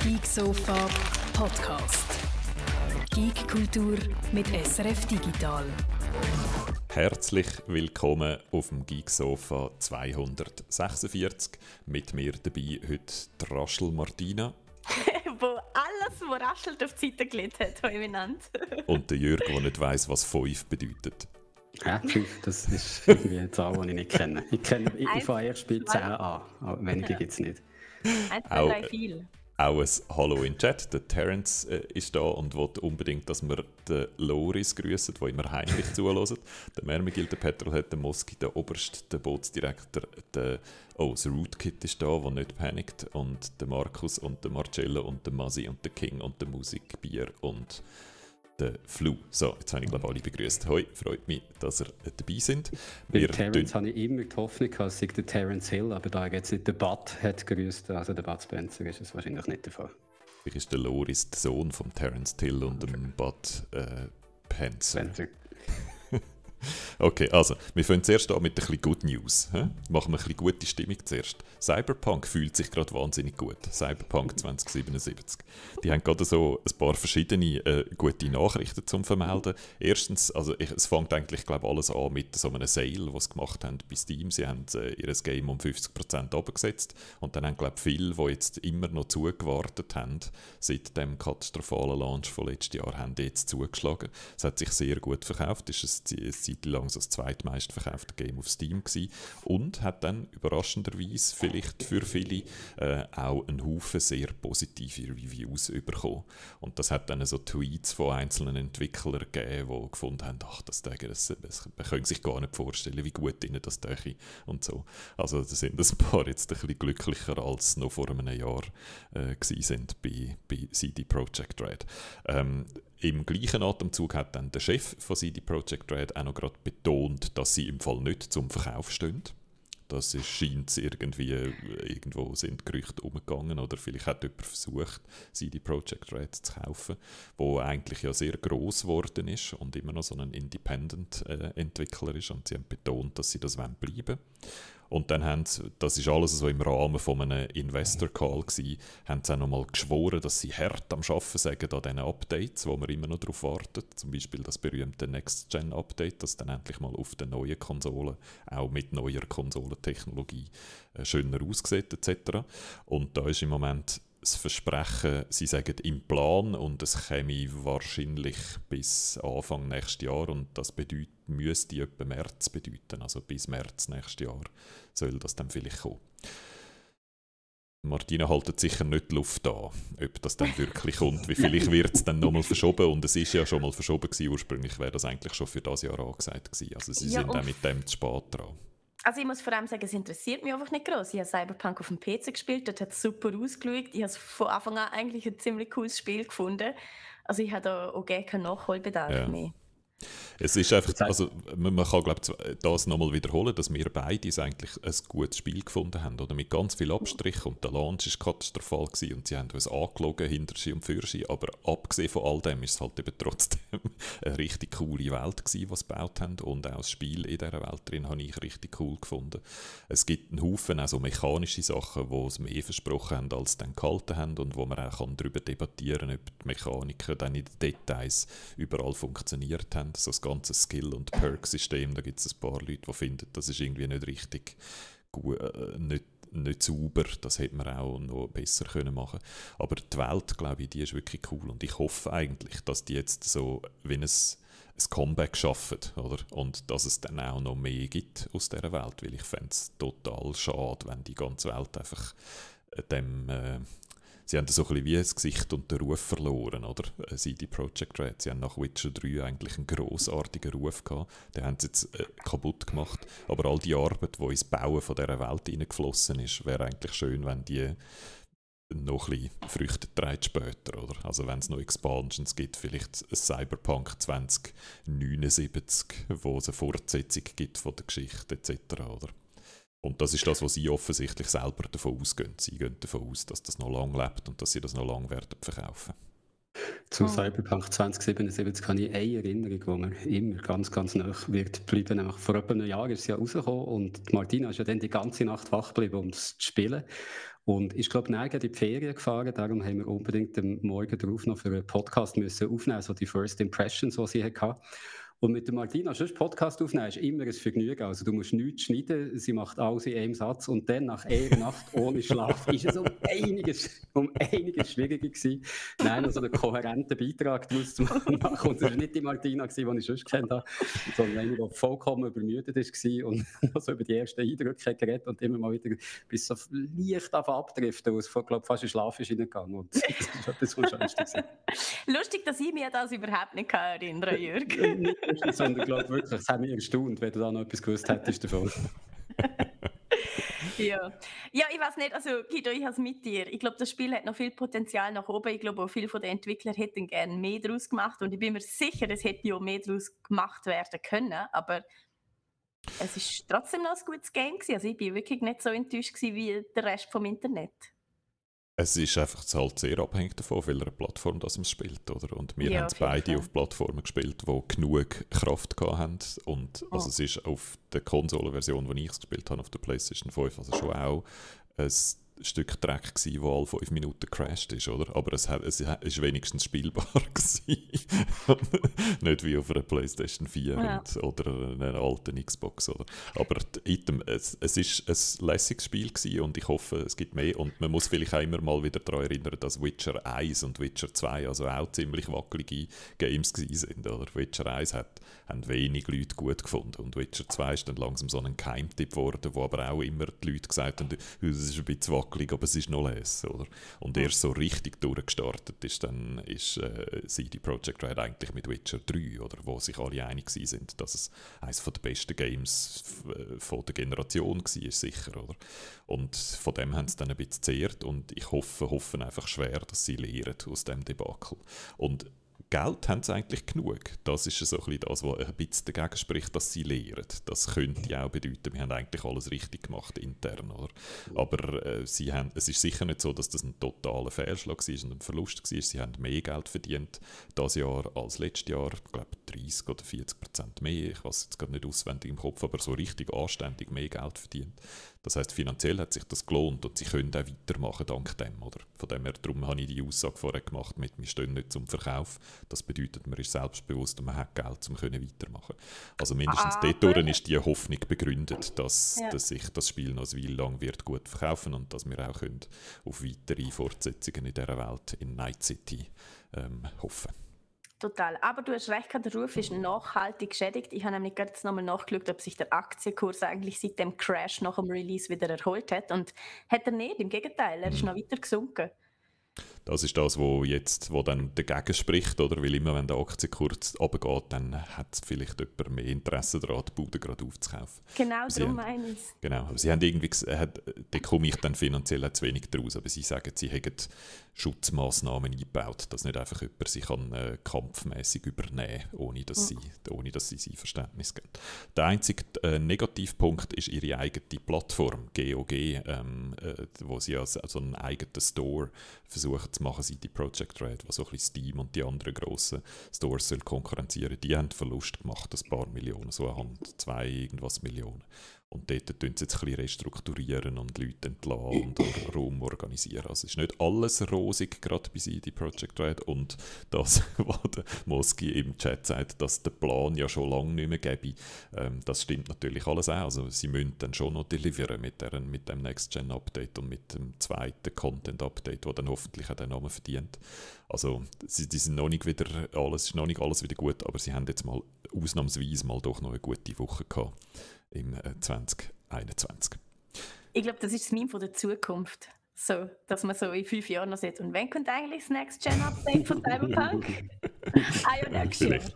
Geek Sofa Podcast. Geek Kultur mit SRF Digital. Herzlich willkommen auf dem Geek Sofa 246. Mit mir dabei heute die Raschel Martina. Wo alles, was raschelt, auf die Seite gelegt hat, habe ich genannt. Und der Jürg, der nicht weiss, was 5 bedeutet. Ja, 5, das ist irgendwie eine Zahl, die ich nicht kenne. Ich fange erst bei 10 an, aber weniger gibt es nicht. 1, 2, 3, viel. Auch ein Hallo in den Chat. Der Terence ist da und will unbedingt, dass wir den Loris grüßen, der immer heimlich zuhört. Der Mermigil, der Petrolhead, der Moski, der Oberst, der Bootsdirektor, das Rootkit ist da, der nicht panikt. Und der Markus und der Marcello und der Masi und der King und der Musikbier und der Flu. So, jetzt habe ich glaube alle begrüßt. Hoi, freut mich, dass ihr dabei sind. Bei Terence habe ich immer die Hoffnung, es sei der Terence Hill, aber da jetzt nicht der Bud hat grüßt, also der Bud Spencer, ist es wahrscheinlich nicht der Fall. Vielleicht ist der Loris der Sohn von Terence Hill und dem Bud Spencer. Okay, also, wir fangen zuerst an mit ein bisschen Good News. Machen wir ein bisschen gute Stimmung zuerst. Cyberpunk fühlt sich gerade wahnsinnig gut. Cyberpunk 2077. Die haben gerade so ein paar verschiedene gute Nachrichten zum Vermelden. Erstens, es fängt eigentlich, glaube ich, alles an mit so einem Sale, was sie gemacht haben bei Steam. Sie haben ihr Game um 50% runtergesetzt. Und dann haben, glaube ich, viele, die jetzt immer noch zugewartet haben, seit dem katastrophalen Launch von letztes Jahr, haben jetzt zugeschlagen. Es hat sich sehr gut verkauft. Es ist eine Zeit lang so das zweitmeistverkaufte Game auf Steam gewesen und hat dann überraschenderweise vielleicht für viele auch einen Haufen sehr positive Reviews bekommen. Und das hat dann so Tweets von einzelnen Entwicklern gegeben, die gefunden haben, das können sich gar nicht vorstellen, wie gut ihnen das däche und so. Also da sind ein paar jetzt ein bisschen glücklicher als noch vor einem Jahr gewesen sind bei CD Projekt Red. Im gleichen Atemzug hat dann der Chef von CD Projekt Red auch noch gerade betont, dass sie im Fall nicht zum Verkauf stehen. Das scheint irgendwie, irgendwo sind Gerüchte umgegangen oder vielleicht hat jemand versucht, CD Projekt Red zu kaufen, wo eigentlich ja sehr gross geworden ist und immer noch so ein Independent-Entwickler ist und sie haben betont, dass sie das bleiben wollen. Und dann haben sie, das ist alles so im Rahmen von einem Investor-Call gewesen, haben sie auch noch mal geschworen, dass sie hart am Arbeiten sind an diesen Updates, wo man immer noch darauf wartet. Zum Beispiel das berühmte Next-Gen-Update, das dann endlich mal auf den neuen Konsolen, auch mit neuer Konsolentechnologie, schöner aussieht etc. Und da ist im Moment das Versprechen, sie sagen im Plan und es käme wahrscheinlich bis Anfang nächstes Jahr und das müsste etwa März bedeuten, also bis März nächstes Jahr soll das dann vielleicht kommen. Martina haltet sicher nicht die Luft an, ob das dann wirklich kommt, wie vielleicht wird es dann nochmal verschoben und es ist ja schon mal verschoben gewesen, ursprünglich wäre das eigentlich schon für das Jahr angesagt gewesen, also sie sind auch mit dem zu spät dran. Also ich muss vor allem sagen, es interessiert mich einfach nicht groß. Ich habe Cyberpunk auf dem PC gespielt, dort hat es super ausgeschaut. Ich habe es von Anfang an eigentlich ein ziemlich cooles Spiel gefunden. Also ich habe da auch gar keinen Nachholbedarf mehr. Es ist einfach, also man kann glaube ich das nochmal wiederholen, dass wir beide eigentlich ein gutes Spiel gefunden haben, oder mit ganz viel Abstrich und der Launch war katastrophal gewesen und sie haben uns angelogen hinter sie und für sie, aber abgesehen von all dem ist es halt eben trotzdem eine richtig coole Welt gewesen, was sie gebaut haben und auch das Spiel in dieser Welt drin habe ich richtig cool gefunden. Es gibt einen Haufen auch so mechanische Sachen, die es mehr versprochen haben, als sie dann gehalten haben und wo man auch darüber debattieren kann, ob die Mechaniken dann in den Details überall funktioniert haben. So das ganze Skill- und Perk-System, da gibt es ein paar Leute, die finden, das ist irgendwie nicht richtig gut, nicht sauber, das hätte man auch noch besser können machen. Aber die Welt, glaube ich, die ist wirklich cool und ich hoffe eigentlich, dass die jetzt so wie ein Comeback schaffen, oder? Und dass es dann auch noch mehr gibt aus dieser Welt, weil ich fände es total schade, wenn die ganze Welt einfach dem sie haben so ein bisschen wie das Gesicht und den Ruf verloren, oder? CD Projekt Red. Sie haben nach Witcher 3 eigentlich einen grossartigen Ruf gehabt. Den haben sie jetzt kaputt gemacht. Aber all die Arbeit, die ins Bauen von dieser Welt hineingeflossen ist, wäre eigentlich schön, wenn die noch ein bisschen Früchte trägt später, oder? Also wenn es noch Expansions gibt, vielleicht ein Cyberpunk 2079, wo es eine Fortsetzung gibt von der Geschichte etc., oder? Und das ist das, was sie offensichtlich selber davon ausgehen. Sie gehen davon aus, dass das noch lange lebt und dass sie das noch lange werden verkaufen. Zu Cyberpunk 2077 habe ich eine Erinnerung, die mir immer ganz, ganz nah wird bleiben. Nämlich vor etwa einem Jahr ist es ja rausgekommen und Martina ist ja dann die ganze Nacht wach geblieben, um es zu spielen. Und ich glaube, nachher in die Ferien gefahren, darum haben wir unbedingt am Morgen darauf noch für einen Podcast müssen aufnehmen, so die First Impressions, die sie hatte. Und mit der Martina sonst Podcast aufnehmen ist immer ein Vergnügen. Also du musst nichts schneiden, sie macht alles in einem Satz und dann nach einer Nacht ohne Schlaf ist es um einiges schwieriger gewesen, noch so einen kohärenten Beitrag daraus zu machen. Und es war nicht die Martina, die ich sonst kennt habe, sondern eine, die vollkommen übermüdet war und noch so über die ersten Eindrücke geredet und immer mal wieder bis so leicht abdriften, wo es fast in Schlaf ist reingegangen. Und das ist etwas vom Schönsten. Lustig, dass ich mich an das überhaupt nicht erinnern kann, Jürg. Sondern ich glaube wirklich, es hat mich erstaunt, wenn du da noch etwas gewusst hättest davon. Ja, ich weiß nicht, also Guido, ich habe es mit dir. Ich glaube, das Spiel hat noch viel Potenzial nach oben. Ich glaube, auch viele von den Entwicklern hätten gerne mehr daraus gemacht und ich bin mir sicher, es hätte ja mehr daraus gemacht werden können, aber es ist trotzdem noch ein gutes Game gewesen. Also ich bin wirklich nicht so enttäuscht gewesen wie der Rest vom Internet. Es ist einfach halt sehr abhängig davon, auf welcher Plattform das man spielt, oder? Und wir haben es beide auf Plattformen gespielt, die genug Kraft hatten. Und also es ist auf der Konsolenversion, die ich gespielt habe, auf der PlayStation 5, also schon auch ein Stück Dreck gewesen, wo alle 5 Minuten crasht ist, oder? Aber es ist wenigstens spielbar gewesen. Nicht wie auf einer PlayStation 4 oder einer alten Xbox, oder? Aber es ist ein lässiges Spiel gewesen und ich hoffe, es gibt mehr. Und man muss vielleicht auch immer mal wieder daran erinnern, dass Witcher 1 und Witcher 2 also auch ziemlich wackelige Games gewesen sind, oder? Witcher 1 haben wenig Leute gut gefunden und Witcher 2 ist dann langsam so ein Keimtipp geworden, wo aber auch immer die Leute gesagt haben, es ist ein bisschen wackelig, aber es ist noch les, oder? Und erst so richtig durchgestartet ist dann CD Projekt Red eigentlich mit Witcher 3, oder, wo sich alle einig sind, dass es eines der besten Games von der Generation war, sicher, oder? Und von dem haben sie dann ein bisschen zehrt und ich hoffe einfach schwer, dass sie lernen aus dem Debakel. Und Geld haben sie eigentlich genug. Das ist so ein bisschen das, was ein bisschen dagegen spricht, dass sie lehren. Das könnte ja auch bedeuten, wir haben eigentlich alles richtig gemacht intern. Oder? Aber es ist sicher nicht so, dass das ein totaler Fehlschlag war und ein Verlust war. Sie haben mehr Geld verdient dieses Jahr als letztes Jahr. Ich glaube 30 oder 40% mehr. Ich weiß jetzt gerade nicht auswendig im Kopf, aber so richtig anständig mehr Geld verdient. Das heisst, finanziell hat sich das gelohnt und sie können auch weitermachen dank dem. Oder? Von dem her, darum habe ich die Aussage vorher gemacht mit «Wir stehen nicht zum Verkauf». Das bedeutet, man ist selbstbewusst und man hat Geld, um weitermachen. Also mindestens dort ist die Hoffnung begründet, dass sich das Spiel noch eine Weile lang wird gut verkaufen und dass wir auch können auf weitere Fortsetzungen in dieser Welt in Night City hoffen. Total. Aber du hast recht, der Ruf ist nachhaltig geschädigt. Ich habe nämlich gerade jetzt nochmal nachgeschaut, ob sich der Aktienkurs eigentlich seit dem Crash nach dem Release wieder erholt hat. Und hat er nicht, im Gegenteil, er ist noch weiter gesunken. Das ist das, wo dann dagegen spricht, oder? Weil immer, wenn der Aktienkurs runtergeht, dann hat es vielleicht jemand mehr Interesse daran, die Bude gerade aufzukaufen. Genau, darum meine ich es. Genau, aber sie haben irgendwie da komme ich dann finanziell zu wenig daraus, aber sie sagen, sie hätten Schutzmaßnahmen eingebaut, dass nicht einfach jemand sich kampfmäßig übernehmen kann, ohne dass sie sein Verständnis geben. Der einzige Negativpunkt ist ihre eigene Plattform, GOG, wo sie also einen eigenen Store versuchen zu machen, CD Projekt Red, was so ein bisschen Steam und die anderen grossen Stores konkurrenzieren. Die haben Verlust gemacht, ein paar Millionen, so eine Hand, 2 irgendwas Millionen. Und dort tun sie jetzt ein bisschen restrukturieren und Leute entlassen und Raum organisieren. Also es ist nicht alles rosig, gerade bei CD Projekt Red. Und das, was der Moski im Chat sagt, dass der Plan ja schon lange nicht mehr gäbe, das stimmt natürlich alles auch. Also sie müssen dann schon noch deliveren mit dem Next-Gen-Update und mit dem zweiten Content-Update, das dann hoffentlich auch den Namen verdient. Also die sind noch nicht wieder ist noch nicht alles wieder gut, aber sie haben jetzt mal ausnahmsweise mal doch noch eine gute Woche gehabt im 2021. Ich glaube, das ist das Meme von der Zukunft. So, dass man so in 5 Jahren noch sieht. Und wann kommt eigentlich das Next-Gen-Update von Cyberpunk? Ja, nächstes Jahr.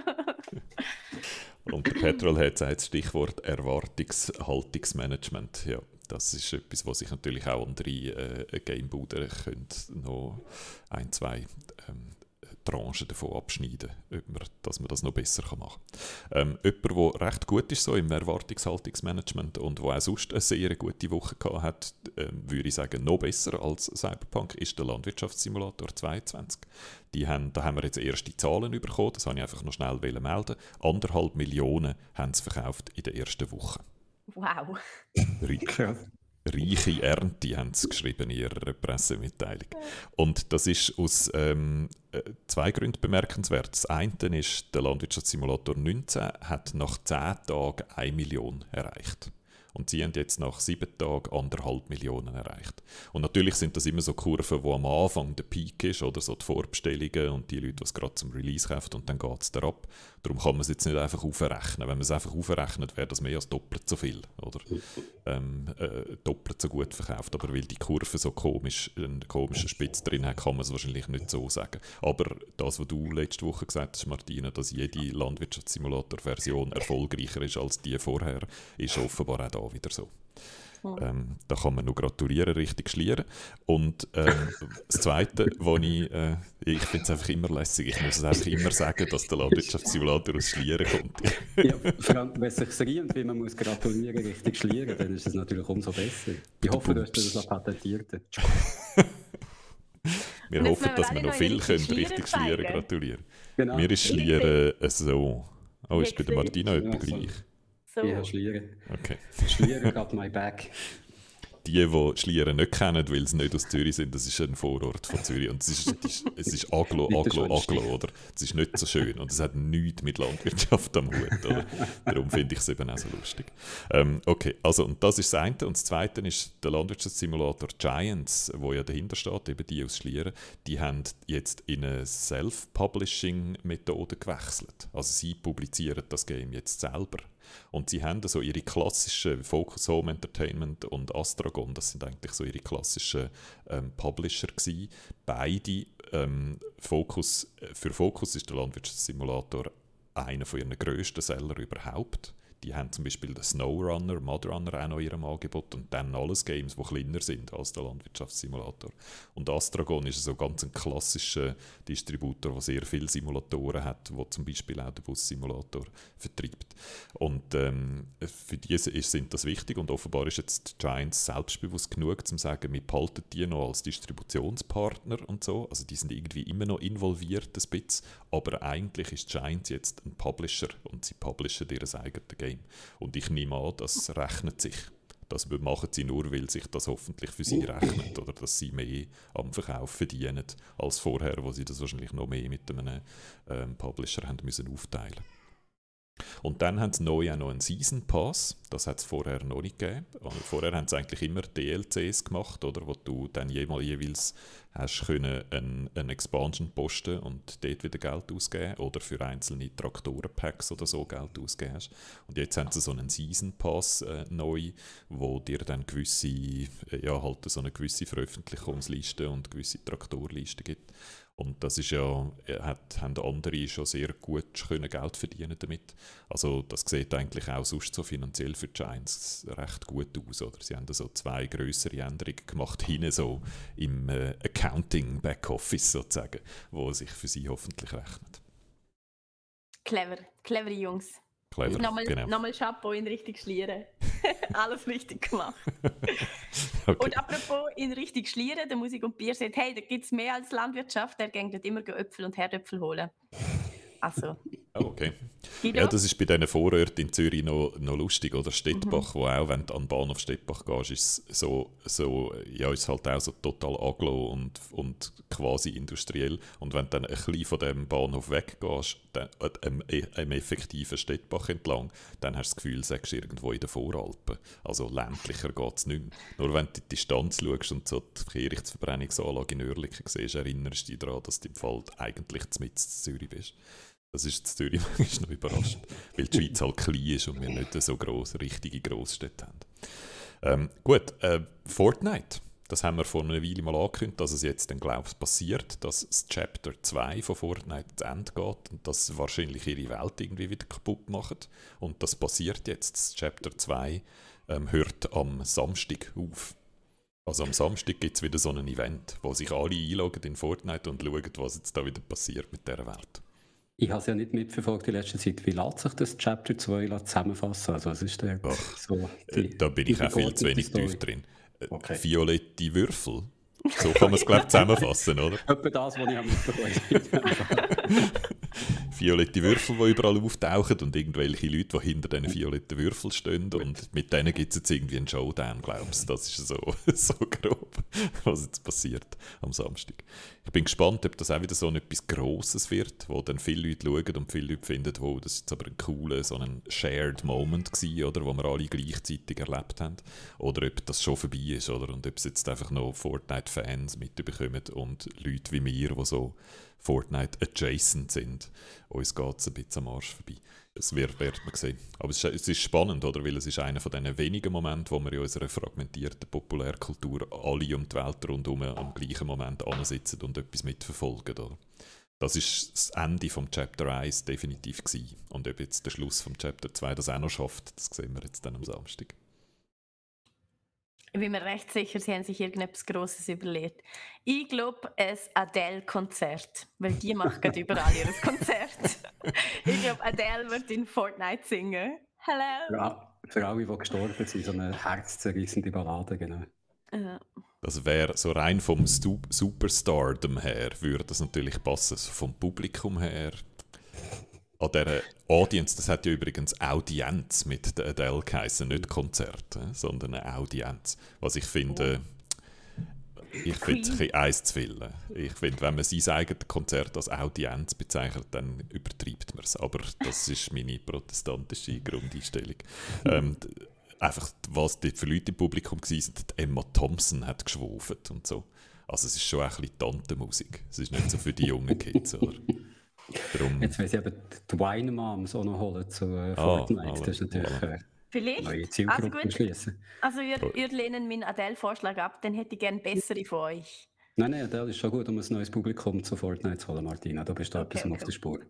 Und der Petrol hat das Stichwort Erwartungshaltungsmanagement. Ja, das ist etwas, was sich natürlich auch andere Gamebuden noch 1, 2 Tranchen davon abschneiden, dass man das noch besser machen kann. Jemand, der recht gut ist so im Erwartungshaltungsmanagement und der auch sonst eine sehr gute Woche gehabt hat, würde ich sagen, noch besser als Cyberpunk, ist der Landwirtschaftssimulator 22. Da haben wir jetzt erste Zahlen bekommen, das wollte ich einfach noch schnell melden. 1,5 Millionen haben sie verkauft in der ersten Woche. Wow. Krass. reiche Ernte, haben sie geschrieben in ihrer Pressemitteilung. Und das ist aus 2 Gründen bemerkenswert. Das eine ist, der Landwirtschaftssimulator 19 hat nach 10 Tagen 1 Million erreicht. Und sie haben jetzt nach 7 Tagen 1,5 Millionen erreicht. Und natürlich sind das immer so Kurven, wo am Anfang der Peak ist, oder so die Vorbestellungen und die Leute, die es gerade zum Release kaufen, und dann geht es da ab. Darum kann man es jetzt nicht einfach aufrechnen. Wenn man es einfach aufrechnet, wäre das mehr als doppelt so viel, oder doppelt so gut verkauft. Aber weil die Kurve so einen komischen Spitz drin hat, kann man es wahrscheinlich nicht so sagen. Aber das, was du letzte Woche gesagt hast, Martina, dass jede Landwirtschaftssimulator-Version erfolgreicher ist als die vorher, ist offenbar auch da wieder so. Da kann man nur gratulieren, richtig schlieren. Und das Zweite, wo ich finde es einfach immer lässig, ich muss es einfach immer sagen, dass der Landwirtschaftssimulator aus Schlieren kommt. Ja, vor allem, wenn es sich riemt, wie man muss gratulieren, richtig schlieren, dann ist es natürlich umso besser. Ich hoffe, du hast das auch patentiert. Wir hoffen, dass wir noch viel können, richtig schlieren gratulieren. Genau. Mir ist Schlieren so. Oh, ist bei der Martina etwas gleich? So. Ich habe Schlieren. Okay. Schlieren got my back. Die Schlieren nicht kennen, weil sie nicht aus Zürich sind, das ist ein Vorort von Zürich. Und es ist Aglo, oder? Es ist nicht so schön und es hat nichts mit Landwirtschaft am Hut. Oder? Darum finde ich es eben auch so lustig. Okay, also und das ist das eine. Und das zweite ist der Landwirtschaftssimulator Giants, wo ja dahinter steht, eben die aus Schlieren, die haben jetzt in eine Self-Publishing-Methode gewechselt. Also sie publizieren das Game jetzt selber. Und sie haben so ihre klassischen Focus Home Entertainment und Astragon, das sind eigentlich so ihre klassischen Publisher gewesen. Beide, für Focus ist der Landwirtschaftssimulator einer von ihren grössten Seller überhaupt. Die haben zum Beispiel den SnowRunner, Mudrunner auch noch in ihrem Angebot und dann alles Games, die kleiner sind als der Landwirtschaftssimulator. Und Astragon ist so ganz ein klassischer Distributor, der sehr viele Simulatoren hat, der zum Beispiel auch den Bus-Simulator vertreibt. Und für die sind das wichtig und offenbar ist jetzt Giants selbstbewusst genug, um zu sagen, wir behalten die noch als Distributionspartner und so. Also die sind irgendwie immer noch involviert ein bisschen, aber eigentlich ist Giants jetzt ein Publisher und sie publishen ihr eigenes Game. Und ich nehme an, das rechnet sich. Das machen sie nur, weil sich das hoffentlich für sie rechnet oder dass sie mehr am Verkauf verdienen als vorher, wo sie das wahrscheinlich noch mehr mit einem Publisher haben müssen aufteilen. Und dann haben sie neu auch noch einen Season Pass, das hat es vorher noch nicht gegeben. Vorher haben sie eigentlich immer DLCs gemacht, oder, wo du dann jeweils hast können eine Expansion posten und dort wieder Geld ausgeben oder für einzelne Traktorenpacks oder so Geld ausgeben hast. Und jetzt haben sie so einen Season Pass neu, wo dir dann halt so eine gewisse Veröffentlichungsliste und gewisse Traktorliste gibt. Und das ist haben andere schon sehr gut Geld verdienen damit. Also das sieht eigentlich auch sonst so finanziell für Giants recht gut aus. Oder? Sie haben da so 2 grössere Änderungen gemacht, hinten so im Accounting-Backoffice sozusagen, wo sich für sie hoffentlich rechnet. Clevere Jungs. Clever, nochmal Chapeau in richtig Schlieren. Alles richtig gemacht. Okay. Und apropos in richtig Schlieren, der Musik und Bier sagt, hey, da gibt es mehr als Landwirtschaft, der geht dort immer Äpfel und Herdöpfel holen. Also. Oh, okay. Ja, das ist bei diesen Vororten in Zürich noch lustig, oder? Stettbach, wo auch, wenn du an den Bahnhof Stettbach gehst, ist ist halt auch so total aglo und quasi industriell. Und wenn du dann ein bisschen von diesem Bahnhof weggehst, am effektiven Stettbach entlang, dann hast du das Gefühl, du sagst irgendwo in den Voralpen. Also ländlicher geht es nicht mehr. Nur wenn du die Distanz schaust und so die Kehrichtverbrennungsanlage in Oerlikon siehst, erinnerst du dich daran, dass du im Fall eigentlich mitten in Zürich bist. Das ist in Zürich manchmal noch überraschend, weil die Schweiz halt klein ist und wir nicht so richtige Grossstädte haben. Gut, Fortnite. Das haben wir vor einer Weile mal angekündigt, dass es jetzt dann, glaube ich, passiert, dass das Chapter 2 von Fortnite zu Ende geht und dass wahrscheinlich ihre Welt irgendwie wieder kaputt macht. Und das passiert jetzt. Das Chapter 2 hört am Samstag auf. Also am Samstag gibt es wieder so ein Event, wo sich alle einloggen in Fortnite und schauen, was jetzt da wieder passiert mit dieser Welt. Ich habe es ja nicht mitverfolgt in letzter Zeit. Wie lässt sich das Chapter 2 zusammenfassen? Also, was ist so da bin ich auch viel zu wenig tief drin. Okay. Violette Würfel. So kann man es, glaube ich, zusammenfassen, oder? Etwa das, was ich mitbekommen habe. violette Würfel, die überall auftauchen und irgendwelche Leute, die hinter diesen violetten Würfeln stehen und mit denen gibt es jetzt irgendwie einen Showdown, glaubst du? Das ist so grob, was jetzt passiert am Samstag. Ich bin gespannt, ob das auch wieder so etwas Grosses wird, wo dann viele Leute schauen und viele Leute finden, oh, das ist jetzt aber ein cooler, so ein shared Moment gewesen, oder, wo wir alle gleichzeitig erlebt haben. Oder ob das schon vorbei ist, oder, und ob es jetzt einfach noch Fortnite-Fans mitbekommen und Leute wie mir, die so Fortnite-adjacent sind. Uns geht es ein bisschen am Arsch vorbei. Das wird man sehen. Aber es ist spannend, oder? Weil es ist einer von diesen wenigen Momenten, wo wir in unserer fragmentierten Populärkultur alle um die Welt rundherum am gleichen Moment ansitzen und etwas mitverfolgen. Oder? Das ist das Ende vom Chapter 1 definitiv gewesen. Und ob jetzt der Schluss vom Chapter 2 das auch noch schafft, das sehen wir jetzt dann am Samstag. Ich bin mir recht sicher, sie haben sich irgendetwas Grosses überlegt. Ich glaube, ein Adele-Konzert, weil die macht gerade überall ihr Konzert. Ich glaube, Adele wird in Fortnite singen. Hello! Ja, für alle, die gestorben sind, so eine herzzerreißende Ballade, genau. Das wäre so rein vom Superstardom her, würde das natürlich passen. So vom Publikum her. An dieser Audience, das hat ja übrigens Audienz mit der Adele geheißen, nicht Konzert, sondern eine Audienz. Was ich finde, ich finde es ein bisschen eins zu viel. Ich finde, wenn man sein eigenes Konzert als Audienz bezeichnet, dann übertreibt man es. Aber das ist meine protestantische Grundeinstellung. Einfach, was dort für Leute im Publikum waren, Emma Thompson hat geschwuft und so. Also es ist schon ein bisschen Tantenmusik. Es ist nicht so für die jungen Kids, oder? Darum. Jetzt will ich aber die Wine Moms auch noch holen zu Fortnite. Das ist natürlich vielleicht neue Zielgruppe schließen. Also ihr lehnen meinen Adele-Vorschlag ab, dann hätte ich gerne bessere von euch. Nein, Adele ist schon gut, um ein neues Publikum zu Fortnite zu holen, Martina. Da bist du etwas auf der Spur.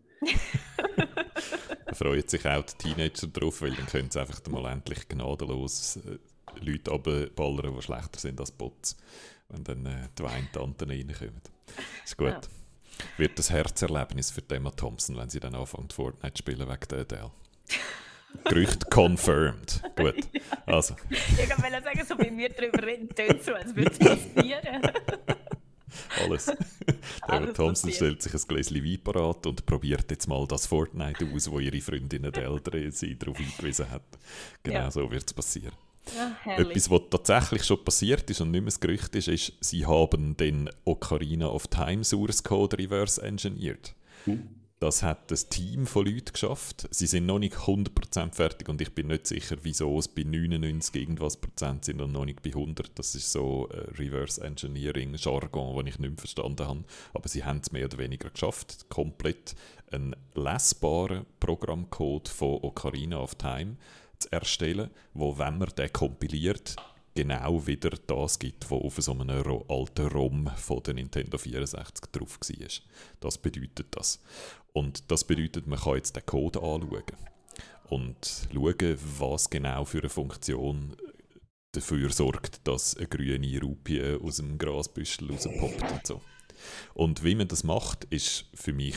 Da freuen sich auch die Teenager drauf, weil dann können sie einfach mal endlich gnadenlos Leute runterballern, die schlechter sind als Bots, wenn dann die Weintanten reinkommen. Ist gut. Ja. Wird das Herzerlebnis für Emma Thompson, wenn sie dann anfängt Fortnite zu spielen wegen der Adele. Gerücht confirmed. Gut. Ja. Also. Ich wollte sagen, so wie wir darüber reden, tönt es so, als würde es passieren. Alles. Emma Thompson stellt sich ein Gläschen Wein parat und probiert jetzt mal das Fortnite aus, wo ihre Freundin Adele sie darauf hingewiesen hat. Genau so wird es passieren. Ja, etwas, was tatsächlich schon passiert ist und nicht mehr ein Gerücht ist, sie haben den Ocarina of Time Source Code reverse engineert. Das hat ein Team von Leuten geschafft. Sie sind noch nicht 100% fertig und ich bin nicht sicher, wieso es bei 99 irgendwas Prozent sind und noch nicht bei 100. Das ist so Reverse Engineering Jargon, den ich nicht mehr verstanden habe. Aber sie haben es mehr oder weniger geschafft, komplett einen lesbaren Programmcode von Ocarina of Time zu erstellen, wo, wenn man den kompiliert, genau wieder das gibt, was auf so einem alten ROM von der Nintendo 64 drauf war. Das bedeutet das. Und das bedeutet, man kann jetzt den Code anschauen und schauen, was genau für eine Funktion dafür sorgt, dass eine grüne Rupie aus dem Grasbüschel rauspoppt und so. Und wie man das macht, ist für mich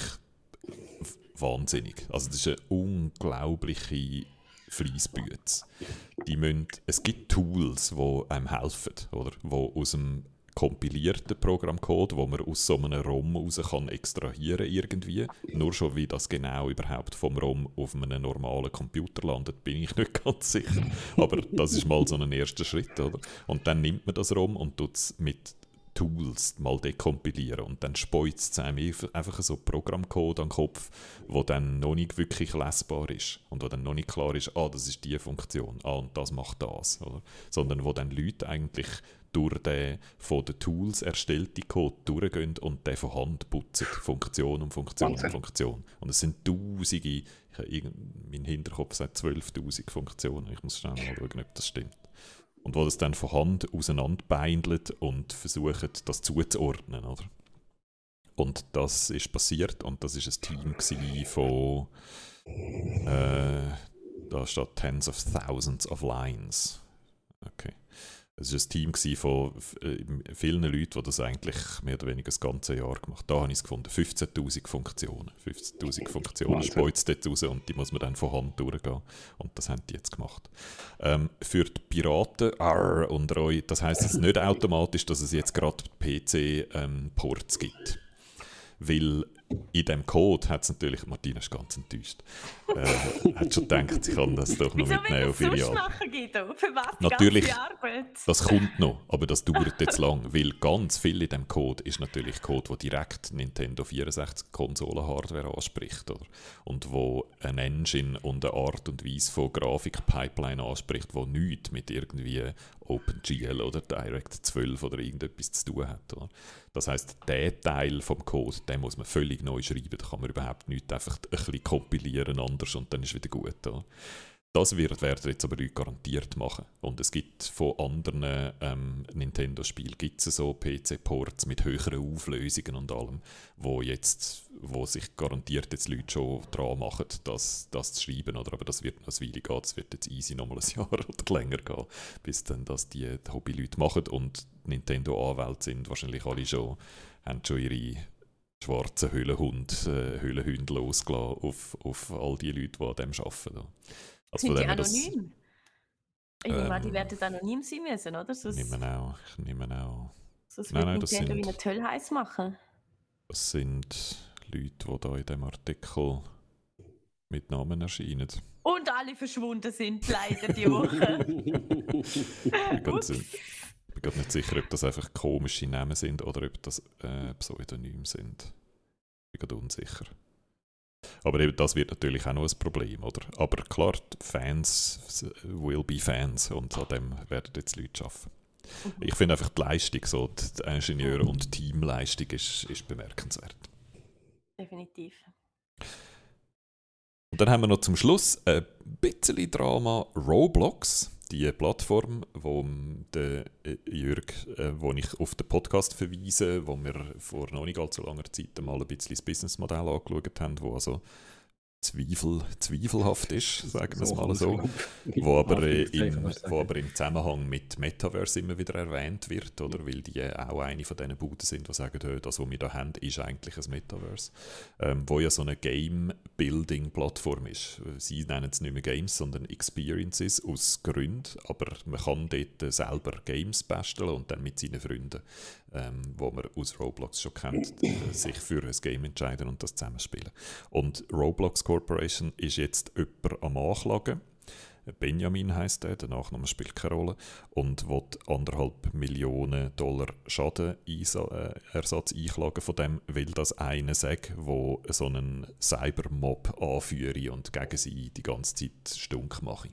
wahnsinnig. Also das ist eine unglaubliche Fleissbüte. Es gibt Tools, die einem helfen, oder? Die aus dem kompilierten Programmcode, wo man aus so einem ROM raus kann extrahieren irgendwie. Nur schon, wie das genau überhaupt vom ROM auf einem normalen Computer landet, bin ich nicht ganz sicher. Aber das ist mal so ein erster Schritt, oder? Und dann nimmt man das ROM und tut es mit Tools mal dekompilieren und dann speuzt es einem einfach so Programmcode an den Kopf, wo dann noch nicht wirklich lesbar ist und wo dann noch nicht klar ist, das ist die Funktion, und das macht das, oder? Sondern wo dann Leute eigentlich durch den von den Tools erstellten Code durchgehen und den von Hand putzen, Funktion um Funktion um Funktion. Und es sind Tausende, mein Hinterkopf sagt 12'000 Funktionen, ich muss schnell mal schauen, ob das stimmt. Und wo das dann von Hand auseinanderbeindelt und versucht, das zuzuordnen, oder? Und das ist passiert und das ist ein Team von da steht Tens of Thousands of Lines. Okay. Es war ein Team von vielen Leuten, die das eigentlich mehr oder weniger das ganze Jahr gemacht haben. Da habe ich es gefunden. 15'000 Funktionen. 15'000 Funktionen speuzt dort raus und die muss man dann von Hand durchgehen. Und das haben die jetzt gemacht. Für die Piraten unter euch, das heisst jetzt nicht automatisch, dass es jetzt gerade PC-Ports gibt. Weil in diesem Code hat es natürlich, Martina ist ganz enttäuscht, hat schon gedacht, sie kann das doch noch mitnehmen auf ihre Arbeit. Machen, Guido? Für was die Natürlich, ganze Arbeit? das kommt noch, aber das dauert jetzt lang, weil ganz viel in diesem Code ist natürlich Code, der direkt Nintendo 64-Konsolen-Hardware anspricht. Oder? Und wo ein Engine und eine Art und Weise von Grafik-Pipeline anspricht, die nichts mit irgendwie OpenGL oder Direct 12 oder irgendetwas zu tun hat. Oder? Das heisst, der Teil vom Code, den muss man völlig neu schreiben. Da kann man überhaupt nichts einfach ein bisschen kompilieren anders und dann ist es wieder gut. Oder? Das werden jetzt aber nicht garantiert machen. Und es gibt von anderen Nintendo-Spielen so PC-Ports mit höheren Auflösungen und allem, wo sich garantiert jetzt Leute schon dran machen, das zu schreiben. Oder? Aber das wird noch eine Weile gehen. Das wird jetzt easy nochmal ein Jahr oder länger gehen, bis dann das die Hobbyleute machen. Und Nintendo-Anwälte sind wahrscheinlich alle haben schon ihre schwarzen Höhlenhunde losgelassen auf all die Leute, die an dem arbeiten. Also sind die anonym? Ich nehme an, die werden anonym sein müssen, oder? Ich nehme auch. Sonst wird Nintendo wie eine Töllheiß machen. Das sind Leute, die da in diesem Artikel mit Namen erscheinen. Und alle verschwunden sind leider die Woche. Ich bin gerade nicht sicher, ob das einfach komische Namen sind oder ob das Pseudonym sind. Ich bin gerade unsicher. Aber eben, das wird natürlich auch noch ein Problem, oder? Aber klar, die Fans will be Fans und an dem werden jetzt Leute arbeiten. Ich finde einfach die Leistung, so die Ingenieure- und Teamleistung ist bemerkenswert. Definitiv. Und dann haben wir noch zum Schluss ein bisschen Drama Roblox. Die Plattform, wo der Jörg, wo ich auf den Podcast verweise, wo wir vor noch nicht allzu langer Zeit mal ein bisschen das Businessmodell angeschaut haben, wo also zweifelhaft ist, sagen wir es mal so, wo aber im Zusammenhang mit Metaverse immer wieder erwähnt wird, oder? Weil die auch eine von diesen Buden sind, die sagen, das, was wir da haben, ist eigentlich ein Metaverse, wo ja so eine Game-Building-Plattform ist. Sie nennen es nicht mehr Games, sondern Experiences aus Gründen, aber man kann dort selber Games basteln und dann mit seinen Freunden, wo man aus Roblox schon kennt, sich für ein Game entscheiden und das zusammenspielen. Und Roblox Corporation ist jetzt jemand am Anklagen. Benjamin heisst der Nachname spielt keine Rolle, und will $1,5 Millionen Schadenersatz einklagen von dem, weil das einer sagt, der so einen Cybermob anführe und gegen sie die ganze Zeit stunk mache.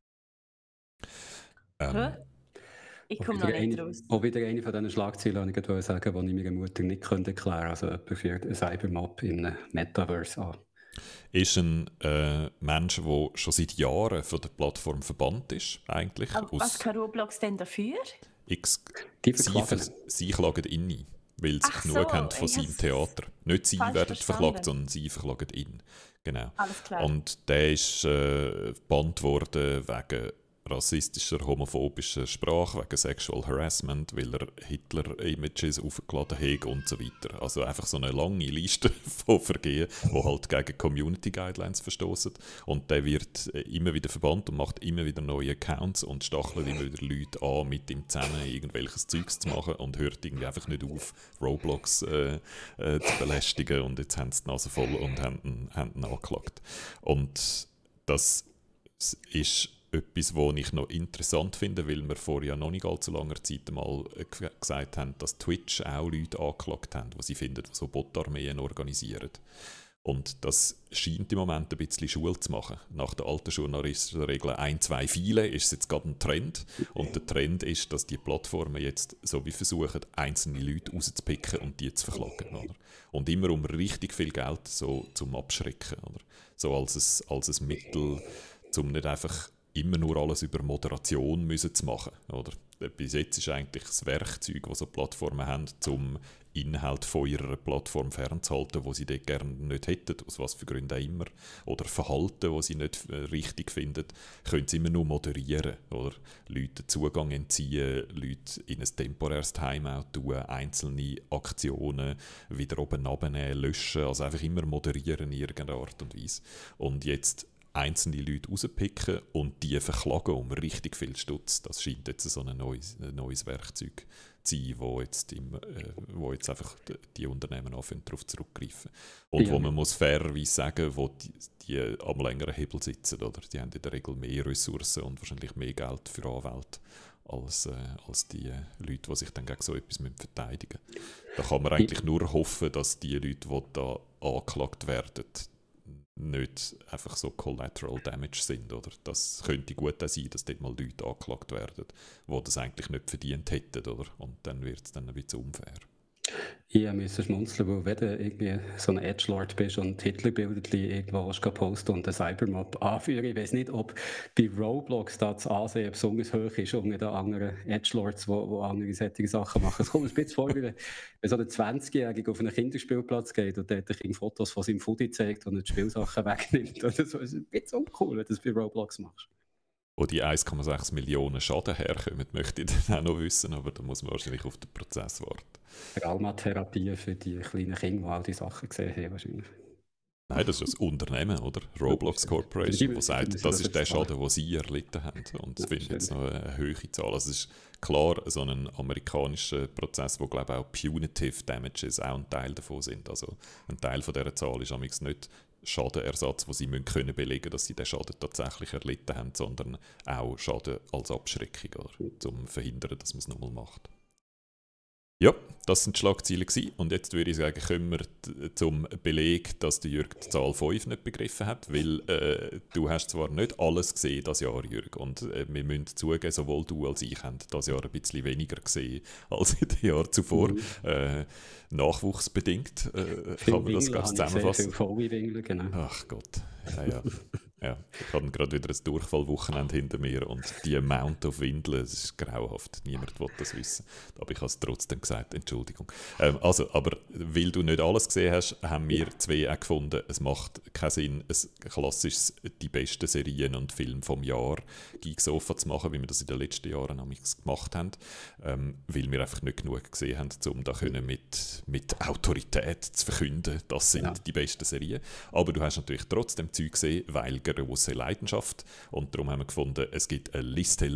Ich komme noch nicht raus. Auch wieder eine von diesen Schlagzeilen, die ich sagen wollte, die ich meiner Mutter nicht erklären konnte. Also jemand führt einen Cybermob in einem Metaverse an. Ist ein Mensch, der schon seit Jahren von der Plattform verbannt ist, eigentlich. Aber was kann Roblox denn dafür? Sie klagen ihn ein, weil sie genug haben von seinem Theater. Nicht sie werden verklagt, sondern sie verklagen ihn. Genau. Alles klar. Und der ist verbannt worden wegen rassistischer, homophobischer Sprache, wegen Sexual Harassment, weil er Hitler-Images aufgeladen hat und so weiter. Also einfach so eine lange Liste von Vergehen, die halt gegen Community Guidelines verstoßen. Und der wird immer wieder verbannt und macht immer wieder neue Accounts und stachelt immer wieder Leute an, mit ihm zusammen irgendwelches Zeugs zu machen und hört irgendwie einfach nicht auf, Roblox zu belästigen. Und jetzt haben sie die Nase voll und haben ihn angeklagt. Und das ist etwas, was ich noch interessant finde, weil wir vor ja noch nicht allzu langer Zeit mal gesagt haben, dass Twitch auch Leute angeklagt haben, die sie finden, die so Botarmeen organisieren. Und das scheint im Moment ein bisschen Schule zu machen. Nach der alten journalistischen Regel 1, 2 File ist es jetzt gerade ein Trend. Und der Trend ist, dass die Plattformen jetzt so wie versuchen, einzelne Leute rauszupicken und die zu verklagen. Oder? Und immer um richtig viel Geld so zum Abschrecken. Oder? So als ein Mittel, um nicht einfach immer nur alles über Moderation müssen zu machen. Oder? Bis jetzt ist eigentlich das Werkzeug, das so Plattformen haben, um Inhalt von ihrer Plattform fernzuhalten, wo sie dort gerne nicht hätten, aus was für Gründen auch immer, oder Verhalten, das sie nicht richtig finden, können sie immer nur moderieren. Oder Leute Zugang entziehen, Leute in ein temporäres Timeout tun, einzelne Aktionen wieder oben runternehmen, löschen, also einfach immer moderieren in irgendeiner Art und Weise. Und jetzt einzelne Leute rauspicken und die verklagen um richtig viel Stutz. Das scheint jetzt so ein neues Werkzeug sein, wo jetzt einfach die Unternehmen anfangen, darauf zurückgreifen. Und wo man muss fairerweise sagen, wo die am längeren Hebel sitzen, oder? Die haben in der Regel mehr Ressourcen und wahrscheinlich mehr Geld für Anwälte als die Leute, die sich dann gegen so etwas verteidigen müssen. Da kann man eigentlich nur hoffen, dass die Leute, die da angeklagt werden, nicht einfach so Collateral Damage sind. Oder? Das könnte gut sein, dass dort mal Leute angeklagt werden, die das eigentlich nicht verdient hätten. Oder? Und dann wird es dann ein bisschen unfair. Ich musste schmunzeln, weil wenn du irgendwie so ein Edgelord bist und Hitlerbilder irgendwo posten und einen Cybermob anführen, ich weiß nicht, ob bei Roblox das Ansehen besonders hoch ist unter den anderen Edgelords, die andere solche Sachen machen. Es kommt ein bisschen vor, wenn so ein 20-Jähriger auf einen Kinderspielplatz geht und der Kind Fotos von seinem Foodie zeigt und die Spielsachen wegnimmt. Das ist ein bisschen uncool, wenn du das bei Roblox machst. Wo die 1,6 Millionen Schaden herkommen, möchte ich dann auch noch wissen, aber da muss man wahrscheinlich auf den Prozess warten. Traumatherapie für die kleinen Kinder, die all die Sachen gesehen haben wahrscheinlich. Nein, das ist ein Unternehmen, oder? Roblox Corporation, das sagt, das ist der Schaden, den sie erlitten haben. Und das finde ich jetzt noch eine hohe Zahl. Also es ist klar so ein amerikanischer Prozess, wo, glaube ich, auch Punitive Damages auch ein Teil davon sind. Also ein Teil von dieser Zahl ist amigs nicht Schadenersatz, wo sie können belegen können, dass sie den Schaden tatsächlich erlitten haben, sondern auch Schaden als Abschreckung, oder? Um zu verhindern, dass man es nochmal macht. Ja, das waren die Schlagzeilen gewesen. Und jetzt würde ich sagen, kommen wir zum Beleg, dass der Jürg die Zahl 5 nicht begriffen hat, weil du hast zwar nicht alles gesehen das Jahr, Jürg, und wir müssen zugeben, sowohl du als ich haben das Jahr ein bisschen weniger gesehen als in den Jahren zuvor. Nachwuchsbedingt kann man das ganz zusammenfassen. Genau. Ach Gott, ja. Ja, ich habe gerade wieder ein Durchfallwochenende hinter mir und die Amount of Windeln, das ist grauenhaft. Niemand will das wissen. Aber ich habe es trotzdem gesagt, Entschuldigung. Aber weil du nicht alles gesehen hast, haben wir zwei auch gefunden, es macht keinen Sinn, ein klassisches die besten Serien und Filme vom Jahr Geeksofa zu machen, wie wir das in den letzten Jahren gemacht haben, weil wir einfach nicht genug gesehen haben, um da mit Autorität zu verkünden, das sind die besten Serien. Aber du hast natürlich trotzdem Zeug gesehen, weil grosse Leidenschaft. Und darum haben wir gefunden, es gibt eine Liste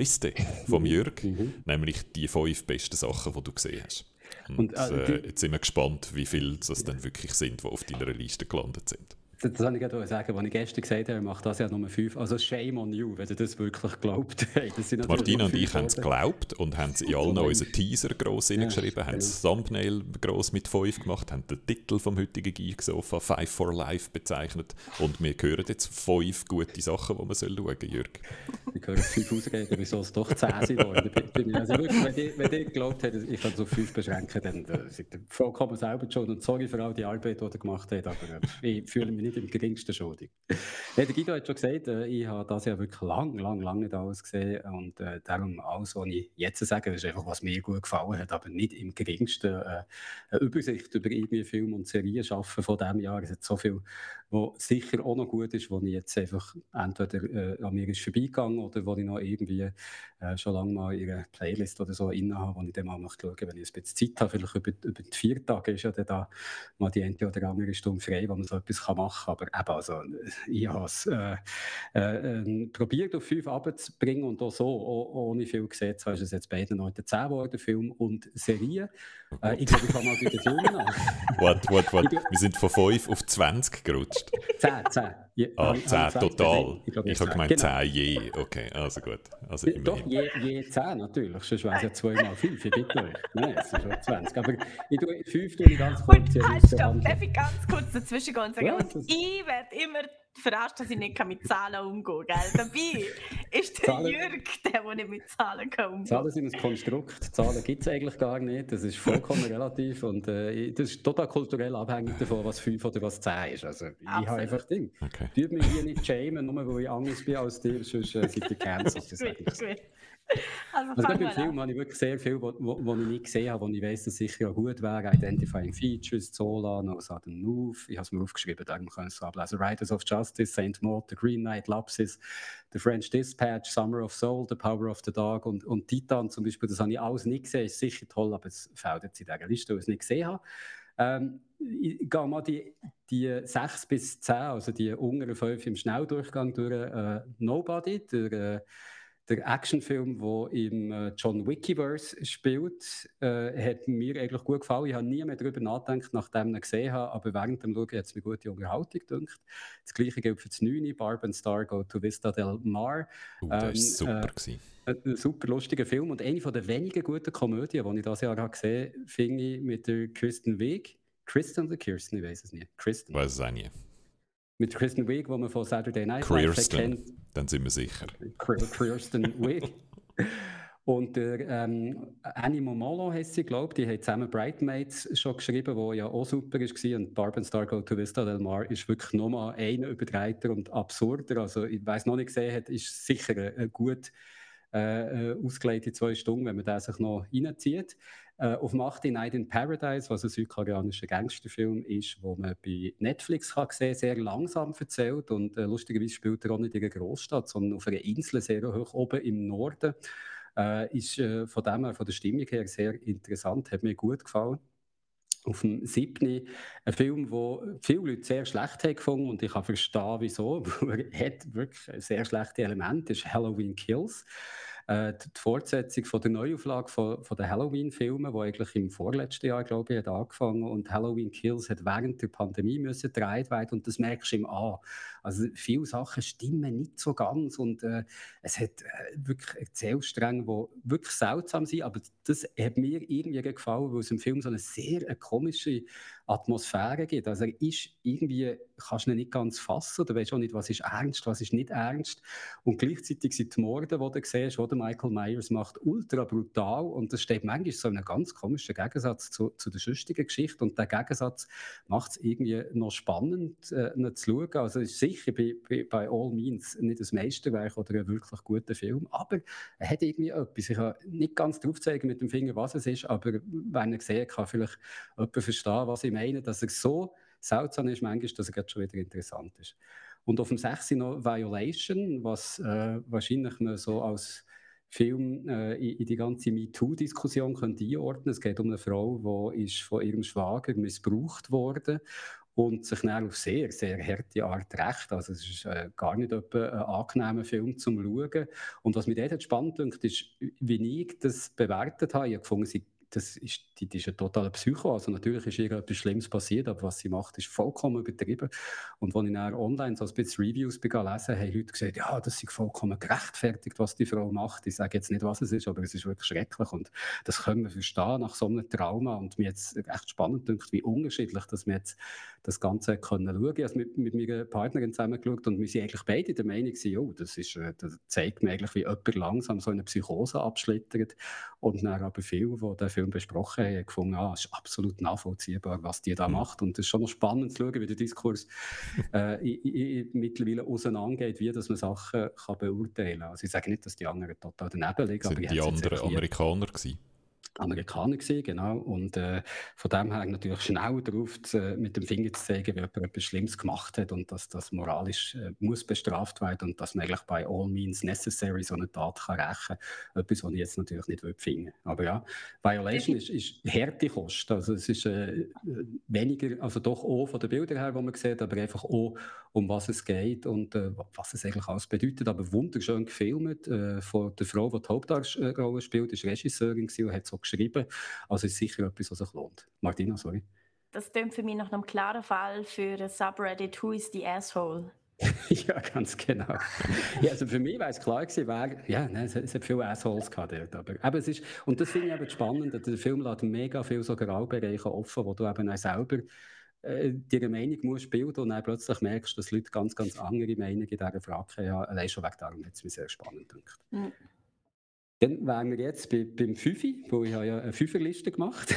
vom Jürg, nämlich die 5 besten Sachen, die du gesehen hast. Und jetzt sind wir gespannt, wie viele das dann wirklich sind, die auf deiner Liste gelandet sind. Das wollte ich gerade sagen, als ich gestern gesagt habe, macht das ja Nummer 5. Also shame on you, wenn ihr das wirklich glaubt. Martina und ich haben es geglaubt und haben es in allen unseren Teaser gross hineingeschrieben, haben das Thumbnail gross mit 5 gemacht, haben den Titel vom heutigen Geeksofa 5 for Life bezeichnet und wir hören jetzt 5 gute Sachen, die man schauen soll, Jürg. Ich höre 5 ausreden, wieso es doch 10 sind. Also wirklich, wenn ihr geglaubt hättet, ich kann es auf 5 beschränken, dann seid ihr vollkommen selber schon. Und sorry für all die Arbeit, die ihr gemacht habt, aber ich fühle mich nicht im geringsten schuldig. Der Guido hat schon gesagt, ich habe das ja wirklich lang nicht alles gesehen und darum alles, was ich jetzt sage, ist einfach, was mir gut gefallen hat, aber nicht im geringsten eine Übersicht über irgendwie Film- und Serien schaffen von diesem Jahr. Es hat so viel, was sicher auch noch gut ist, wo ich jetzt einfach entweder an mir ist vorbeigegangen oder wo ich noch irgendwie schon lange mal in einer Playlist oder so drin habe, wo ich dann mal schauen, wenn ich ein bisschen Zeit habe, vielleicht über die 4 Tage ist ja dann da mal die eine oder andere Stunde frei, wo man so etwas machen kann. Aber eben, also, ich habe es probiert, auf 5 runterzubringen und auch so, ohne viel gesehen. Zwar ist es jetzt beide noch 10 geworden, Film und Serie. Ich glaube, ich fange mal bei den Filmen an. Warte. Wir sind von 5 auf 20 gerutscht. 10. 10 total. Ich habe gemeint genau. 10 je. Okay, also gut. Also doch, je 10 natürlich. Sonst wäre es ja 2 mal 5. Ich bitte euch. Nein, es sind schon 20. Aber ich tue 5 ganz kurz. Stopp, darf ich ganz kurz dazwischen gehen und sagen, ich werde immer verarscht, dass ich nicht mit Zahlen umgehen kann. Dabei ist der Jürg der nicht mit Zahlen umgehen kann. Zahlen sind ein Konstrukt. Zahlen gibt es eigentlich gar nicht. Das ist vollkommen relativ. Und das ist total kulturell abhängig davon, was 5 oder was 10 ist. Also, ich habe einfach Dinge. Okay. Tut mich hier nicht shamen, nur weil ich anders bin als dir, sonst seid ihr cancelled. Gut. Also beim Film habe ich wirklich sehr viel, was ich nicht gesehen habe, wo ich weiss, dass sicher auch gut wäre. Identifying Features, Zola, No Sudden Move. Ich habe es mir aufgeschrieben, darum kann ich es ablesen. Riders of Justice, Saint Maud, The Green Knight, Lapsis, The French Dispatch, Summer of Soul, The Power of the Dog und Titan zum Beispiel. Das habe ich alles nicht gesehen. Ist sicher toll, aber es fehlt jetzt in dieser Liste, weil ich es nicht gesehen habe. Ich gehe mal die 6 bis 10, also die unteren 5 im Schnelldurchgang durch. Nobody, Der Actionfilm, der im John Wickiverse spielt, hat mir eigentlich gut gefallen. Ich habe nie mehr darüber nachgedacht, nachdem ich ihn gesehen habe, aber während dem Schauen hat es mir gute Unterhaltung gedacht. Das Gleiche gilt für das 9. Barb and Star Go to Vista Del Mar. Das war super. Ein super lustiger Film und eine der wenigen guten Komödien, die ich dieses Jahr gesehen habe, finde ich mit der Kristen Wiig. Kristen oder Kirsten? Ich weiß es nicht. Kristen. Weiß es auch nie. Mit Kristen Wiig, die man von Saturday Night Live kennt. Dann sind wir sicher. Kristen Wiig. Und der Annie Momolo heisst sie, glaube ich, die hat zusammen Bridesmaids schon geschrieben, wo ja auch super war. Und Barb and Star Go to Vista Del Mar ist wirklich nochmal einer überdrehter und absurder. Also, ich weiss noch nicht gesehen hat, ist sicher ein gut ausgelegte 2 Stunden, wenn man den sich noch reinzieht. Auf 8 Night in Paradise, was ein südkoreanischer Gangsterfilm ist, wo man bei Netflix kann sehen, sehr langsam erzählt und lustigerweise spielt er auch nicht in einer Großstadt, sondern auf einer Insel sehr hoch oben im Norden. Ist von dem her, von der Stimmung her sehr interessant, hat mir gut gefallen. Auf dem 7. ein Film, den viele Leute sehr schlecht haben gefunden und ich kann verstehen, wieso. Er hat wirklich sehr schlechte Elemente, das ist Halloween Kills. Die Fortsetzung von der Neuauflage von den Halloween-Filmen, die eigentlich im vorletzten Jahr, glaube ich, hat angefangen und Halloween Kills hat während der Pandemie müssen gedreht werden und das merkst du ihm an. Also viele Sachen stimmen nicht so ganz und es hat wirklich Erzählstränge, die wirklich seltsam sind, aber das hat mir irgendwie gefallen, weil es im Film so eine sehr komische Atmosphäre gibt. Also er ist irgendwie, kannst du ihn nicht ganz fassen, du weißt auch nicht, was ist ernst, was ist nicht ernst. Und gleichzeitig sind die Morde, die du siehst, die Michael Myers macht, ultra brutal und das steht manchmal so in einem ganz komischen Gegensatz zu der sonstigen Geschichte und der Gegensatz macht es irgendwie noch spannend, ihn zu schauen. Also es ist sicher bei All Means nicht ein Meisterwerk oder ein wirklich guter Film, aber er hat irgendwie etwas. Ich kann nicht ganz drauf zeigen mit dem Finger, was es ist, aber wenn er sieht, kann vielleicht jemand verstehen, was ich meine, dass er so seltsam ist manchmal, dass er schon wieder interessant ist. Und auf dem 6. noch Violation, was wahrscheinlich man so als Film in die ganze MeToo-Diskussion einordnen könnte. Es geht um eine Frau, die ist von ihrem Schwager missbraucht wurde und sich dann auf sehr, sehr harte Art rächt. Also es ist gar nicht ein angenehmer Film zum Schauen. Und was mich dort spannend findet, ist, wie ich das bewertet habe. Ich habe gefunden, die ist ein totaler Psycho. Also natürlich ist ihr etwas Schlimmes passiert, aber was sie macht, ist vollkommen übertrieben. Und als ich dann online so ein bisschen Reviews gelesen habe Leute gesagt, ja, das ist vollkommen gerechtfertigt, was die Frau macht. Ich sage jetzt nicht, was es ist, aber es ist wirklich schrecklich. Und das können wir verstehen nach so einem Trauma. Und mir jetzt echt spannend dünkt, wie unterschiedlich dass wir jetzt das Ganze schauen können. Ich habe mit meiner Partnerin zusammen geschaut und wir sind eigentlich beide der Meinung, das zeigt mir eigentlich, wie jemand langsam so eine Psychose abschlittert. Und dann aber viele, die den Film besprochen haben, gefunden, es ist absolut nachvollziehbar, was die da macht. Und es ist schon noch spannend zu schauen, wie der Diskurs mittlerweile auseinandergeht, wie dass man Sachen kann beurteilen kann. Also ich sage nicht, dass die anderen total daneben liegen. Sind die anderen Amerikaner gewesen? Amerikaner gewesen, genau. Und von dem her natürlich schnell darauf mit dem Finger zu zeigen, wie jemand etwas Schlimmes gemacht hat und dass das moralisch muss bestraft werden und dass man eigentlich bei all means necessary so eine Tat kann rächen kann. Etwas, was ich jetzt natürlich nicht finden. Aber ja, Violation ist harte Kost. Also es ist weniger, also doch auch von den Bildern her, die man sieht, aber einfach auch, um was es geht und was es eigentlich alles bedeutet. Aber wunderschön gefilmt. Von der Frau, die Hauptrolle spielt, ist Regisseurin und hat so geschrieben. Also es ist sicher etwas, was sich lohnt. Martina, sorry. Das klingt für mich nach einem klaren Fall für ein Subreddit «Who is the asshole?» Ja, ganz genau. Ja, also für mich war es klar gewesen, es hat viele Assholes gehabt dort. Aber es ist, und das finde ich eben spannend, der Film lässt mega viele so Graubereiche offen, wo du eben auch selber dir eine Meinung musst bilden und dann plötzlich merkst, dass Leute ganz, ganz andere Meinungen in dieser Frage haben. Ja, allein schon wegen darum hat es mich sehr spannend gedacht. Mhm. Dann wären wir jetzt beim Fünfi, wo ich ja eine Fünferliste gemacht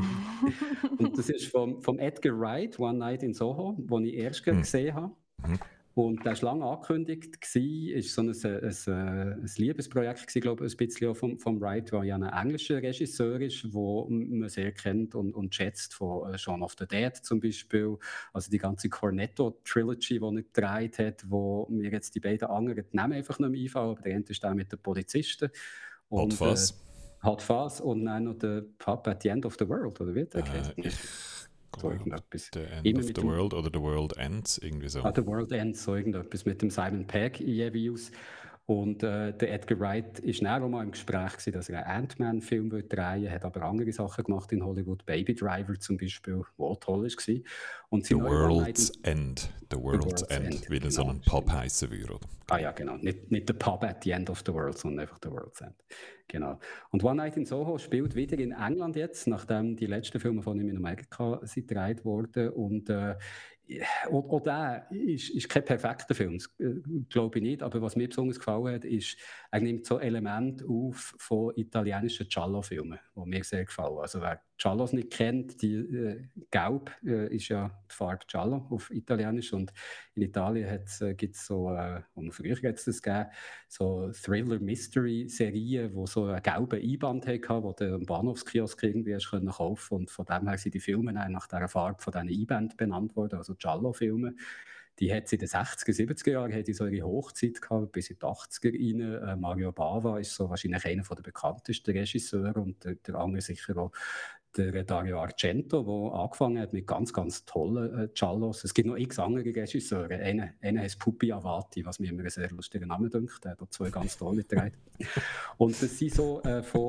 habe. Und das ist vom Edgar Wright, One Night in Soho, den ich erst gesehen habe. Und der war lange angekündigt, ist so ein Liebesprojekt, glaube ich, ein bisschen auch vom Wright, der ja ein englischer Regisseur ist, den man sehr kennt und schätzt, von Shaun of the Dead zum Beispiel. Also die ganze Cornetto-Trilogy, die er gedreht hat, wo mir jetzt die beiden anderen Namen einfach nicht mehr einfallen, aber der eine ist der mit den Polizisten. Hot Fuzz und dann noch der Pub at the End of the World, oder wie der heißt? So irgendetwas. The End of the World oder The World Ends, irgendwie so. The World Ends, so irgendetwas mit dem Simon Pegg jeweils. Und der Edgar Wright war dann auch mal im Gespräch gewesen, dass er einen Ant-Man-Film drehen will, hat aber andere Sachen gemacht in Hollywood, Baby Driver zum Beispiel, der auch toll war. Und The World's End. The World's End, weil er so einen Pub heissen würde, oder? Ah ja, genau. Nicht The Pub at the End of the World, sondern einfach The World's End. Genau. Und One Night in Soho spielt wieder in England jetzt, nachdem die letzten Filme von ihm in Amerika sind gedreht wurden. Und auch der ist kein perfekter Film, glaube ich nicht. Aber was mir besonders gefallen hat, ist, er nimmt so Elemente auf von italienischen Giallo-Filmen, die mir sehr gefallen. Also wer Giallos nicht kennt, Gelb ist ja die Farbe Giallo auf Italienisch. Und in Italien gibt es so, und früher hat es das gegeben, so Thriller-Mystery-Serien, die so einen gelben Einband hatten, wo du am Bahnhofskiosk irgendwie kaufen konntest. Und von dem her sind die Filme nach dieser Farbe von diesen Einbänden benannt worden, also Giallo-Filme. Die hat in den 60er, 70er Jahren hat die so ihre Hochzeit gehabt, bis in die 80er rein. Mario Bava ist so wahrscheinlich einer der bekanntesten Regisseure und der andere sicher auch der Dario Argento, der angefangen hat mit ganz, ganz tollen Giallos. Es gibt noch x andere Regisseure. Einer heißt Pupi Avati, was mir immer ein sehr lustiger Name dünkt. Der hat auch 2 ganz tolle getragen. Und das sind so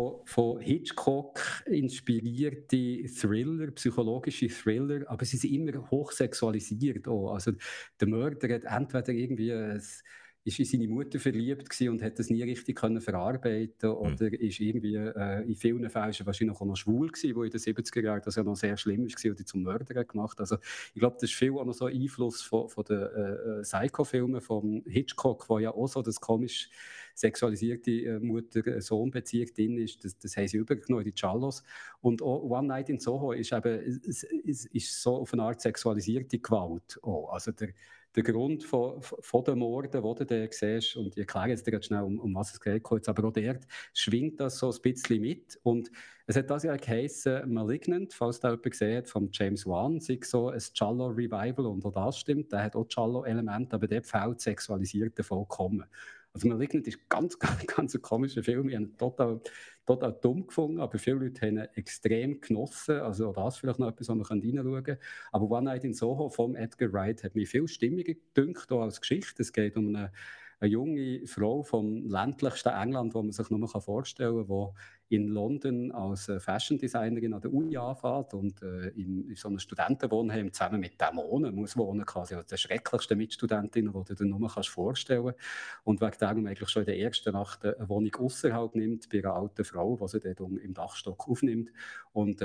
von Hitchcock inspirierte Thriller, psychologische Thriller, aber sie sind immer hochsexualisiert auch. Also der Mörder hat entweder irgendwie ist in seine Mutter verliebt gewesen und hat das nie richtig können verarbeiten oder ist irgendwie in vielen Fällen wahrscheinlich auch noch schwul gewesen, wo in den 70er Jahren das ja noch sehr schlimm war und die zum Mörder gemacht. Also ich glaube, das ist viel auch noch so Einfluss von den Psycho-Filmen von Hitchcock, wo ja auch so das komisch sexualisierte Mutter-Sohn-Beziehung drin ist. Das haben sie übergenommen, die Giallos. Und auch One Night in Soho ist eben ist so auf eine Art sexualisierte Gewalt auch. Also der Grund von den Morden, die du da siehst, und ich erkläre jetzt dir schnell, um was es geht, aber auch dort schwingt das so ein bisschen mit. Und es hat das ja geheißen, Malignant, falls da jemand gesehen hat, von James Wan, sei so ein Giallo-Revival, und auch das stimmt, der hat auch Giallo-Elemente, aber der fehlt sexualisierte vollkommen. Also Malignant ist ganz ein komischer Film. Ich habe ihn total dumm gefunden, aber viele Leute haben ihn extrem genossen. Also auch das vielleicht noch etwas, wo man reinschauen kann. Aber One Night in Soho von Edgar Wright hat mich viel stimmiger gedünkt, auch als Geschichte. Es geht um eine junge Frau vom ländlichsten England, wo man sich nur vorstellen kann, die in London als Fashion Designerin an der Uni anfängt und in so einem Studentenwohnheim zusammen mit Dämonen muss wohnen, quasi als der schrecklichste Mitstudentin, die du dir nur vorstellen kannst. Und wegen dem eigentlich schon in der ersten Nacht eine Wohnung außerhalb nimmt, bei einer alten Frau, die sie dort im Dachstock aufnimmt. Und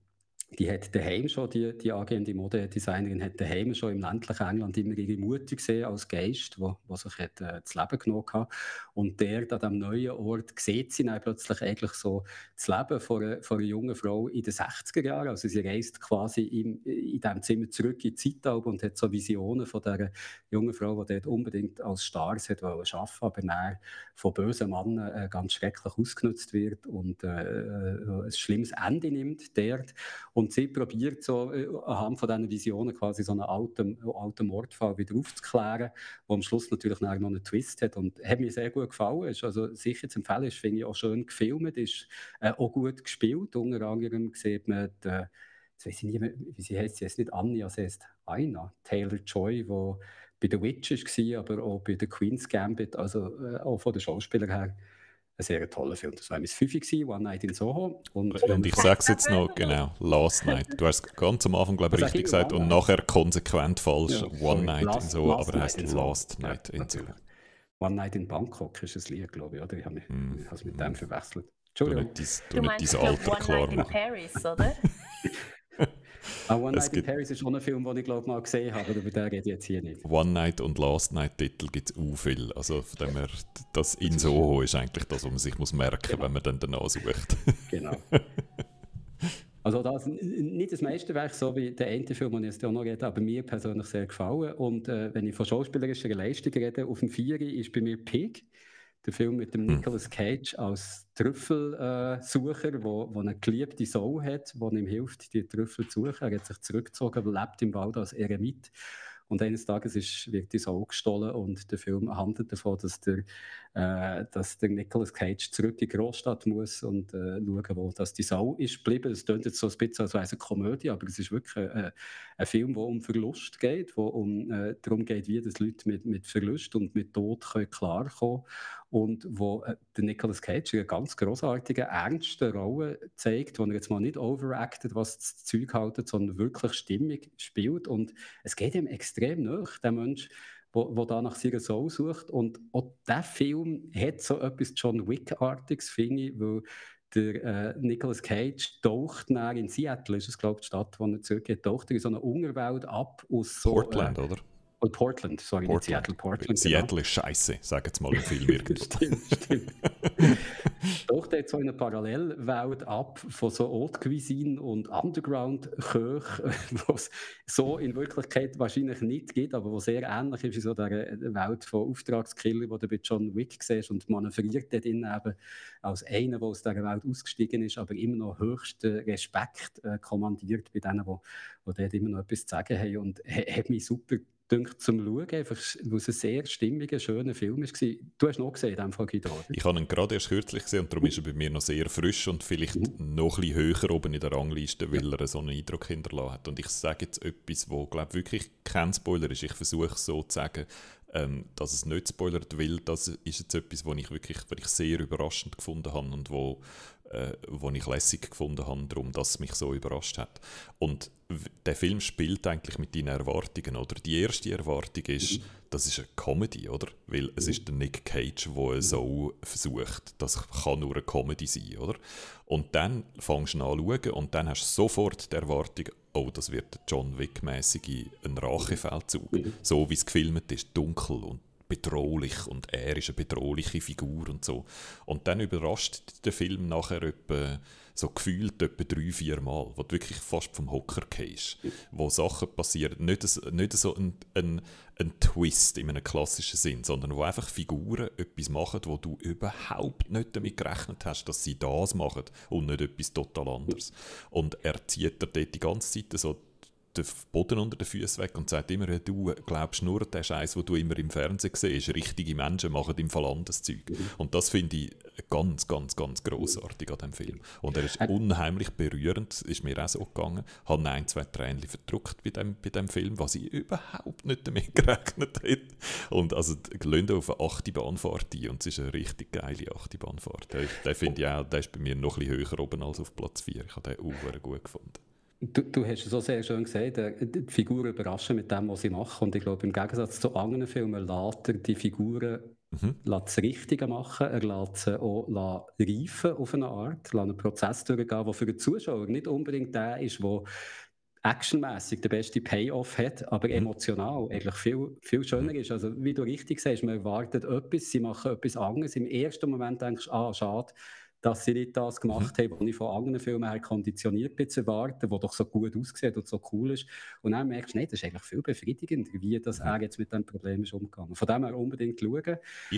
die hat daheim schon, die angehende Modedesignerin, hat daheim schon im ländlichen England immer ihre Mutter gesehen als Geist, die sich das Leben genommen hat. Und dort an diesem neuen Ort sieht sie dann plötzlich eigentlich so das Leben von einer jungen Frau in den 60er Jahren. Also sie reist quasi in diesem Zimmer zurück in die Zeitalter und hat so Visionen von dieser jungen Frau, die dort unbedingt als Stars hat arbeiten, aber dann von bösen Männern ganz schrecklich ausgenutzt wird und ein schlimmes Ende nimmt dort. Und sie probiert so anhand von diesen Visionen quasi so einen alten Mordfall wieder aufzuklären, der am Schluss natürlich noch einen Twist hat. Und hat mir sehr gut gefallen. Ist also sicher zu empfehlen, ist, finde ich, auch schön gefilmt, ist auch gut gespielt. Unter anderem sieht man jetzt weiss ich nicht mehr, wie sie heißt, sie heißt nicht Anja, sie heißt Aina Taylor-Joy, die bei The Witch war, aber auch bei The Queen's Gambit, also auch von den Schauspielern her. Ein sehr toller Film. Das war mein 5 One Night in Soho. Und ich sage es jetzt noch, genau, Last Night. Du hast es ganz am Anfang, glaube ich, richtig gesagt und nachher konsequent falsch. Ja, One Night in Soho, aber er heißt Last Night in Soho. One Night in Bangkok ist ein Lied, glaube ich, oder? Ich habe es mit dem verwechselt. Entschuldigung. Du meinst dein Alter klar machen. One Night in Paris, oder? One Night in Paris ist auch ein Film, den ich glaube mal gesehen habe, aber über den rede ich jetzt hier nicht. One Night und Last Night Titel gibt es auch viel. Also von dem her, das in Soho ist eigentlich das, was man sich muss merken muss, wenn man dann danach sucht. Genau. Also das nicht das Meisterwerk, so wie der eine Film, den ich jetzt auch noch rede, aber mir persönlich sehr gefallen. Und wenn ich von schauspielerischer Leistung rede, auf dem 4 ist bei mir Pig. Der Film mit dem Nicolas Cage als Trüffelsucher, der eine geliebte Sau hat, die ihm hilft, die Trüffel zu suchen. Er hat sich zurückgezogen, lebt im Wald als Eremit und eines Tages wird die Soul gestohlen und der Film handelt davon, dass der Nicolas Cage zurück in die Großstadt muss und schauen, wo das die Soul ist geblieben. Das klingt jetzt so ein bisschen als eine Komödie, aber es ist wirklich ein Film, der um Verlust geht, wo darum geht, wie das Leute mit Verlust und mit Tod klarkommen können und wo der Nicolas Cage eine ganz grossartige, ernste Rolle zeigt, wo er jetzt mal nicht overacted, was das Zeug hält, sondern wirklich stimmig spielt und es geht ihm extrem nach, der Mensch, wo da nach seiner Soul sucht. Und auch dieser Film hat so etwas John Wick-artiges, finde ich, weil der Nicolas Cage taucht in Seattle, ist es, glaube ich, die Stadt, wo er zurückgeht, taucht er in so eine Unterwelt ab aus so... Portland, oder? Portland, sorry, nicht Seattle, Portland. Seattle genau. Ist scheiße, sagen jetzt mal im Film irgendwo. Stimmt. Taucht jetzt so in eine Parallelwelt ab von so Haute Cuisine und Underground-Köchen, was es so in Wirklichkeit wahrscheinlich nicht gibt, aber was sehr ähnlich ist in so der Welt von Auftragskiller, die du bei John Wick siehst und manövriert dort eben als einer, der aus dieser Welt ausgestiegen ist, aber immer noch höchsten Respekt kommandiert bei denen, die dort immer noch etwas zu sagen haben und hat mich super zum Schauen, einfach, weil es ein sehr stimmiger, schöner Film war. Du hast ihn auch gesehen, in diesem Fall, Guido, oder? Ich habe ihn gerade erst kürzlich gesehen und darum ist er bei mir noch sehr frisch und vielleicht noch ein bisschen höher oben in der Rangliste, weil er so einen Eindruck hinterlassen hat. Und ich sage jetzt etwas, wo, glaube wirklich kein Spoiler ist. Ich versuche es so zu sagen, dass es nicht spoilert, weil das ist jetzt etwas, was ich sehr überraschend gefunden habe und wo ich lässig gefunden habe, darum, dass es mich so überrascht hat. Und der Film spielt eigentlich mit deinen Erwartungen, oder? Die erste Erwartung ist, das ist eine Comedy, oder? Weil es ist der Nick Cage, der so versucht. Das kann nur eine Comedy sein, oder? Und dann fängst du an zu schauen und dann hast du sofort die Erwartung, oh, das wird ein John Wick-mäßige ein Rachefeldzug. So wie es gefilmt ist, dunkel und bedrohlich und er ist eine bedrohliche Figur und so. Und dann überrascht der Film nachher etwa gefühlt etwa 3-4 Mal, wo du wirklich fast vom Hocker gehst, wo Sachen passieren, nicht so ein Twist in einem klassischen Sinn, sondern wo einfach Figuren etwas machen, wo du überhaupt nicht damit gerechnet hast, dass sie das machen und nicht etwas total anderes. Und er zieht dir dort die ganze Zeit so den Boden unter den Füßen weg und sagt immer, du glaubst nur den Scheiß, den du immer im Fernsehen siehst. Richtige Menschen machen im Fall anderes Zeug. Und das finde ich ganz, ganz, ganz grossartig an diesem Film. Und er ist unheimlich berührend, ist mir auch so gegangen. Ich habe 1-2 Tränchen verdrückt bei dem Film, was ich überhaupt nicht damit gerechnet hätte. Und also lasst auf eine Achterbahnfahrt ein und es ist eine richtig geile Achterbahnfahrt. Den finde ich auch, der ist bei mir noch ein bisschen höher oben als auf Platz 4. Ich habe den auch gut gefunden. Du hast es so sehr schön gesagt, die Figuren überraschen mit dem, was sie machen. Und ich glaube, im Gegensatz zu anderen Filmen lässt er die Figuren das Richtige machen. Er lässt sie auch reifen auf eine Art, lässt einen Prozess durchgehen, der für den Zuschauer nicht unbedingt der ist, der actionmäßig der beste Payoff hat, aber emotional eigentlich viel, viel schöner ist. Also, wie du richtig sagst, man erwartet etwas, sie machen etwas anderes. Im ersten Moment denkst du, schade, dass sie nicht das gemacht haben, was ich von anderen Filmen her konditioniert bin zu erwarten, wo doch so gut aussieht und so cool ist. Und dann merkst du, nee, das ist eigentlich viel befriedigender, wie das er jetzt mit diesem Problem ist umgegangen. Von dem her unbedingt schauen.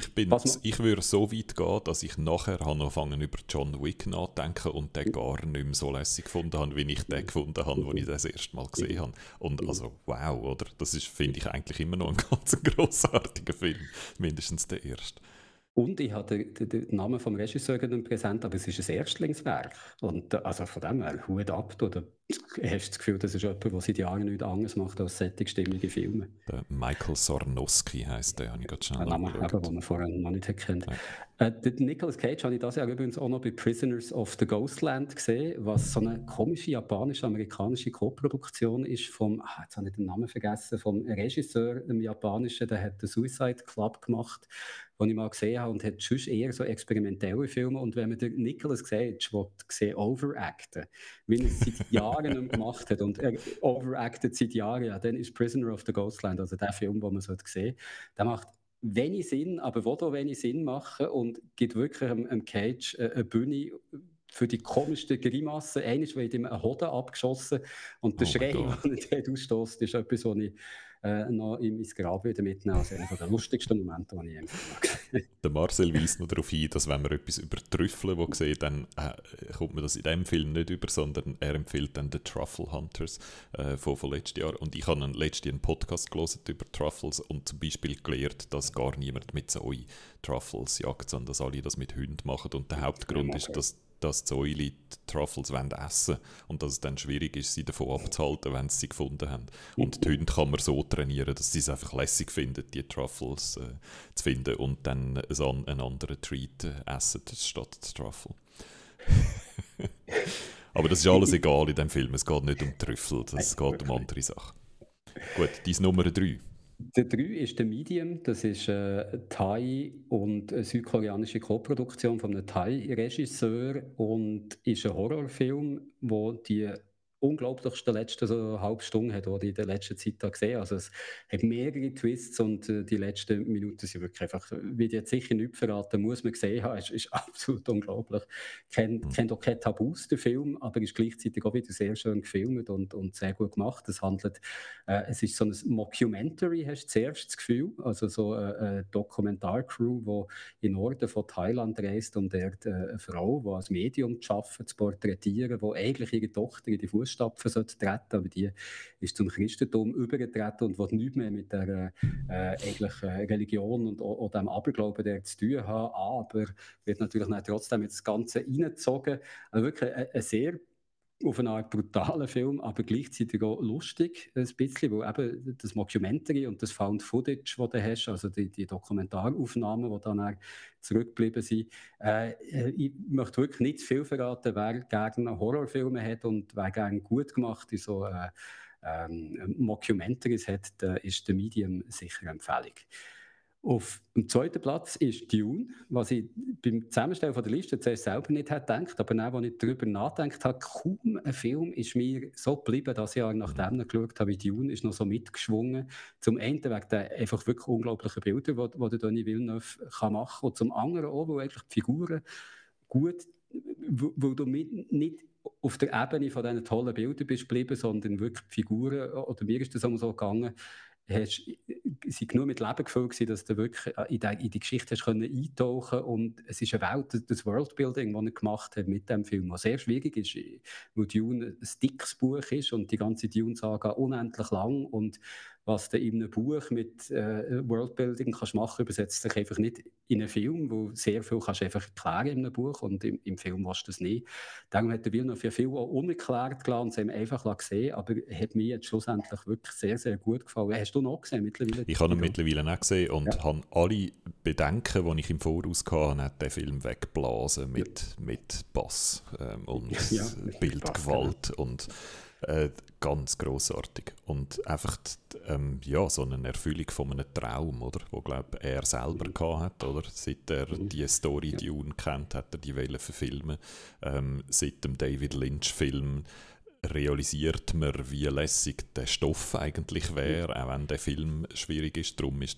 Ich würde so weit gehen, dass ich nachher angefangen über John Wick nachdenken und den gar nicht mehr so lässig gefunden habe, wie ich den gefunden habe, als ich das erste Mal gesehen habe. Und also, wow, oder? Das ist, finde ich, eigentlich immer noch ein ganz grossartiger Film. Mindestens der erste. Und ich habe den Namen vom Regisseur nicht präsent, aber es ist ein Erstlingswerk. Und also von dem her, Hut ab. Oder hast du das Gefühl, das ist jemand, der seit Jahren nichts anderes macht als solche stimmige Filme? Der Michael Sarnowski heisst der, habe ich gerade schnell angeschaut. Den man vorher noch nicht kennt. Ja. Nicolas Cage habe ich das Jahr übrigens auch noch bei Prisoners of the Ghostland gesehen, was so eine komische japanische-amerikanische Co-Produktion ist vom, jetzt habe ich den Namen vergessen, vom Regisseur, dem Japanischen, der hat den Suicide Club gemacht, den ich mal gesehen habe und hat sonst eher so experimentelle Filme. Und wenn man den Nicolas Cage overacten, wie er es seit Jahren nicht mehr gemacht hat und er overacted seit Jahren, ja, dann ist Prisoner of the Ghostland, also der Film, den man sehen sollte, der macht wenig Sinn, aber will auch wenig Sinn machen und gibt wirklich einem Cage eine Bühne, für die komischsten Grimassen. Einmal wird ihm ein Hoden abgeschossen und der Schrei, den er dort ausstößt, ist etwas, was ich noch in mein Grab wieder mitnehmen. Also einer der lustigsten Momente, die ich im Film gesehen. Der Marcel weist noch darauf hin, dass wenn man etwas über Trüffel sieht, dann kommt man das in diesem Film nicht über, sondern er empfiehlt dann «The Truffle Hunters» von letztes Jahr. Und ich habe letztes Jahr einen Podcast gelesen über Truffles und zum Beispiel gelernt, dass gar niemand mit Zoe Truffles jagt, sondern dass alle das mit Hunden machen. Und der Hauptgrund ist, dass die Säule die Truffles essen wollen und dass es dann schwierig ist, sie davon abzuhalten, wenn sie gefunden haben. Und die Hunde kann man so trainieren, dass sie es einfach lässig finden, die Truffles zu finden und dann einen anderen Treat essen statt die Truffle. Aber das ist alles egal in diesem Film. Es geht nicht um Trüffel, es geht um andere Sachen. Gut, dein Nummer 3. Der 3 ist «The Medium». Das ist eine Thai- und eine südkoreanische Co-Produktion von einem Thai-Regisseur und ist ein Horrorfilm, wo die unglaublichste letzte so halbe Stunde hat, die ich in der letzten Zeit gesehen habe. Also es hat mehrere Twists und die letzten Minuten sind wirklich einfach, wie ich jetzt sicher nicht verraten, muss man gesehen haben, ist absolut unglaublich. Kennt auch keine Tabus, der Film, aber ist gleichzeitig auch wieder sehr schön gefilmt und sehr gut gemacht. Es ist so ein Mockumentary, hast du zuerst das Gefühl, also so eine Dokumentarcrew, die in den Norden von Thailand reist, um dort eine Frau, die als Medium arbeitet, zu porträtieren, die eigentlich ihre Tochter in die Fußstapfen sollte treten, aber die ist zum Christentum übergetreten und will nichts mehr mit der Religion und auch dem Aberglauben der zu tun haben, aber wird natürlich trotzdem mit das Ganze reingezogen. Also wirklich ein sehr auf eine Art brutaler Film, aber gleichzeitig auch lustig, ein bisschen, weil eben das Mockumentary und das Found Footage, das du hast, also die Dokumentaraufnahmen, die dann zurückgeblieben sind. Ich möchte wirklich nicht zu viel verraten, wer gerne Horrorfilme hat und wer gerne gut gemacht in so Mockumentaries hat, ist «The Medium» sicher eine Empfehlung. Auf dem zweiten Platz ist «Dune», was ich beim Zusammenstellen von der Liste zuerst selber nicht hätte gedacht, aber dann, als ich darüber nachgedacht habe, kaum ein Film ist mir so geblieben, dass ich nachdem ich geschaut habe, wie «Dune» ist noch so mitgeschwungen. Zum einen wegen der einfach wirklich unglaublichen Bilder, die der Denis Villeneuve machen kann, und zum anderen auch, weil eigentlich die Figuren gut, weil du nicht auf der Ebene von diesen tollen Bildern bist geblieben, sondern wirklich die Figuren, oder mir ist das auch so gegangen, sie genug mit Leben gefüllt gewesen, dass du wirklich in die Geschichte hast eintauchen können. Und es ist eine Welt, das Worldbuilding, das er gemacht hat mit dem Film, was sehr schwierig ist, weil Dune ein dickes Buch ist und die ganze Dune-Saga unendlich lang. Und was du in einem Buch mit Worldbuilding kannst machen, übersetzt sich einfach nicht in einen Film, wo sehr viel kannst du einfach erklären in einem Buch und im Film willst du das nicht. Darum hat der Villeneuve viel auch unerklärt gelassen und es haben einfach gesehen, aber hat mir jetzt schlussendlich wirklich sehr, sehr gut gefallen. Hast du noch gesehen mittlerweile? Ich habe ihn mittlerweile auch gesehen und habe alle Bedenken, die ich im Voraus hatte, den Film weggeblasen mit Bass und Bildgewalt und ganz grossartig. Und einfach so eine Erfüllung von einem Traum, oder? Wo, glaube er selber hatte, oder? Seit er die Story Dune kennt, hat er die Welle verfilmen. Seit dem David Lynch-Film realisiert man, wie lässig der Stoff eigentlich wäre, auch wenn der Film schwierig ist. Darum ist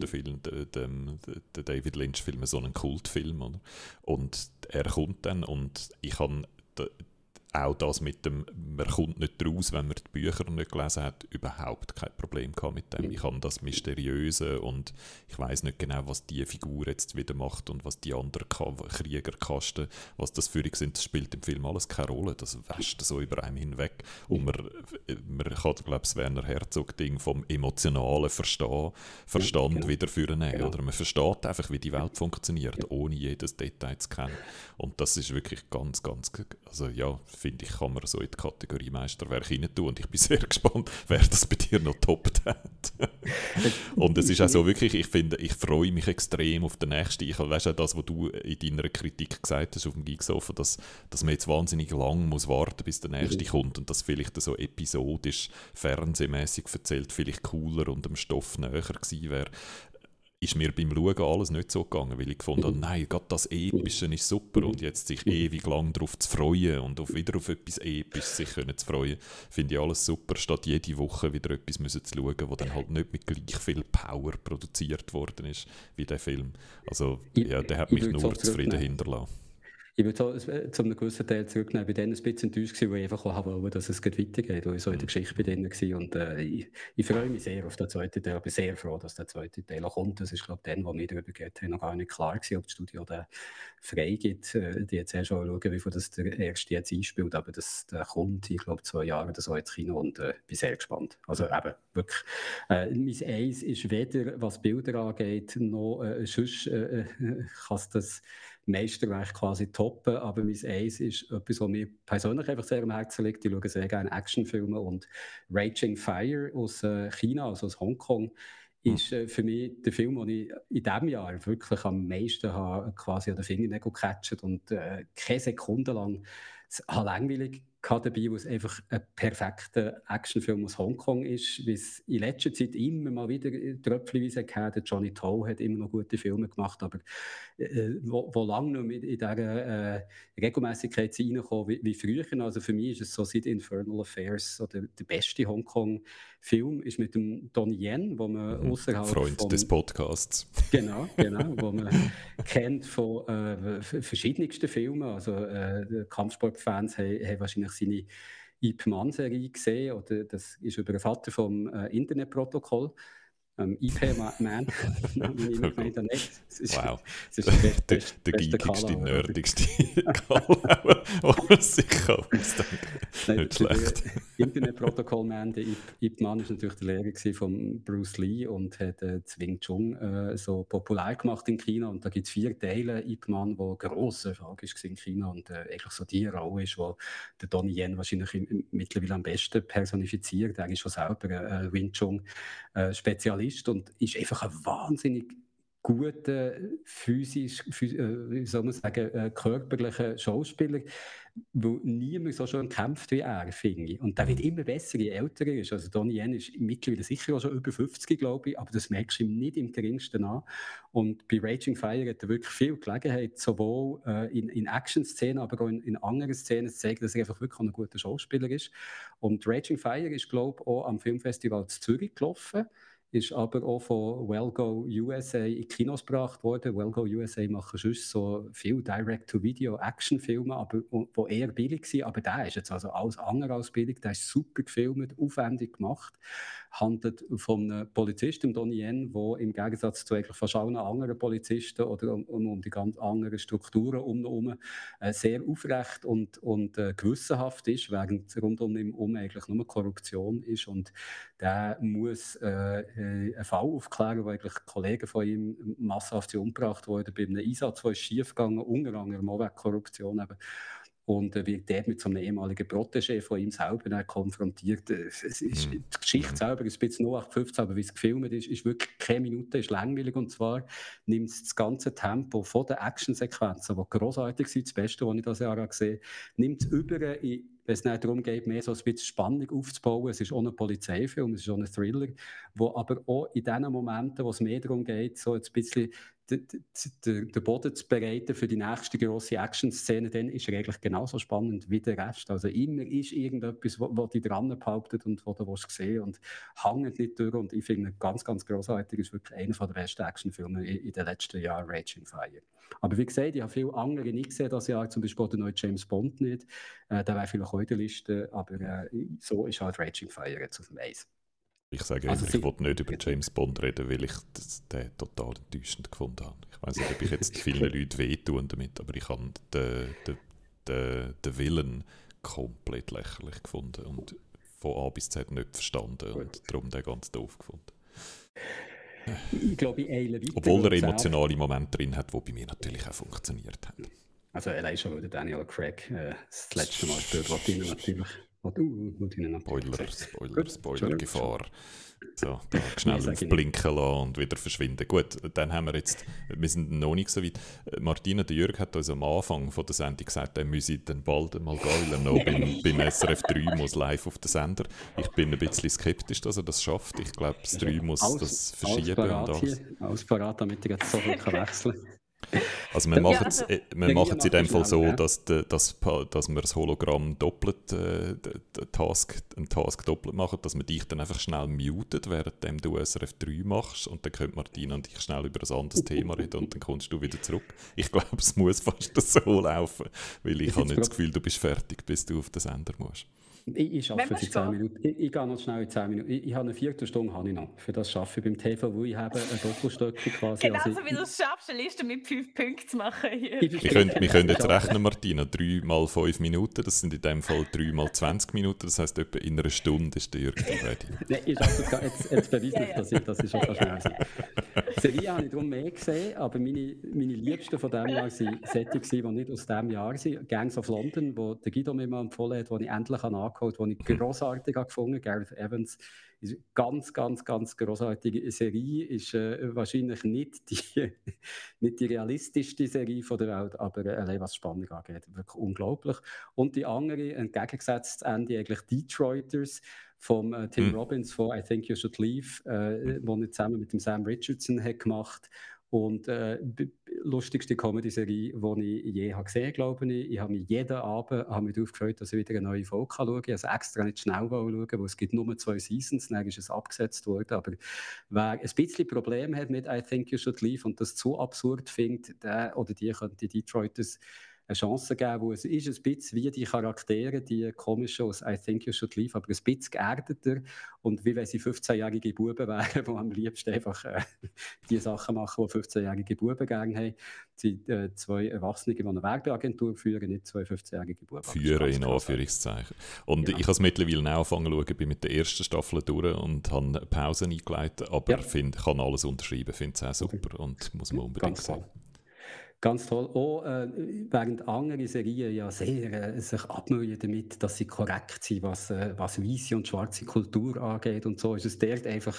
der David Lynch-Film so ein Kultfilm, oder? Und er kommt dann und ich habe auch das mit dem, man kommt nicht raus, wenn man die Bücher nicht gelesen hat, überhaupt kein Problem gehabt mit dem. Ich habe das Mysteriöse und ich weiß nicht genau, was die Figur jetzt wieder macht und was die anderen Kriegerkasten, was das für sind, das spielt im Film alles keine Rolle. Das wäscht so über einem hinweg. Und man kann, glaube ich, das Werner Herzog-Ding vom emotionalen Verstand wieder führen. Oder man versteht einfach, wie die Welt funktioniert, ohne jedes Detail zu kennen. Und das ist wirklich ganz, ganz, also ja, finde ich, kann man so in die Kategorie Meisterwerk rein tun. Und ich bin sehr gespannt, wer das bei dir noch toppt hat. Und es ist auch so wirklich, ich finde, ich freue mich extrem auf den nächsten. Ich weißt auch das, was du in deiner Kritik gesagt hast auf dem Geeksofa, dass man jetzt wahnsinnig lang muss warten, bis der nächste kommt und das vielleicht so episodisch, fernsehmäßig erzählt, vielleicht cooler und dem Stoff näher gewesen wäre. Ist mir beim Schauen alles nicht so gegangen, weil ich gefunden habe, nein, gerade das Epische ist super und jetzt sich ewig lang darauf zu freuen und wieder auf etwas Episches sich können zu freuen, finde ich alles super, statt jede Woche wieder etwas müssen zu schauen, wo dann halt nicht mit gleich viel Power produziert worden ist wie der Film. Also ja, der hat mich nur zufrieden hinterlassen. Ich würde so zu einem gewissen Teil zurücknehmen. Bei denen ein bisschen enttäuscht gewesen, weil ich einfach auch wollte, dass es weitergeht, weil ich so in der Geschichte bei denen war. Und ich freue mich sehr auf den zweiten Teil. Ich bin sehr froh, dass der zweite Teil auch kommt. Das ist, glaube ich, wo wir darüber geredet haben, noch gar nicht klar gewesen, ob das Studio den frei gibt. Die jetzt schon schauen, wie viel das der erste jetzt einspielt. Aber der kommt, ich glaube, 2 Jahre oder so ins Kino und bin sehr gespannt. Also eben, wirklich. Mein Eis ist weder, was Bilder angeht, noch sonst kann es das Meisterwerk quasi toppen, aber mein Eis ist etwas, was mir persönlich einfach sehr am Herzen liegt. Ich schaue sehr gerne Actionfilme und Raging Fire aus China, also aus Hongkong, ist für mich der Film, den ich in diesem Jahr wirklich am meisten habe, quasi an den Fingernägeln gecatcht und keine Sekunde lang langweilig dabei, weil es einfach ein perfekter Actionfilm aus Hongkong ist, wie es in letzter Zeit immer mal wieder tröpfchenweise gehört. Johnny To hat immer noch gute Filme gemacht, aber wo lange noch in dieser Regelmäßigkeit reinkommen wie früher. Also für mich ist es so seit Infernal Affairs so der beste Hongkong-Film ist mit dem Donnie Yen, wo man außerhalb Freund des Podcasts. Genau, wo man kennt von verschiedensten Filmen. Also Kampfsportfans haben wahrscheinlich seine Ip Man-Serie gesehen, oder das ist über den Vater vom Internetprotokoll. IP Man, wie ich gemeint habe. Wow. Das ist der geekigste, nerdigste Call, den man sich ausdenken kann. Nicht schlecht. Der Internetprotokoll-Man, der Ip Man, war natürlich der Lehrer von Bruce Lee und hat Wing Chun so populär gemacht in China. Und da gibt es 4 Teile Ip Man, wo grosse Erfolg ist in China und eigentlich so die Rolle ist, wo der Donnie Yen wahrscheinlich mittlerweile am besten personifiziert. Er ist schon selber ein Wing Chun-Spezialist. Und ist einfach ein wahnsinnig guter, wie soll man sagen, körperlicher Schauspieler, weil niemand so schon kämpft wie er, finde ich. Und der wird immer besser, je älter er ist. Also Donnie Yen ist mittlerweile sicher auch schon über 50, glaube ich, aber das merkst du ihm nicht im geringsten an. Und bei Raging Fire hat er wirklich viel Gelegenheit, sowohl in Action-Szenen, aber auch in anderen Szenen zu zeigen, dass er einfach wirklich ein guter Schauspieler ist. Und Raging Fire ist, glaube ich, auch am Filmfestival zu Zürich gelaufen. Ist aber auch von Wellgo USA in Kinos gebracht worden. Wellgo USA machen sonst so viel Direct-to-Video-Action-Filme, aber die eher billig sind. Aber der ist jetzt also alles andere als billig. Der ist super gefilmt, aufwendig gemacht. Handelt von einem Polizisten, Donnie Yen, der im Gegensatz zu eigentlich fast allen anderen Polizisten oder um die ganz anderen Strukturen sehr aufrecht und gewissenhaft ist, während rund um ihn eigentlich nur Korruption ist. Und der muss einen Fall aufklären, wo eigentlich Kollegen von ihm massenhaft umgebracht wurden bei einem Einsatz, der ist schiefgegangen, unter anderem auch wegen Korruption eben. Und wird der mit so einem ehemaligen Protégé von ihm selber konfrontiert. Es ist, die Geschichte selber ist ein bisschen 0815, aber wie es gefilmt ist wirklich keine Minute, ist langweilig. Und zwar nimmt es das ganze Tempo von den Actionsequenzen, die grossartig sind, das Beste, was ich dieses Jahr gesehen habe, nimmt es über wenn es nicht darum geht, mehr so ein bisschen Spannung aufzubauen. Es ist auch ein Polizeifilm, es ist auch ein Thriller, wo aber auch in den Momenten, wo es mehr darum geht, so ein bisschen den Boden zu bereiten für die nächste grosse Action-Szene, dann ist er eigentlich genauso spannend wie der Rest. Also immer ist irgendetwas, was dich dran behauptet und was du sehen willst und hängt nicht durch. Und ich finde, ganz, ganz grossartig ist wirklich einer der besten Actionfilme in den letzten Jahren, Raging Fire. Aber wie gesagt, ich habe viele andere nicht gesehen dieses Jahr, zum Beispiel den neuen James Bond nicht. Der wäre vielleicht auch in der Liste, aber so ist halt Raging Fire jetzt auf dem Eis. Ich sage immer, ich wollte nicht über James Bond reden, weil ich den total enttäuschend gefunden habe. Ich weiss nicht, ob ich jetzt vielen Leuten wehtue damit, aber ich habe den Willen komplett lächerlich gefunden und von A bis Z nicht verstanden und darum den ganz doof gefunden. Ich glaube, ich eile weiter. Obwohl er emotionale Momente drin hat, die bei mir natürlich auch funktioniert haben. Also allein schon, weil der Daniel Craig das letzte Mal spielt, was ihnen natürlich... Spoiler, Gefahr. So, da schnell aufblinken lassen und wieder verschwinden. Gut, dann haben wir sind noch nicht so weit. Martina, der Jürg hat uns am Anfang von der Sendung gesagt, er müsse dann bald mal gehen, weil er noch beim SRF 3 muss live auf den Sender. Ich bin ein bisschen skeptisch, dass er das schafft. Ich glaube, das 3 muss das verschieben. Alles parat, damit er jetzt so wechseln kann. Also wir machen es in dem Fall so, ja. dass wir das Hologramm doppelt, einen Task doppelt machen, dass wir dich dann einfach schnell mutet, während du SRF 3 machst, und dann können Martina und ich schnell über ein anderes Thema reden und dann kommst du wieder zurück. Ich glaube, es muss fast so laufen, weil ich habe nicht das Gefühl, du bist fertig, bis du auf den Sender musst. Ich arbeite für 10 Minuten. Ich gehe noch schnell in 10 Minuten. Ich habe eine Viertelstunde habe ich noch. Für das arbeite ich beim TV, wo ich habe ein Doppelstöckchen quasi. Genau so wie du es schaffst, eine Liste mit 5 Punkten zu machen hier. Wir können jetzt rechnen, Martina. 3 mal 5 Minuten, das sind in dem Fall 3 mal 20 Minuten. Das heisst, etwa in einer Stunde ist der Jürgen ready. Nein, jetzt beweise ich, dass ich schon schnell sein kann. Serie habe ich darum mehr gesehen, aber meine Liebsten von diesem Jahr waren solche, die nicht aus diesem Jahr sind. Gangs of London, wo der Guido mir mal empfohlen hat, wo ich endlich angeholt habe, die ich grossartig gefunden habe. Gareth Evans ist eine ganz, ganz, ganz grossartige Serie. Ist wahrscheinlich nicht die realistischste Serie von der Welt, aber allein was Spannung angeht, wirklich unglaublich. Und die andere, entgegengesetzt Ende, eigentlich Detroiters, vom Tim Robbins von I Think You Should Leave, den er zusammen mit dem Sam Richardson hat gemacht. Und lustigste Comedy-Serie, die ich je gesehen habe, glaube ich. Ich habe mich jeden Abend darauf gefreut, dass ich wieder eine neue Folge schauen kann. Ich habe extra nicht schnell schauen, weil es gibt nur 2 Seasons, dann ist es abgesetzt worden. Aber wer ein bisschen Problem hat mit I Think You Should Leave und das zu absurd findet, der oder die könnte Detroiters eine Chance geben, wo es ist ein bisschen wie die Charaktere, die komischen aus I Think You Should Leave, aber ein bisschen geerdeter und wie wenn sie 15-jährige Buben wären, die am liebsten einfach die Sachen machen, die 15-jährige Buben gerne haben. Sie 2 Erwachsene, die eine Werbeagentur führen, nicht 2 15-jährige Buben. Führen in Anführungszeichen. Und ich habe es mittlerweile auch angefangen zu schauen, bin mit der ersten Staffel durch und habe eine Pause eingeleitet, aber kann alles unterschreiben, finde es auch super und muss man unbedingt sehen. Ganz toll. Auch während andere Serien ja sehr sich abmühen damit, dass sie korrekt sind, was weiße und schwarze Kultur angeht und so, ist es dort einfach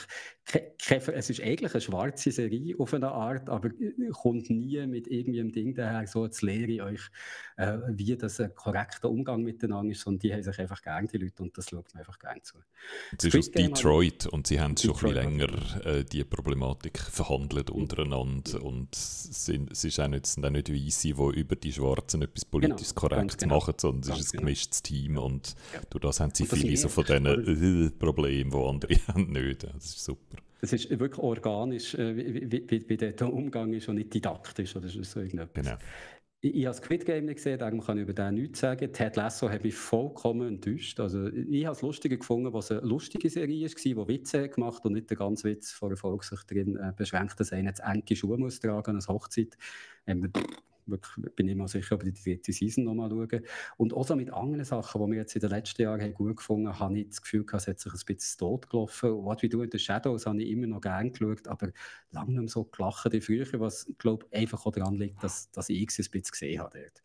es ist eigentlich eine schwarze Serie auf eine Art, aber kommt nie mit irgendwie einem Ding daher, so jetzt lehre ich euch, wie das ein korrekter Umgang miteinander ist, und die haben sich einfach gerne, die Leute, und das schaut man einfach gerne zu. Es ist aus Detroit und sie haben schon ein bisschen länger die Problematik verhandelt untereinander, und es ist auch nicht Weisse, die über die Schwarzen etwas politisch korrekt machen, sondern es ist ein gemischtes Team, und durch das haben sie viele so von diesen Problemen, die andere haben, nicht. Das ist super. Es ist wirklich organisch, wie der Umgang ist, und nicht didaktisch oder so irgendetwas. Genau. Ich habe Squid Game nicht gesehen, darum kann ich über den nichts sagen. Ted Lasso hat mich vollkommen enttäuscht. Also, ich habe es lustiger gefunden, was eine lustige Serie war, die Witze gemacht hat und nicht der ganze Witz von Erfolg sich darin beschränkt, dass einer jetzt enge Schuhe muss tragen an einer Hochzeit. Wirklich, bin ich mal sicher, ob ich die 3. Season nochmal schaue. Und auch so mit anderen Sachen, die wir jetzt in den letzten Jahren gut gefunden haben, habe ich das Gefühl, es hat sich ein bisschen totgelaufen. What We Do in the Shadows habe ich immer noch gerne geschaut, aber lange nicht mehr so gelacht wie früher, was, glaube ich, einfach auch daran liegt, dass ich ein bisschen gesehen habe dort.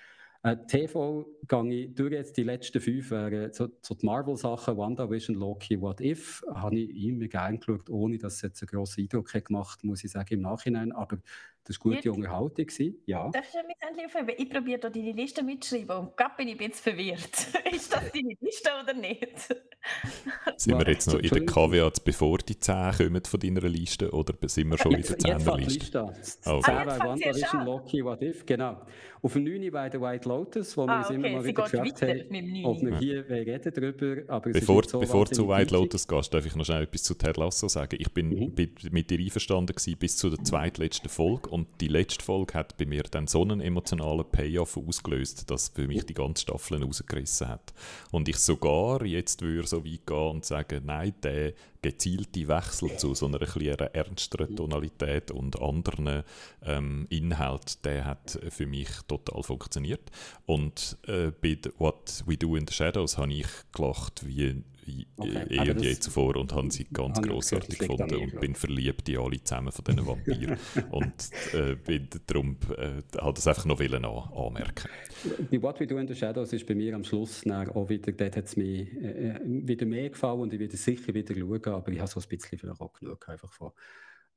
TV gehe ich durch jetzt die letzten 5, wären so die Marvel-Sachen, WandaVision, Loki, What If, habe ich immer gerne geschaut, ohne dass es jetzt einen grossen Eindruck hat gemacht, muss ich sagen, im Nachhinein, aber das war gute Unterhaltung. Ja. Darfst du mich endlich aufhören? Ich probiere da deine Liste mitzuschreiben und gerade bin ich ein bisschen verwirrt. Ist das deine Liste oder nicht? Sind wir jetzt noch in den Caveats, bevor die 10 kommen von deiner Liste, oder sind wir schon in der 10er Liste? Jetzt 10 wäre WandaVision, Loki, What If, genau. Auf dem 9 wäre der White Lotus, wo wir uns immer mal wieder gefragt haben, ob wir hier reden darüber. Aber bevor du zu White Lotus gehst, darf ich noch schnell etwas zu Ted Lasso sagen. Ich bin mit dir einverstanden gewesen bis zu der zweitletzten Folge, und die letzte Folge hat bei mir dann so einen emotionalen Payoff ausgelöst, dass für mich die ganze Staffel rausgerissen hat. Und ich sogar jetzt würde so weit gehen und sagen, nein, der gezielte Wechsel zu so einer etwas ernsteren Tonalität und anderen Inhalt, der hat für mich total funktioniert. Und bei What We Do in the Shadows habe ich gelacht wie eh und je zuvor und habe sie ganz grossartig gefunden und bin verliebt in alle zusammen von diesen Vampiren. Und bin darum halt das einfach noch anmerken. Bei What We Do in the Shadows ist bei mir am Schluss auch wieder, dort hat es mir wieder mehr gefallen und ich werde sicher wieder schauen, aber ich habe so ein bisschen vielleicht auch genug einfach von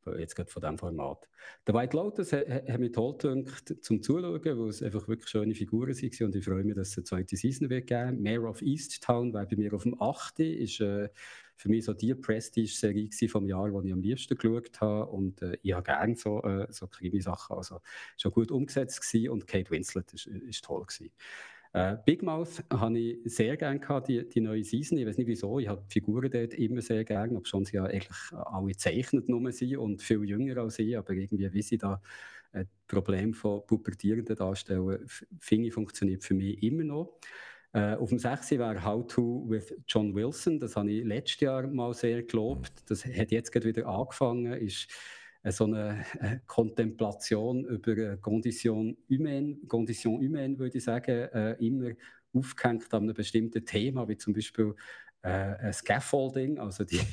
jetzt gerade von diesem Format. Der White Lotus hat mich toll gedacht, zum Zuschauen, weil es einfach wirklich schöne Figuren waren und ich freue mich, dass es eine zweite Season wird geben. Mayor of Easttown wäre bei mir auf dem 8. Ist für mich so die Prestige-Serie vom Jahr, die ich am liebsten geschaut habe und ich habe gerne so Krimi-Sachen, also schon gut umgesetzt gewesen und Kate Winslet ist toll gewesen. Big Mouth habe ich sehr gerne gehabt, die neue Season. Ich weiß nicht wieso, ich habe die Figuren dort immer sehr gerne, obwohl sie ja eigentlich alle gezeichnet nur sind und viel jünger als ich, aber irgendwie, wie sie da ein Problem von pubertierenden darstellen, finde ich, funktioniert für mich immer noch. Auf dem 6. wäre How to with John Wilson, das habe ich letztes Jahr mal sehr gelobt, das hat jetzt gerade wieder angefangen, ist so eine Kontemplation über Condition humaine, würde ich sagen, immer aufgehängt an einem bestimmten Thema, wie zum Beispiel Scaffolding, also die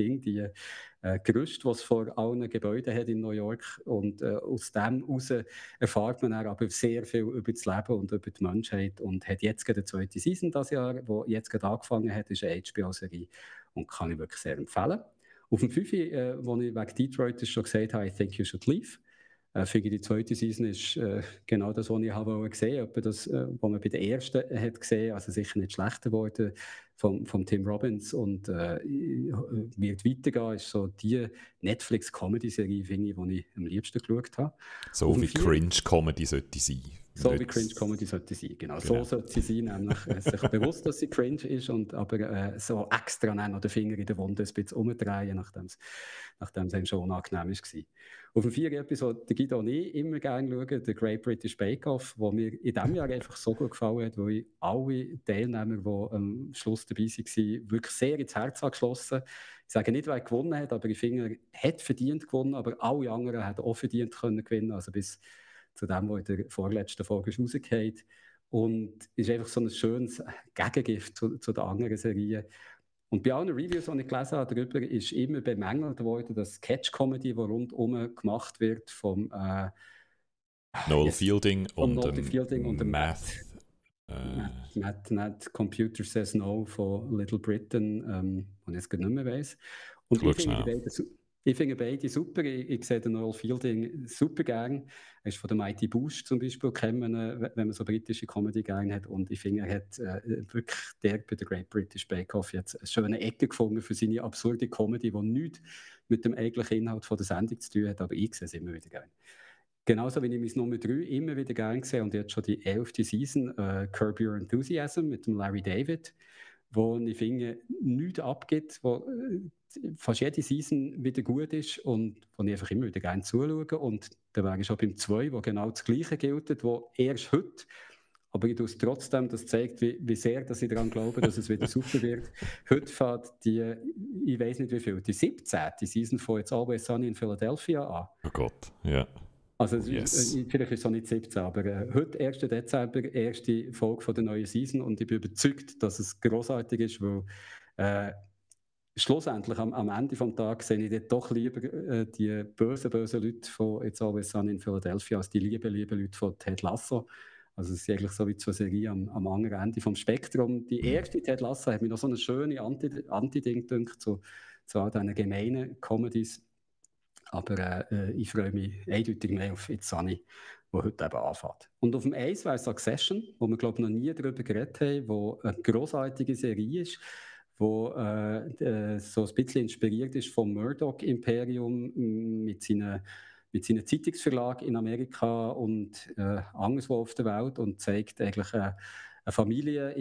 Gerüste, die es vor allen Gebäuden hat in New York. Und aus dem heraus erfahrt man dann aber sehr viel über das Leben und über die Menschheit und hat jetzt gerade eine zweite Season dieses Jahr, die jetzt gerade angefangen hat, ist eine HBO-Serie und kann ich wirklich sehr empfehlen. Auf dem 5, wo ich wegen Detroit schon gesagt habe, I think you should leave. Finde ich, die zweite Season ist genau das, was ich habe gesehen habe. Das, was man bei der ersten hat gesehen, also sicher nicht schlechter geworden, vom Tim Robbins und wird weitergehen, ist so die Netflix-Comedy-Serie, finde ich, die ich am liebsten geschaut habe. So wie Cringe-Comedy sollte sein. So wie Cringe-Comedy sollte sie sein, genau. So sollte sie sein, nämlich sich bewusst, dass sie cringe ist, und aber so extra noch den Finger in der Wunde ein bisschen umdrehen, nachdem es einem schon unangenehm war. Auf dem 4. Episode, der Guido und ich immer gerne schauen, der Great British Bake Off, wo mir in diesem Jahr einfach so gut gefallen hat, weil ich alle Teilnehmer, die am Schluss dabei waren, wirklich sehr ins Herz angeschlossen. Ich sage nicht, wer gewonnen hat, aber ich finde, er hat verdient gewonnen, aber alle anderen hätten auch verdient können gewinnen, also bis zu dem, was in der vorletzten Folge rausgekommen ist. Und ist einfach so ein schönes Gegengift zu den anderen Serien. Und bei allen Reviews, die ich gelesen habe darüber, ist immer bemängelt worden, dass Sketch-Comedy, die rundherum gemacht wird vom Noel Fielding und dem Matt Computer Says No von Little Britain, und ich jetzt nicht mehr weiss. Und ich finde beide super. Ich sehe den Noel Fielding super gern. Er ist von der Mighty Boosh zum Beispiel, kennen, wenn man so britische Comedy gern hat. Und ich finde, er hat wirklich bei der Great British Bake Off jetzt eine schöne Ecke gefunden für seine absurde Comedy, die nichts mit dem eigentlichen Inhalt von der Sendung zu tun hat. Aber ich sehe es immer wieder gern. Genauso wie ich mein Nummer 3 immer wieder gern sehe, und jetzt schon die 11. Season, Curb Your Enthusiasm mit dem Larry David, wo ich finde, nichts abgibt, wo fast jede Season wieder gut ist und wo ich einfach immer wieder gerne zuschaue. Und da wäre ich schon beim 2, wo genau das Gleiche gilt, wo erst heute, aber ich tue es trotzdem, das zeigt, wie sehr dass ich daran glaube, dass es wieder super wird. Heute fährt die, ich weiß nicht wie viel, die 17. Season von It's Always Sunny in Philadelphia an. Oh Gott, ja. Also vielleicht ist es auch nicht 17, aber heute, 1. Dezember, erste Folge von der neuen Season, und ich bin überzeugt, dass es grossartig ist, weil schlussendlich am Ende des Tages sehe ich dort doch lieber die bösen Leute von It's Always Sunny in Philadelphia als die lieben Leute von Ted Lasso. Also es ist eigentlich so wie zwei Serien am anderen Ende vom Spektrum. Die erste, Ted Lasso, hat mir noch so eine schöne Anti-Ding gedacht zu all diesen gemeinen Comedies. Aber ich freue mich eindeutig mehr auf It's Sunny, wo heute eben anfängt. Und auf dem 1 wäre Succession, wo wir, glaube ich, noch nie darüber geredet haben, wo eine grossartige Serie ist, wo so ein bisschen inspiriert ist vom Murdoch-Imperium mit seinen Zeitungsverlagen in Amerika und anderswo auf der Welt, und zeigt eigentlich eine Familie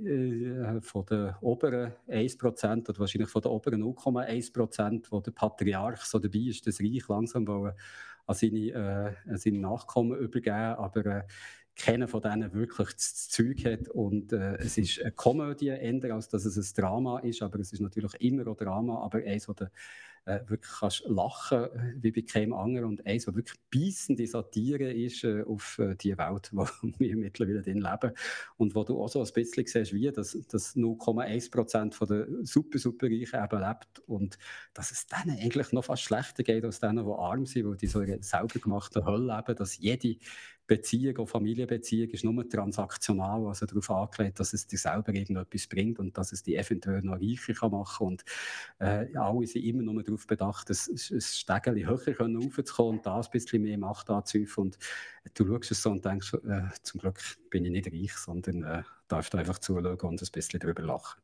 von der oberen 1% oder wahrscheinlich von der oberen 0,1%, wo der Patriarch so dabei ist, das Reich langsam an seine Nachkommen übergeben, aber keiner von denen wirklich das Zeug hat. Und es ist eine Komödie, eher als dass es ein Drama ist, aber es ist natürlich immer ein Drama, aber eins, wo du wirklich kannst lachen wie bei keinem anderen, und eins, was wirklich beissende Satire ist auf die Welt, wo wir mittlerweile drin leben, und wo du auch so ein bisschen siehst, wie das 0,1% von der super Reichen eben lebt, und dass es denen eigentlich noch fast schlechter geht als denen, die arm sind, weil die so in einer selber gemachten Hölle leben, dass jede Beziehung, auch Familienbeziehung, ist nur transaktional, also darauf angelegt, dass es dir selber irgendetwas bringt und dass es dich eventuell noch reicher machen kann. Und alle sind immer nur darauf bedacht, ein Stegeli höher raufzukommen und das ein bisschen mehr Macht anzuhäufen. Und du schaust es so und denkst, zum Glück bin ich nicht reich, sondern darfst einfach zuschauen und ein bisschen darüber lachen.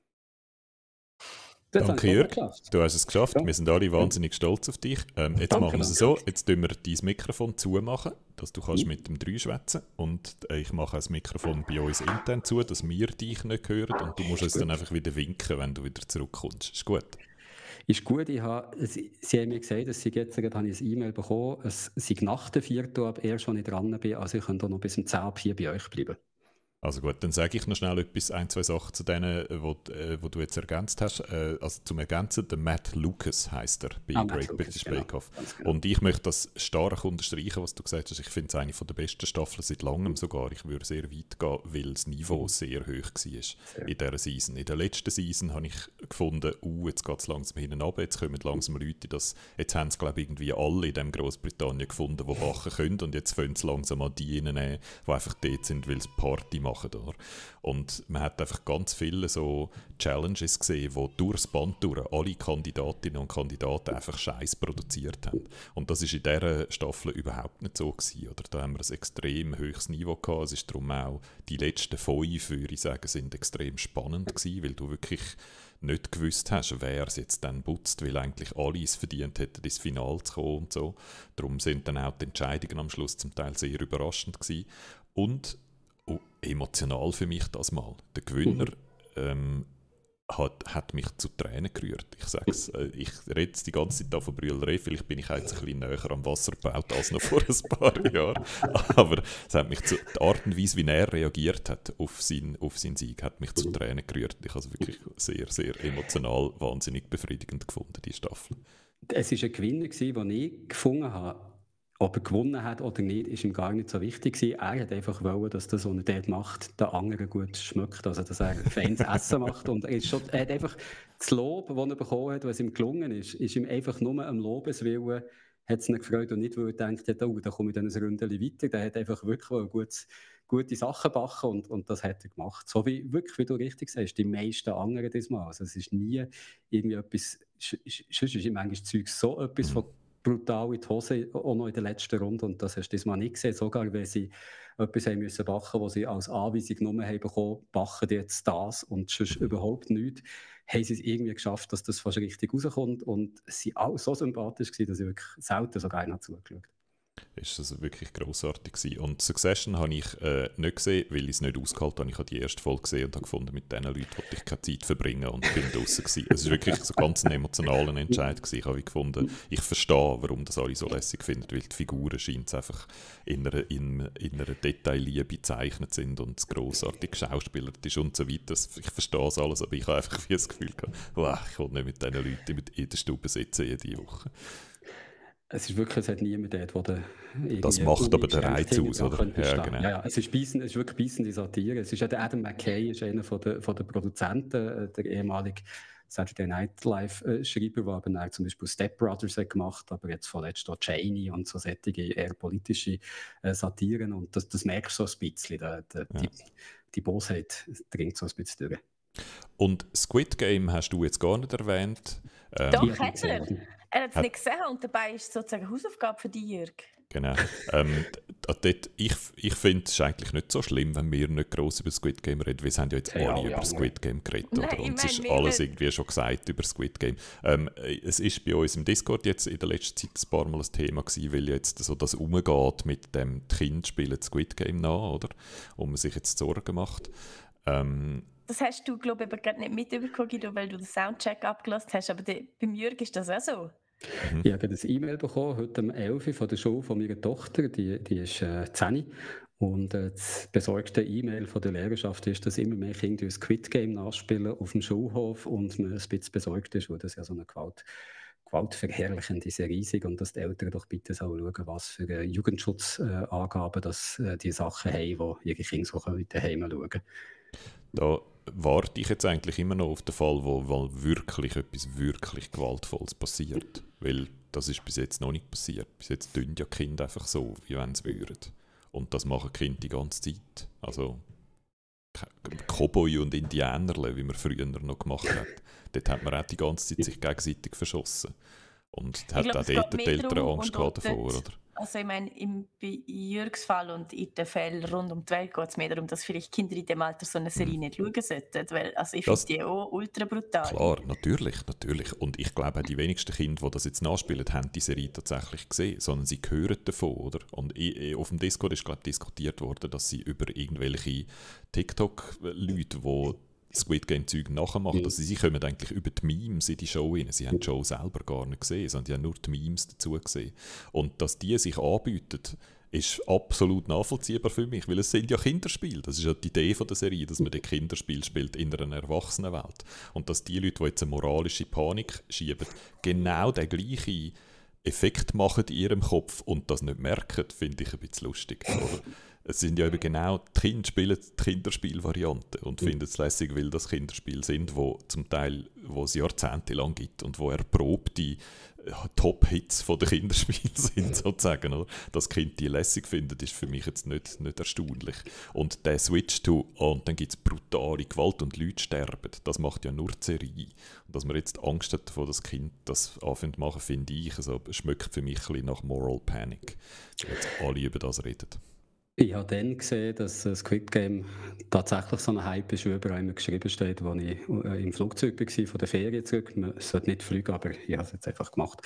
Danke, Jörg. Du hast es geschafft. Ja. Wir sind alle wahnsinnig stolz auf dich. Jetzt machen wir es so. Jetzt tun wir dein Mikrofon zumachen, dass du kannst mit dem 3 schwätzen. Und ich mache das Mikrofon bei uns intern zu, dass wir dich nicht hören. Und du musst uns dann einfach wieder winken, wenn du wieder zurückkommst. Ist gut? Ist gut. Sie haben mir gesagt, dass jetzt habe ich ein E-Mail bekommen, es sei nach der 4. ab er schon nicht dran bin. Also ich könnte auch noch bis um 10 ab 4 bei euch bleiben. Also gut, dann sage ich noch schnell ein, zwei Sachen zu denen, wo du jetzt ergänzt hast. Also zum Ergänzen, der Matt Lucas heisst er bei Great British Bake Off. Genau. Und ich möchte das stark unterstreichen, was du gesagt hast. Ich finde es eine der besten Staffeln seit langem sogar. Ich würde sehr weit gehen, weil das Niveau sehr hoch war in dieser Season. In der letzten Season habe ich gefunden, jetzt geht es langsam hinten runter, jetzt kommen langsam Leute, jetzt haben es glaube ich irgendwie alle in dem Großbritannien gefunden, die backen können und jetzt fangen sie langsam an die reinnehmen, die einfach dort sind, weil sie Party machen. Und man hat einfach ganz viele so Challenges gesehen, wo durchs Band durch alle Kandidatinnen und Kandidaten einfach Scheiß produziert haben. Und das war in dieser Staffel überhaupt nicht so gewesen, oder? Da haben wir ein extrem hohes Niveau gehabt. Es ist darum auch, die letzten 5, würde ich sagen, sind extrem spannend gewesen, weil du wirklich nicht gewusst hast, wer es jetzt dann putzt, weil eigentlich alle es verdient hätten, ins Finale zu kommen und so. Darum sind dann auch die Entscheidungen am Schluss zum Teil sehr überraschend gewesen. Und emotional für mich das mal. Der Gewinner hat mich zu Tränen gerührt. Ich sage es, ich rede jetzt die ganze Zeit von Brühl-Reh, vielleicht bin ich jetzt ein bisschen näher am Wasser gebaut als noch vor ein paar Jahren. Aber es hat mich die Art und Weise, wie er reagiert hat auf seinen Sieg, hat mich zu Tränen gerührt. Ich habe es wirklich sehr, sehr emotional wahnsinnig befriedigend gefunden, die Staffel. Es war ein Gewinner, den ich gefunden habe. Ob er gewonnen hat oder nicht, ist ihm gar nicht so wichtig gewesen. Er hat einfach wollen, dass das, was er dort macht, den anderen gut schmeckt. Also, dass er feines Essen macht. Und er hat einfach das Lob, das er bekommen hat, was ihm gelungen ist ihm einfach nur am Lobeswillen hat es ihn gefreut und nicht, weil er denkt, da komme ich dann ein Ründchen weiter. Der hat einfach wirklich gute Sachen backen und das hat er gemacht. So wie du richtig sagst, die meisten anderen diesmal. Also, es ist nie irgendwie etwas, sonst ist ihm eigentlich Zeug so etwas von brutal in die Hose, auch noch in der letzten Runde. Und das hast du diesmal nicht gesehen. Sogar wenn sie etwas haben müssen backen, was sie als Anweisung nur haben bekommen, backen die jetzt das und sonst überhaupt nichts, haben sie es irgendwie geschafft, dass das fast richtig rauskommt. Und sie waren alle so sympathisch gewesen, dass ich wirklich selten sogar noch zugeschaut habe. Ist das wirklich grossartig gewesen. Und Succession habe ich nicht gesehen, weil ich es nicht ausgehalten habe. Ich habe die erste Folge gesehen und habe gefunden, mit diesen Leuten wollte ich keine Zeit verbringen und bin draußen gewesen. Es war wirklich so ganz ein emotionaler Entscheid gewesen. Ich habe gefunden, ich verstehe, warum das alle so lässig finden, weil die Figuren scheint einfach in einer Detailliebe gezeichnet sind und es grossartig geschauspielert ist und so weiter. Ich verstehe es alles, aber ich habe einfach das Gefühl gehabt, ich will nicht mit diesen Leuten in der Stube sitzen jede Woche. Es ist wirklich, es hat niemand dort, der das macht aber den Reiz aus, oder? Ja, genau. Ja, es ist wirklich bissende Satire. Es ist der Adam McKay, ist einer von der Produzenten, der ehemalige Saturday Night Live-Schreiber, der aber auch zum Beispiel Step Brothers hat gemacht, aber jetzt vorletzt auch Cheney und so sättige eher politische Satiren. Und das merkst du so ein bisschen. Die Bosheit dringt so ein bisschen durch. Und Squid Game hast du jetzt gar nicht erwähnt. Doch, hat er. Er hat es nicht gesehen und dabei ist sozusagen Hausaufgabe für dich, Jörg. Genau. Ich finde es eigentlich nicht so schlimm, wenn wir nicht gross über Squid Game reden, weil es haben ja jetzt alle über Squid Game geredet. Nein, oder? Und es ist alles irgendwie schon gesagt über Squid Game. Es ist bei uns im Discord jetzt in der letzten Zeit ein paar Mal ein Thema gewesen, weil jetzt so das umgeht mit dem die Kinder spielen Squid Game nach, oder? Und man sich jetzt Sorgen macht. Das hast du, glaube ich, gerade nicht mitbekommen, Guido, weil du den Soundcheck abgelassen hast, aber beim Jörg ist das auch so. Ich habe ein E-Mail bekommen, heute um 11 Uhr von der Schule von meiner Tochter, die ist 10. Und das besorgte E-Mail von der Lehrerschaft ist, dass immer mehr Kinder ein Squid Game nachspielen auf dem Schulhof und man ein bisschen besorgt ist, weil das ja so eine gewaltverherrlichende Serie ist und dass die Eltern doch bitte schauen, was für Jugendschutzangaben die Sachen haben, die ihre Kinder so daheim schauen können. Da warte ich jetzt eigentlich immer noch auf den Fall, wo wirklich etwas wirklich Gewaltvolles passiert. Weil das ist bis jetzt noch nicht passiert. Bis jetzt tun ja Kinder einfach so, wie wenn sie würden. Und das machen die Kinder die ganze Zeit. Also Cowboy und Indianerle, wie man früher noch gemacht hat. Dort hat man auch die ganze Zeit sich gegenseitig verschossen. Und hat auch dort die Eltern Angst gehabt davor, oder? Also ich meine, bei Jürgs Fall und in den Fällen rund um die Welt geht es mehr darum, dass vielleicht Kinder in dem Alter so eine Serie nicht schauen sollten. Weil, also ich finde die auch ultra brutal. Klar, natürlich. Und ich glaube auch die wenigsten Kinder, die das jetzt nachspielen, haben die Serie tatsächlich gesehen, sondern sie hören davon, oder? Und auf dem Discord ist glaube diskutiert worden, dass sie über irgendwelche TikTok-Leute, die Squid Game Zeug nachmachen. Also sie kommen eigentlich über die Memes in die Show rein. Sie haben die Show selber gar nicht gesehen, sondern die haben nur die Memes dazu gesehen. Und dass die sich anbieten, ist absolut nachvollziehbar für mich, weil es sind ja Kinderspiele. Das ist ja die Idee von der Serie, dass man die Kinderspiel spielt in einer Erwachsenenwelt. Und dass die Leute, die jetzt eine moralische Panik schieben, genau den gleichen Effekt machen in ihrem Kopf und das nicht merken, finde ich ein bisschen lustig. Oder? Es sind ja eben genau, die Kinder spielen die Kinderspielvariante und finden es lässig, weil das Kinderspiele sind, wo zum Teil, wo es jahrzehntelang gibt und wo erprobte Top-Hits von den Kinderspielen sind, sozusagen. Oder? Dass Kind die lässig findet, ist für mich jetzt nicht erstaunlich. Und der Switch to, und dann gibt es brutale Gewalt und Leute sterben, das macht ja nur die Serie. Und dass man jetzt Angst hat davon, dass Kind das anfängt zu machen, finde ich, also schmeckt für mich ein bisschen nach Moral Panic, wenn jetzt alle über das reden. Ich habe dann gesehen, dass Squid Game tatsächlich so ein Hype ist, wie überall immer geschrieben steht, als ich im Flugzeug war, von der Ferien zurück. Man sollte nicht fliegen, aber ich habe es jetzt einfach gemacht.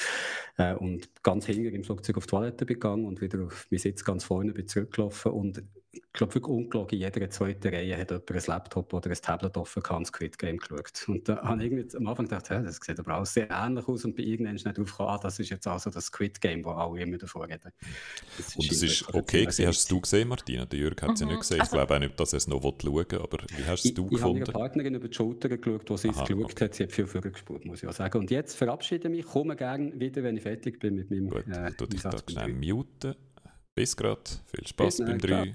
Und ganz hinten im Flugzeug auf die Toilette gegangen und wieder auf meinen Sitz ganz vorne bin zurückgelaufen. Und ich glaube, wirklich ungelogen, in jeder zweiten Reihe hat jemand ein Laptop oder ein Tablet offen und Squid Game geschaut. Und da habe ich irgendwie am Anfang gedacht, das sieht aber auch sehr ähnlich aus und bei irgendwann ist nicht aufgekommen, das ist jetzt also das Squid Game, wo alle immer davon reden. Und es ist okay gewesen. Hast du gesehen, Martina? Der Jürg hat es ja nicht gesehen. Ich glaube auch nicht, dass er es noch schauen will, aber wie hast du es gefunden? Ich habe ihre Partnerin über die Schulter geschaut, die sie es geschaut hat. Sie hat viel vorgespult, muss ich auch sagen. Und jetzt verabschiede ich mich, komme gerne wieder, wenn ich fertig bin mit meinem Gut, du dich da schnell muten. Bis gerade. Viel Spaß beim 3.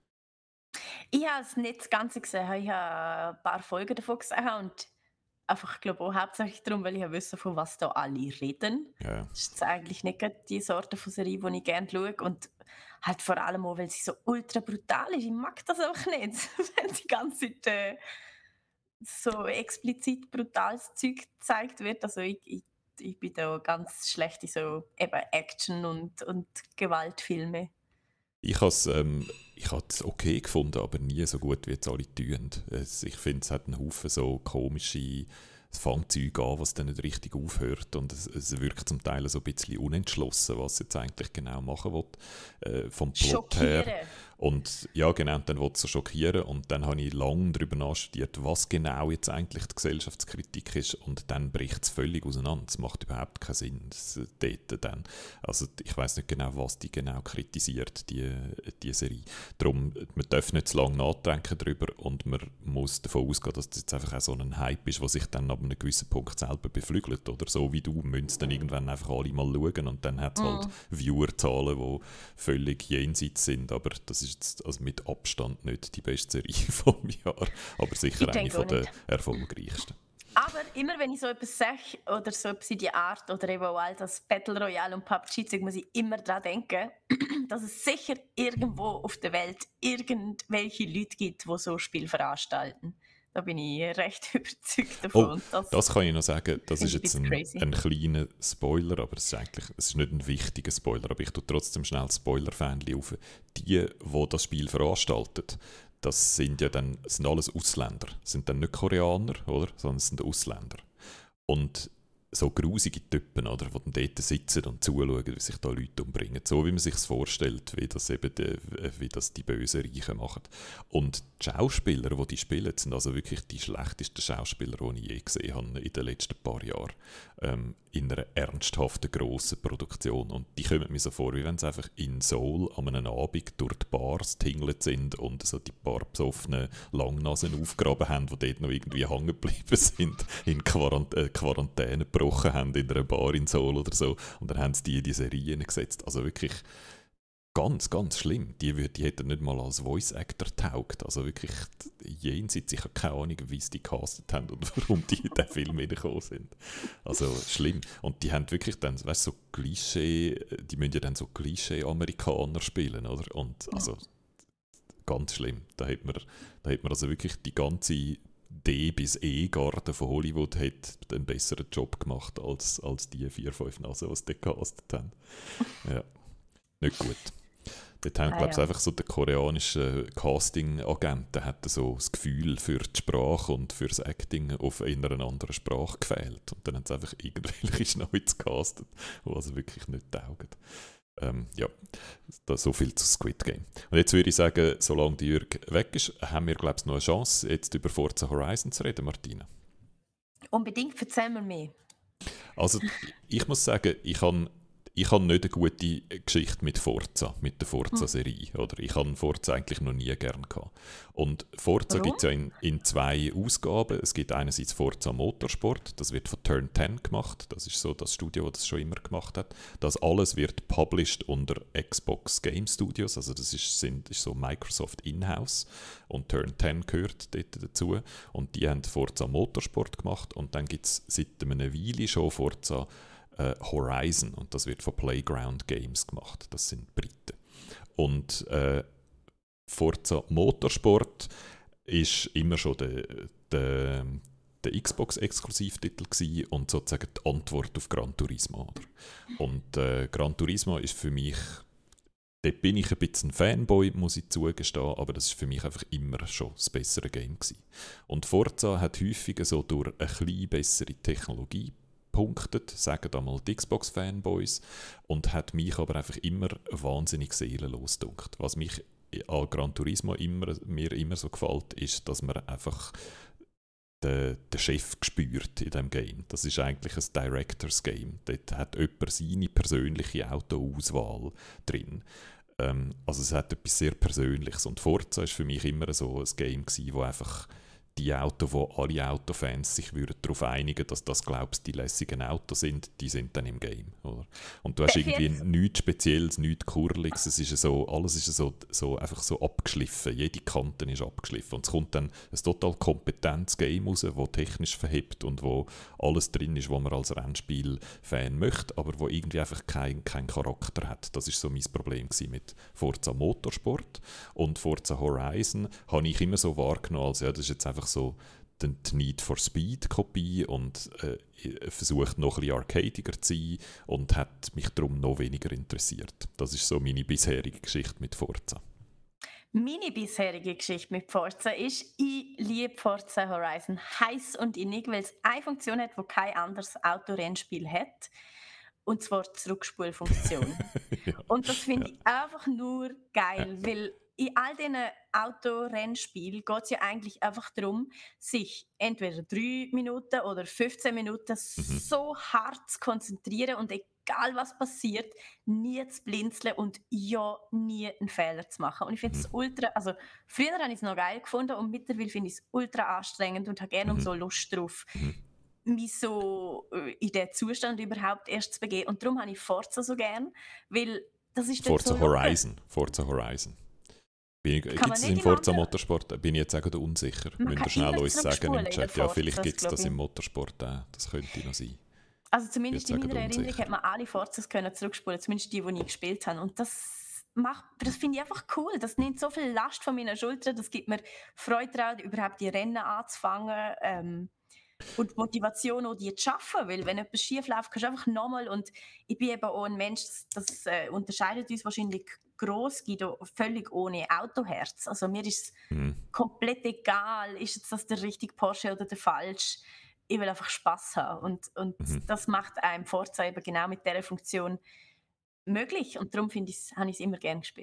Ich habe es nicht das Ganze gesehen. Ich habe ein paar Folgen davon gesehen und einfach, ich glaube auch hauptsächlich darum, weil ich wissen, von was da alle reden. Ja. Das ist eigentlich nicht die Sorte von Serie, die ich gerne schaue. Und halt vor allem auch, weil sie so ultra brutal ist. Ich mag das einfach nicht, wenn die ganze Zeit so explizit brutales Zeug gezeigt wird. Also ich bin da ganz schlecht in so eben Action- und Gewaltfilme. Ich habe es okay gefunden, aber nie so gut, wie jetzt alle tun. Ich finde, es hat einen Haufen so komische Fangzeuge an, was dann nicht richtig aufhört. Und es wirkt zum Teil so ein bisschen unentschlossen, was es jetzt eigentlich genau machen will. Vom Plot her. Und ja, genau, dann will es so schockieren. Und dann habe ich lange darüber nachstudiert, was genau jetzt eigentlich die Gesellschaftskritik ist. Und dann bricht es völlig auseinander. Es macht überhaupt keinen Sinn. Dort dann. Also ich weiss nicht genau, was die genau kritisiert, die Serie. Darum, man darf nicht zu lange nachdenken darüber und man muss davon ausgehen, dass das jetzt einfach auch so ein Hype ist, der sich dann ab einem gewissen Punkt selber beflügelt. Oder so wie du, müssen dann irgendwann einfach alle mal schauen und dann hat es halt Viewerzahlen, die völlig jenseits sind. Aber das ist jetzt also mit Abstand nicht die beste Serie vom Jahr, aber sicher eine von der erfolgreichsten. Aber immer wenn ich so etwas sage oder so etwas in die Art oder eben auch all das Battle Royale und PUBG, muss ich immer daran denken, dass es sicher irgendwo auf der Welt irgendwelche Leute gibt, die so Spiele veranstalten. Da bin ich recht überzeugt davon. Oh, das kann ich noch sagen, das ist jetzt ein kleiner Spoiler, aber es ist nicht ein wichtiger Spoiler, aber ich tue trotzdem schnell das Spoiler-Fähnchen auf. Die das Spiel veranstalten, das sind alles Ausländer. Das sind dann nicht Koreaner, oder? Sondern es sind Ausländer. Und so grusige Typen, oder, die dann dort sitzen und zuschauen, wie sich da Leute umbringen. So wie man sich es vorstellt, wie das die bösen Reichen machen. Und die Schauspieler, die spielen, sind also wirklich die schlechtesten Schauspieler, die ich je gesehen habe in den letzten paar Jahren. In einer ernsthaften, grossen Produktion. Und die kommen mir so vor, wie wenn sie einfach in Seoul an einem Abend durch die Bars tingelt sind und so die paar besoffenen Langnasen aufgegraben haben, die dort noch irgendwie hängen geblieben sind, in Quarantäne gebrochen haben in einer Bar in Seoul oder so. Und dann haben sie die in die Serie gesetzt. Also wirklich Ganz, ganz schlimm. Die hätten nicht mal als Voice-Actor taugt. Also wirklich jenseits, ich habe keine Ahnung, wie sie die castet haben und warum die in den Film reingekommen sind. Also schlimm. Und die haben wirklich dann, weißt du, so Klischee, die müssen ja dann so Klischee-Amerikaner spielen, oder? Und also ganz schlimm. Da hat man also wirklich die ganze D bis E-Garde von Hollywood hat einen besseren Job gemacht als die 4, 5 Nasen, die sie dort gecastet haben. Ja, nicht gut. Dort haben, glaube ich, einfach so der koreanische Casting-Agenten hatten so das Gefühl für die Sprache und für das Acting auf einer anderen Sprache gefehlt. Und dann haben sie einfach irgendwelche Schnäuze gecastet, die also wirklich nicht taugen. Ja, so viel zu Squid Game. Und jetzt würde ich sagen, solange die Jürg weg ist, haben wir, glaube ich, noch eine Chance, jetzt über Forza Horizon zu reden, Martina. Unbedingt, erzähl mir mehr. Also, ich muss sagen, ich habe nicht eine gute Geschichte mit der Forza-Serie. Oder? Ich habe Forza eigentlich noch nie gern gehabt. Und Forza gibt es ja in 2 Ausgaben. Es gibt einerseits Forza Motorsport, das wird von Turn 10 gemacht. Das ist so das Studio, das schon immer gemacht hat. Das alles wird published unter Xbox Game Studios. Also das ist so Microsoft In-House. Und Turn 10 gehört dort dazu. Und die haben Forza Motorsport gemacht. Und dann gibt es seit einer Weile schon Forza Horizon, und das wird von Playground Games gemacht. Das sind Briten. Und Forza Motorsport ist immer schon der Xbox-Exklusivtitel gewesen und sozusagen die Antwort auf Gran Turismo. Oder? Und Gran Turismo ist für mich, dort bin ich ein bisschen ein Fanboy, muss ich zugestehen, aber das ist für mich einfach immer schon das bessere Game gewesen. Und Forza hat häufiger so durch eine bisschen bessere Technologie punktet, sagen einmal die Xbox-Fanboys, und hat mich aber einfach immer wahnsinnig seelenlos gedunkt. Was mich an Gran Turismo mir immer so gefällt, ist, dass man einfach den Chef spürt in diesem Game. Das ist eigentlich ein Directors Game. Dort hat jemand seine persönliche Autoauswahl drin. Also es hat etwas sehr Persönliches. Und Forza ist für mich immer so ein Game gewesen, wo einfach die Autos, wo alle Autofans sich darauf einigen, dass das, glaubst die lässigen Autos sind, die sind dann im Game. Oder? Und du hast irgendwie nichts Spezielles, nichts Kurliges, es ist so, alles ist so einfach so abgeschliffen, jede Kante ist abgeschliffen. Und es kommt dann ein total kompetentes Game raus, das technisch verhebt und wo alles drin ist, was man als Rennspiel-Fan möchte, aber wo irgendwie einfach keinen Charakter hat. Das ist so mein Problem mit Forza Motorsport. Und Forza Horizon habe ich immer so wahrgenommen, als ja, das ist jetzt einfach so die Need for Speed Kopie und versucht noch ein bisschen arcadiger zu sein und hat mich darum noch weniger interessiert. Das ist so meine bisherige Geschichte mit Forza. Meine bisherige Geschichte mit Forza ist, ich liebe Forza Horizon heiß und innig, weil es eine Funktion hat, die kein anderes Autorennspiel hat. Und zwar die Zurückspulfunktion. Ja. Und das finde ich einfach nur geil, weil in all diesen Autorennspielen geht es ja eigentlich einfach darum, sich entweder 3 Minuten oder 15 Minuten so hart zu konzentrieren und egal was passiert, nie zu blinzeln und ja nie einen Fehler zu machen. Und ich finde es ultra, also früher habe ich es noch geil gefunden und mittlerweile finde ich es ultra anstrengend und habe gerne so Lust drauf, mich so in diesen Zustand überhaupt erst zu begeben. Und darum habe ich Forza so gern, weil das ist Forza so Horizon. Forza Horizon. Gibt es im Forza Motorsport? Bin ich jetzt auch unsicher. Müsst ihr schnell uns sagen im Chat. Ja, vielleicht gibt es das im Motorsport auch. Das könnte noch sein. Also zumindest in meiner Erinnerung hat man alle Forzas können zurückspulen, zumindest die ich gespielt habe. Und das finde ich einfach cool. Das nimmt so viel Last von meiner Schulter. Das gibt mir Freude daran, überhaupt die Rennen anzufangen. Und die Motivation, auch die zu schaffen, weil wenn etwas schief läuft, kannst du einfach nochmal, und ich bin eben auch ein Mensch, das unterscheidet uns wahrscheinlich gross, Guido, völlig ohne Autoherz. Also mir ist es komplett egal, ist jetzt das der richtige Porsche oder der falsche. Ich will einfach Spass haben und das macht einem Forza eben genau mit dieser Funktion möglich und darum habe ich es immer gern gespielt.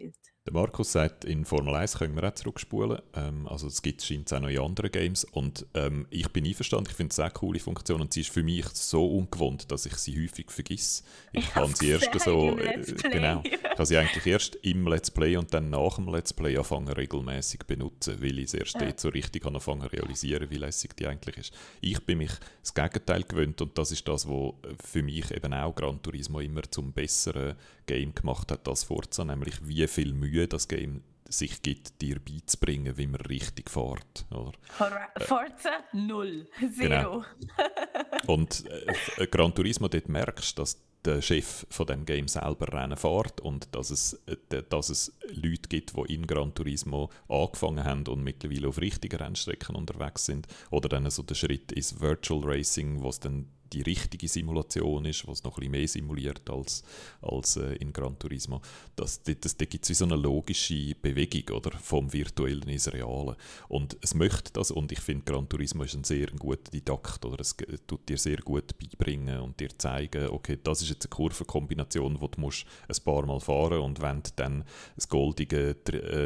Der Markus sagt, in Formel 1 können wir auch zurückspulen. Also es gibt scheint auch noch in anderen Games. Und ich bin einverstanden, ich finde es eine coole Funktion. Und sie ist für mich so ungewohnt, dass ich sie häufig vergesse. Ich kann sie erst so... genau. Ich kann sie eigentlich erst im Let's Play und dann nach dem Let's Play anfangen regelmäßig benutzen, weil ich es erst dort so richtig anfangen zu realisieren, wie lässig die eigentlich ist. Ich bin mich das Gegenteil gewöhnt und das ist das, was für mich eben auch Gran Turismo immer zum besseren Game gemacht hat als Forza, nämlich wie viel Mühe das Game sich gibt, dir beizubringen, wie man richtig fährt. Oder? Forza 0, 0. Genau. Und Gran Turismo, dort merkst du, dass der Chef von dem Game selber Rennen fährt und dass es Leute gibt, die in Gran Turismo angefangen haben und mittlerweile auf richtigen Rennstrecken unterwegs sind. Oder dann so der Schritt ins Virtual Racing, wo es dann die richtige Simulation ist, was noch ein bisschen mehr simuliert als in Gran Turismo. Da gibt es wie so eine logische Bewegung, oder, vom Virtuellen ins Reale. Und es möchte das, und ich finde, Gran Turismo ist ein sehr guter Didakt, oder es tut dir sehr gut beibringen und dir zeigen, okay, das ist jetzt eine Kurvenkombination, die du musst ein paar Mal fahren und wenn du dann das goldige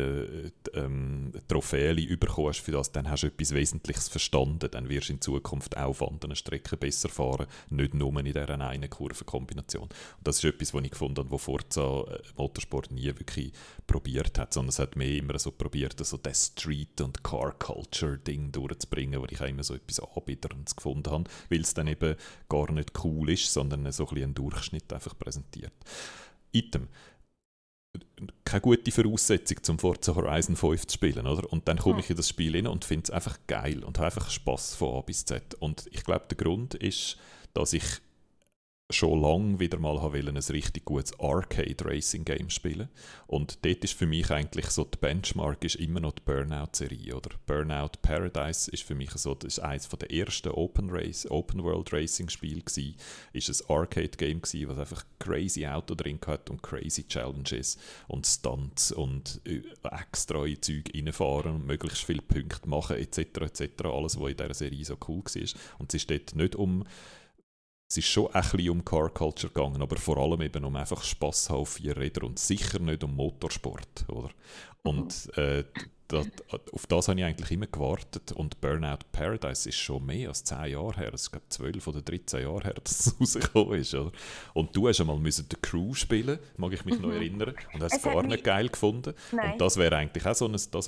Trophäe bekommen hast für das, dann hast du etwas Wesentliches verstanden, dann wirst du in Zukunft auch auf anderen Strecken besser fahren, nicht nur in dieser einen Kurvenkombination. Und das ist etwas, was ich gefunden habe, wo Forza Motorsport nie wirklich probiert hat, sondern es hat mehr immer so probiert, so das Street- und Car-Culture-Ding durchzubringen, wo ich auch immer so etwas Anbieterendes gefunden habe, weil es dann eben gar nicht cool ist, sondern so ein bisschen einen Durchschnitt einfach präsentiert. Item. Keine gute Voraussetzung, zum Forza Horizon 5 zu spielen, oder? Und dann komme ich in das Spiel rein und finde es einfach geil und habe einfach Spass von A bis Z. Und ich glaube, der Grund ist, dass ich schon lange wieder mal ein richtig gutes Arcade-Racing-Game spielen. Und dort ist für mich eigentlich so, die Benchmark ist immer noch die Burnout-Serie, oder? Burnout Paradise ist für mich so, das ist eines der ersten Open-World-Racing-Spiele gewesen. Ist ein Arcade-Game gewesen, was einfach crazy Auto drin hat und crazy Challenges und Stunts und extra in Zeug reinfahren und möglichst viele Punkte machen, etc., etc. Alles, was in dieser Serie so cool war. Und es ist dort nicht es ist schon ein bisschen um Car Culture gegangen, aber vor allem eben um einfach Spass haben auf 4 Rädern und sicher nicht um Motorsport, oder? Und auf das habe ich eigentlich immer gewartet und Burnout Paradise ist schon mehr als 10 Jahre her, es ist glaube 12 oder 13 Jahre her, dass es rausgekommen ist, oder? Und du hast einmal The Crew spielen, mag ich mich noch erinnern, und hast es gar nicht geil gefunden. Nein. Und das wäre eigentlich auch so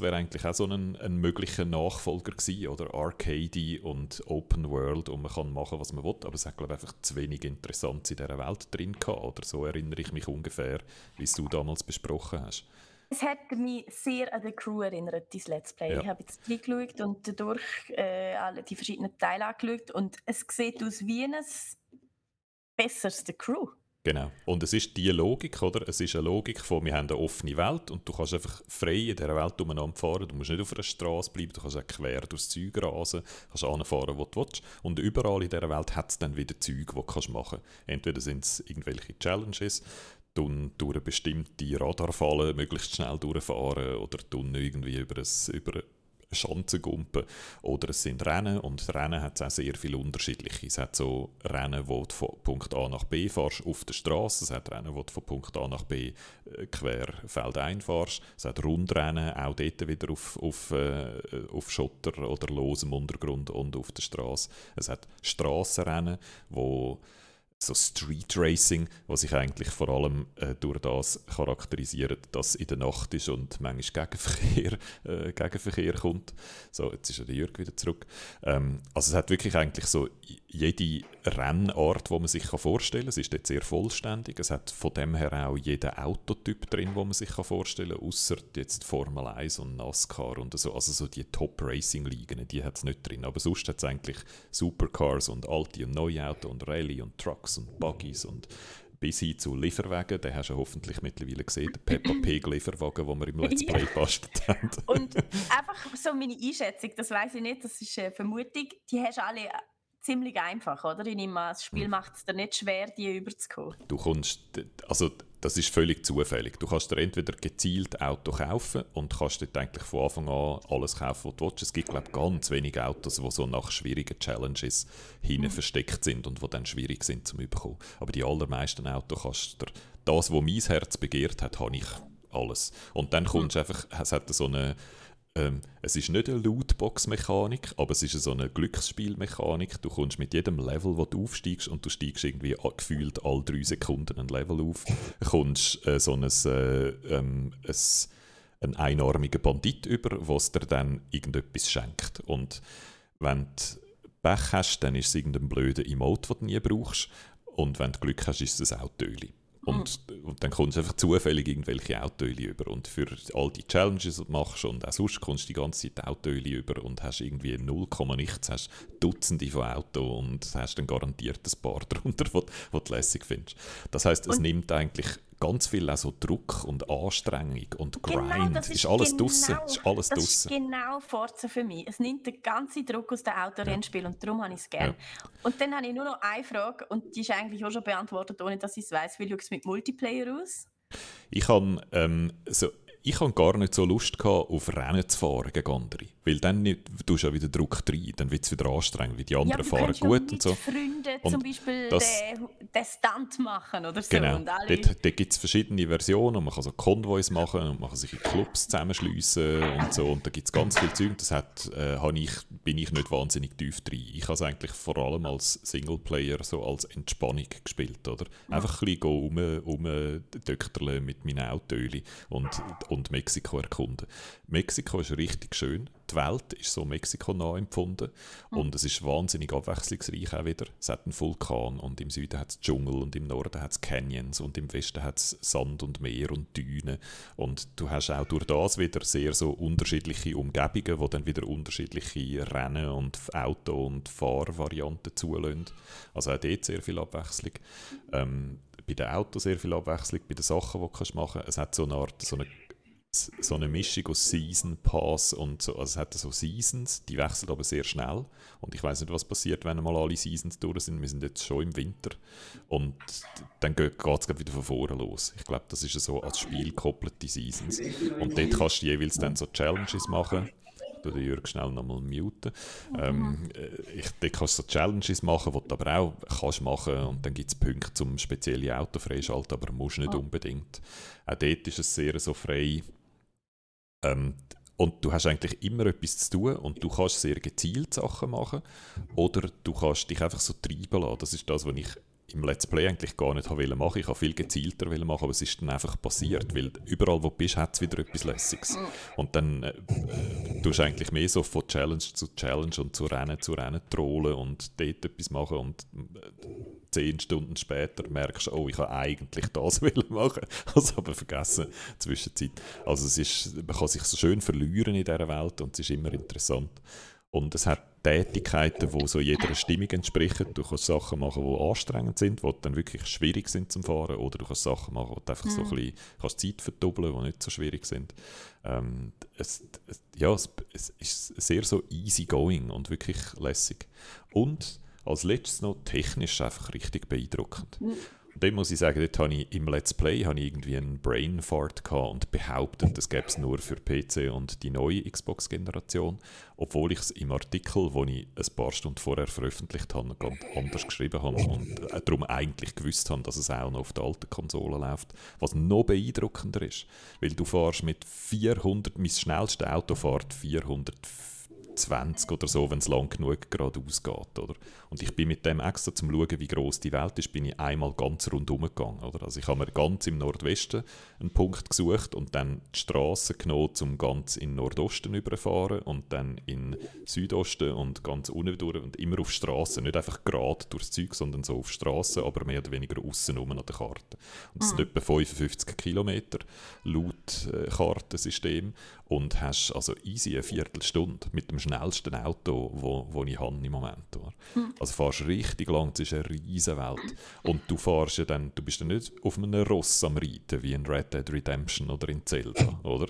ein möglicher Nachfolger gewesen, oder? Arcade und Open World und man kann machen, was man will, aber es hat glaube ich einfach zu wenig Interessantes in dieser Welt drin gehabt, oder so erinnere ich mich ungefähr, wie es du damals besprochen hast. Es hat mich sehr an The Crew erinnert, dein Let's Play. Ja. Ich habe jetzt reingeschaut und dadurch alle die verschiedenen Teile angeschaut und es sieht aus wie ein besseres The Crew. Genau. Und es ist die Logik, oder? Es ist eine Logik von, wir haben eine offene Welt und du kannst einfach frei in dieser Welt umeinander fahren. Du musst nicht auf einer Straße bleiben, du kannst auch quer durchs Zeug rasen, kannst anfahren, wo du willst. Und überall in dieser Welt hat es dann wieder Zeug, die du machen kannst. Entweder sind es irgendwelche Challenges, durch eine bestimmte Radarfalle möglichst schnell durchfahren oder irgendwie über eine Schanze gumpen. Oder es sind Rennen und Rennen hat es auch sehr viele unterschiedliche. Es hat so Rennen, wo du von Punkt A nach B fährst auf der Straße. Es hat Rennen, wo du von Punkt A nach B quer feldein fährst. Es hat Rundrennen, auch dort wieder auf Schotter oder losem Untergrund und auf der Straße. Es hat Strassenrennen, wo so Street Racing, was sich eigentlich vor allem durch das charakterisiert, dass es in der Nacht ist und manchmal Gegenverkehr kommt. So, jetzt ist ja der Jürg wieder zurück. Also es hat wirklich eigentlich so jede Rennart, die man sich vorstellen kann. Es ist dort sehr vollständig. Es hat von dem her auch jeden Autotyp drin, den man sich vorstellen kann, ausser jetzt Formel 1 und NASCAR und so. Also so die Top-Racing-Ligen, die hat es nicht drin. Aber sonst hat es eigentlich Supercars und alte und neue Autos und Rallye und Trucks und Buggies und bis hin zu Lieferwagen, den hast du hoffentlich mittlerweile gesehen, den Peppa Pig Lieferwagen, den wir im Let's Play gebastelt haben. Und einfach so meine Einschätzung, das weiss ich nicht, das ist eine Vermutung, die hast du alle ziemlich einfach, oder? Ich nehme an, das Spiel macht es dir nicht schwer, die überzukommen. Du kommst, also das ist völlig zufällig. Du kannst dir entweder gezielt Auto kaufen und kannst dort eigentlich von Anfang an alles kaufen, was du willst. Es gibt, glaube ich, ganz wenige Autos, die so nach schwierigen Challenges hinten versteckt sind und die dann schwierig sind zum Überkommen. Aber die allermeisten Autos kannst du, das, was mein Herz begehrt hat, habe ich alles. Und dann kommst du einfach, es hat so eine, es ist nicht eine Lootbox-Mechanik, aber es ist so eine Glücksspielmechanik. Du kommst mit jedem Level, wo du aufsteigst, und du steigst irgendwie gefühlt alle 3 Sekunden ein Level auf, kommst so ein einarmiger Bandit über, was dir dann irgendetwas schenkt. Und wenn du Pech hast, dann ist es irgendein blöder Emote, den du nie brauchst. Und wenn du Glück hast, ist es ein Autoöli. Und dann kommst du einfach zufällig irgendwelche Autoöli über. Und für all die Challenges, die du machst, und auch sonst kommst du die ganze Zeit Autoöli über und hast irgendwie 0, nichts, hast Dutzende von Autos und hast dann garantiert ein paar darunter, die du lässig findest. Das heisst, es nimmt eigentlich ganz viel auch so Druck und Anstrengung und Grind. Das ist alles draussen. Das ist genau Forza für mich. Es nimmt den ganzen Druck aus dem Autorennspiel und darum habe ich es gerne. Ja. Und dann habe ich nur noch eine Frage und die ist eigentlich auch schon beantwortet, ohne dass ich es weiss. Wie schaut es mit Multiplayer aus? Ich habe gar nicht so Lust gehabt, auf Rennen zu fahren gegen andere. Weil dann tust du ja wieder Druck rein, dann wird es wieder anstrengend, weil die anderen fahren gut und so. Freunde und zum Beispiel den Stunt machen oder so. Genau, und alle... dort gibt es verschiedene Versionen und man kann so Konvois machen und man kann sich in Clubs zusammenschliessen und so. Und da gibt es ganz viel Zeug. Das bin ich nicht wahnsinnig tief drin. Ich habe es eigentlich vor allem als Singleplayer so als Entspannung gespielt. Oder? Einfach ein bisschen rumdökterle mit meinen Autöli und Mexiko erkunden. Mexiko ist richtig schön. Die Welt ist so Mexiko-nah empfunden. Und es ist wahnsinnig abwechslungsreich auch wieder. Es hat einen Vulkan und im Süden hat es Dschungel und im Norden hat es Canyons und im Westen hat es Sand und Meer und Dünen. Und du hast auch durch das wieder sehr so unterschiedliche Umgebungen, die dann wieder unterschiedliche Rennen und Auto- und Fahrvarianten zulassen. Also auch dort sehr viel Abwechslung. Bei den Autos sehr viel Abwechslung, bei den Sachen, die du machen kannst. Es hat so eine Mischung aus Season Pass und so. Also es hat so Seasons, die wechseln aber sehr schnell. Und ich weiss nicht, was passiert, wenn mal alle Seasons durch sind. Wir sind jetzt schon im Winter. Und dann geht es wieder von vorne los. Ich glaube, das ist so als Spiel gekoppelte Seasons. Und dort kannst du jeweils dann so Challenges machen. Den Jürg schnell nochmal muten. Dort kannst du so Challenges machen, die du aber auch kannst machen. Und dann gibt es Punkte zum spezielle Auto freischalten, aber musst nicht unbedingt. Auch dort ist es sehr so frei. Und du hast eigentlich immer etwas zu tun und du kannst sehr gezielt Sachen machen oder du kannst dich einfach so treiben lassen. Das ist das, was ich im Let's Play eigentlich gar nicht machen wollte. Ich wollte viel gezielter machen, aber es ist dann einfach passiert, weil überall, wo du bist, hat es wieder etwas Lässiges. Und dann tust du eigentlich mehr so von Challenge zu Challenge und zu Rennen trollen und dort etwas machen und 10 Stunden später merkst du, ich habe eigentlich das machen, also aber vergessen Zwischenzeit. Also man kann sich so schön verlieren in dieser Welt und es ist immer interessant. Und es hat Tätigkeiten, die so jeder Stimmung entsprechen. Du kannst Sachen machen, die anstrengend sind, die dann wirklich schwierig sind zum Fahren. Oder du kannst Sachen machen, wo du einfach so ein bisschen kannst Zeit verdoppeln, die nicht so schwierig sind. Es ist sehr so easy going und wirklich lässig. Und als letztes noch technisch einfach richtig beeindruckend. Und dann muss ich sagen, dort habe ich im Let's Play irgendwie einen Brainfart gehabt und behauptet, das gäbe es nur für PC und die neue Xbox-Generation, obwohl ich es im Artikel, den ich ein paar Stunden vorher veröffentlicht habe, ganz anders geschrieben habe und darum eigentlich gewusst habe, dass es auch noch auf der alten Konsole läuft, was noch beeindruckender ist, weil du fährst mit 400, mein schnellstes Auto fährt 420 oder so, wenn es lang genug geradeaus geht. Oder? Und ich bin mit dem extra, zum schauen, wie gross die Welt ist, bin ich einmal ganz rundherum gegangen. Oder? Also ich habe mir ganz im Nordwesten einen Punkt gesucht und dann die Straße genommen, um ganz in den Nordosten überzufahren und dann in Südosten und ganz unten durch und immer auf Straßen, nicht einfach gerade durchs Zeug, sondern so auf Straßen, aber mehr oder weniger aussen rum an der Karte. Und das sind etwa 55 Kilometer laut Kartensystem und hast also easy eine Viertelstunde mit dem schnellsten Auto, wo ich habe im Moment. Oder? Also fährst richtig lang, es ist eine riesige Welt. Und du fährst ja dann, du bist ja nicht auf einem Ross am Reiten, wie in Red Dead Redemption oder in Zelda, oder?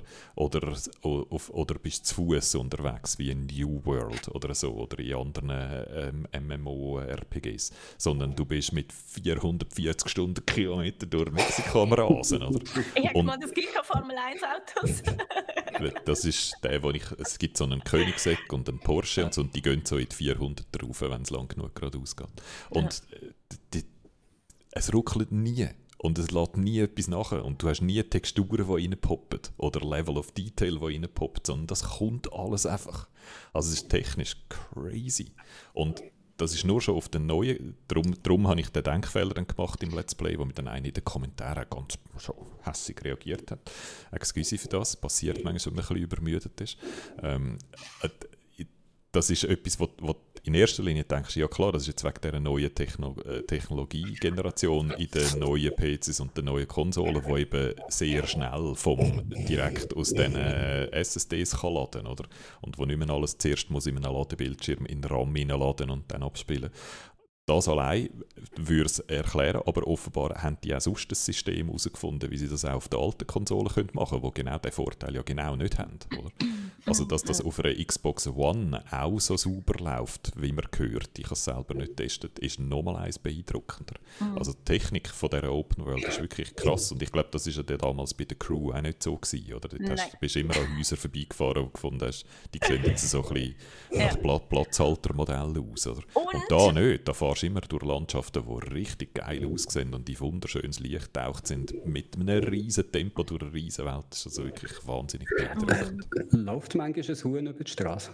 Oder bist zu Fuß unterwegs, wie in New World oder so, oder in anderen MMORPGs. Sondern du bist mit 440 Stundenkilometern durch Mexiko am Rasen, oder? Ich habe mal das Glück auf Formel 1 Autos. Das ist der, es gibt so einen Koenigsegg und einen Porsche und so, und die gehen so in die 400 drauf, wenn es lang genug geradeaus geht. Und es ruckelt nie. und es lässt nie etwas nach und du hast nie Texturen, die reinpoppen oder Level of Detail, die reinpoppt, sondern das kommt alles einfach. Also es ist technisch crazy. Und das ist nur schon auf den neuen, darum habe ich den Denkfehler dann gemacht im Let's Play, wo mir dann einer in den Kommentaren ganz schon hässig reagiert hat. Excuse für das, passiert manchmal, wenn man ein bisschen übermüdet ist. Das ist etwas, wo in erster Linie denkst, ja klar, das ist jetzt wegen dieser neuen Technologiegeneration in den neuen PCs und den neuen Konsolen, die eben sehr schnell direkt aus diesen SSDs kann laden, oder? Und wo nicht mehr alles zuerst muss in einem Ladebildschirm in RAM hineinladen und dann abspielen. Das allein würde es erklären, aber offenbar haben die auch sonst ein System herausgefunden, wie sie das auch auf den alten Konsolen machen können, die genau diesen Vorteil ja genau nicht haben. Oder? Also, dass das auf einer Xbox One auch so sauber läuft, wie man hört, ich habe es selber nicht getestet, ist nochmal eins beeindruckender. Also die Technik von dieser Open World ist wirklich krass und ich glaube, das war ja damals bei der Crew auch nicht so gewesen, oder? Dort bist du immer an Häusern vorbeigefahren und gefunden hast, die sehen jetzt so ein bisschen nach Platzhaltermodell aus. Oder? Und da nicht, da fährst du immer durch Landschaften, die richtig geil aussehen und in wunderschönes Licht getaucht sind, mit einem riesen Tempo durch eine riesen Welt. Das ist also wirklich wahnsinnig beeindruckend. Läuft manchmal ein Huhn über die Straße?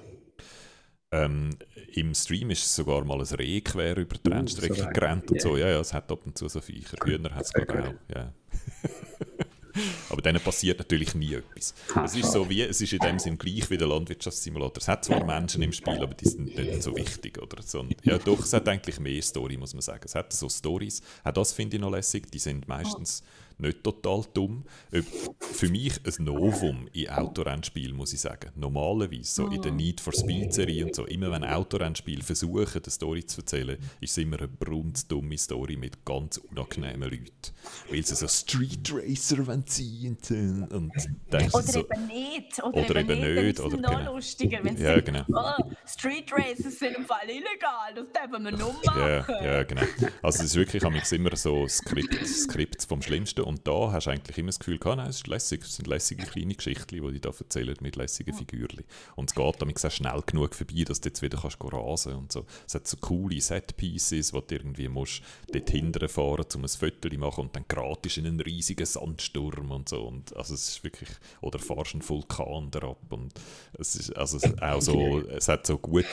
Im Stream ist sogar mal ein Reh quer über die Rennstrecke gerannt und so. Ja, es hat ab und zu so Viecher. Hühner hat es gerade auch. Ja. Aber denen passiert natürlich nie etwas. Es ist in dem Sinn gleich wie der Landwirtschaftssimulator. Es hat zwar Menschen im Spiel, aber die sind nicht so wichtig. Oder? Ja doch, es hat eigentlich mehr Story, muss man sagen. Es hat so Storys. Auch das finde ich noch lässig. Die sind meistens nicht total dumm. Für mich ein Novum in Autorennspielen, muss ich sagen. Normalerweise, so in der Need for Speed-Serie und so, immer wenn Autorennspiele versuchen, eine Story zu erzählen, ist es immer eine brunzdumme Story mit ganz unangenehmen Leuten. Weil sie so Street Racer ziehen und denkst oder so, eben nicht. Oder eben nicht. Dann ist es noch lustiger, wenn sie sagen, Street Races sind im Fall illegal, das dürfen wir nur machen. Ja, genau. Also es ist wirklich immer so Skript vom Schlimmsten. Und da hast du eigentlich immer das Gefühl, es ist lässig, es sind lässige kleine Geschichten, die die da erzählen mit lässigen Figürchen. Und es geht damit auch schnell genug vorbei, dass du jetzt wieder kannst rasen und so. Es hat so coole Set-Pieces, wo du irgendwie musst dort hinterher fahren, um ein Foto zu machen und dann gratis in einen riesigen Sandsturm und so. Und also es ist wirklich, oder fahrst einen Vulkan ab und es ist also auch so, es hat so gute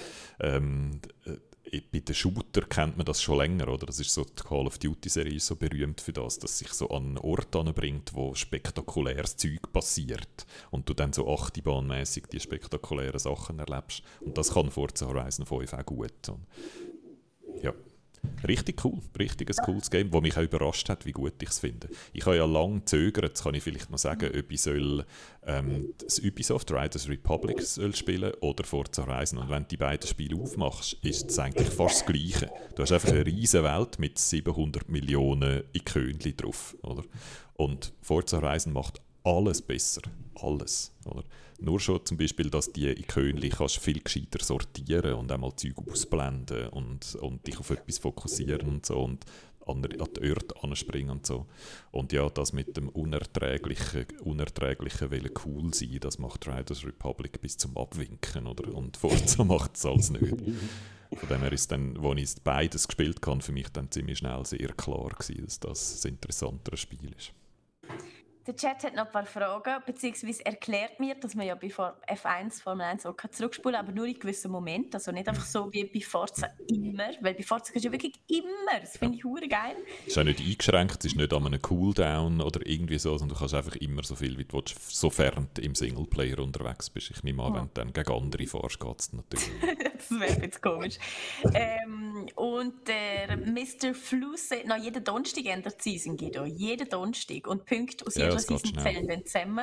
bei den Shooter kennt man das schon länger, oder? Das ist so, die Call of Duty-Serie ist so berühmt für das, dass sich so an einen Ort anbringt, wo spektakuläres Zeug passiert und du dann so achterbahnmässig die spektakulären Sachen erlebst. Und das kann Forza Horizon 5 auch gut. Und ja. Richtig cool, richtig ein cooles Game, das mich auch überrascht hat, wie gut ich es finde. Ich habe ja lange gezögert, jetzt kann ich vielleicht noch sagen, ob ich das Ubisoft Riders Republic spielen oder Forza Horizon. Und wenn du die beiden Spiele aufmachst, ist es eigentlich fast das Gleiche. Du hast einfach eine riesige Welt mit 700 Millionen Ikönchen drauf. Oder? Und Forza Horizon macht alles besser. Alles. Oder? Nur schon zum Beispiel, dass die Ikönchen kannst viel gescheiter sortieren und einmal Zeug ausblenden und dich auf etwas fokussieren und so und an die Orte anspringen und so. Und ja, das mit dem Unerträglichen wollen cool sein, das macht Riders Republic bis zum Abwinken, oder? Und Forza macht es alles nicht. Von dem her ist dann, als ich beides gespielt habe, für mich dann ziemlich schnell sehr klar gewesen, dass das ein interessanteres Spiel ist. Der Chat hat noch ein paar Fragen, beziehungsweise erklärt mir, dass man ja bei F1, Formel 1 auch zurückspulen kann, aber nur in gewissen Momenten. Also nicht einfach so wie bei Forza immer, weil bei Forza kannst du ja wirklich immer. Das finde ich hure geil. Es ist auch nicht eingeschränkt, es ist nicht an einem Cooldown oder irgendwie so, sondern du kannst einfach immer so viel, wie du willst, sofern du im Singleplayer unterwegs bist. Ich nehme an, wenn du dann gegen andere fährst, geht es natürlich. Das wäre jetzt komisch. Und der Mr. Fluss sagt noch, jeden Donnerstag ändert die Season, Guido. Jeden Donnerstag. Und Punkte aus jeder Season zählen dann zusammen.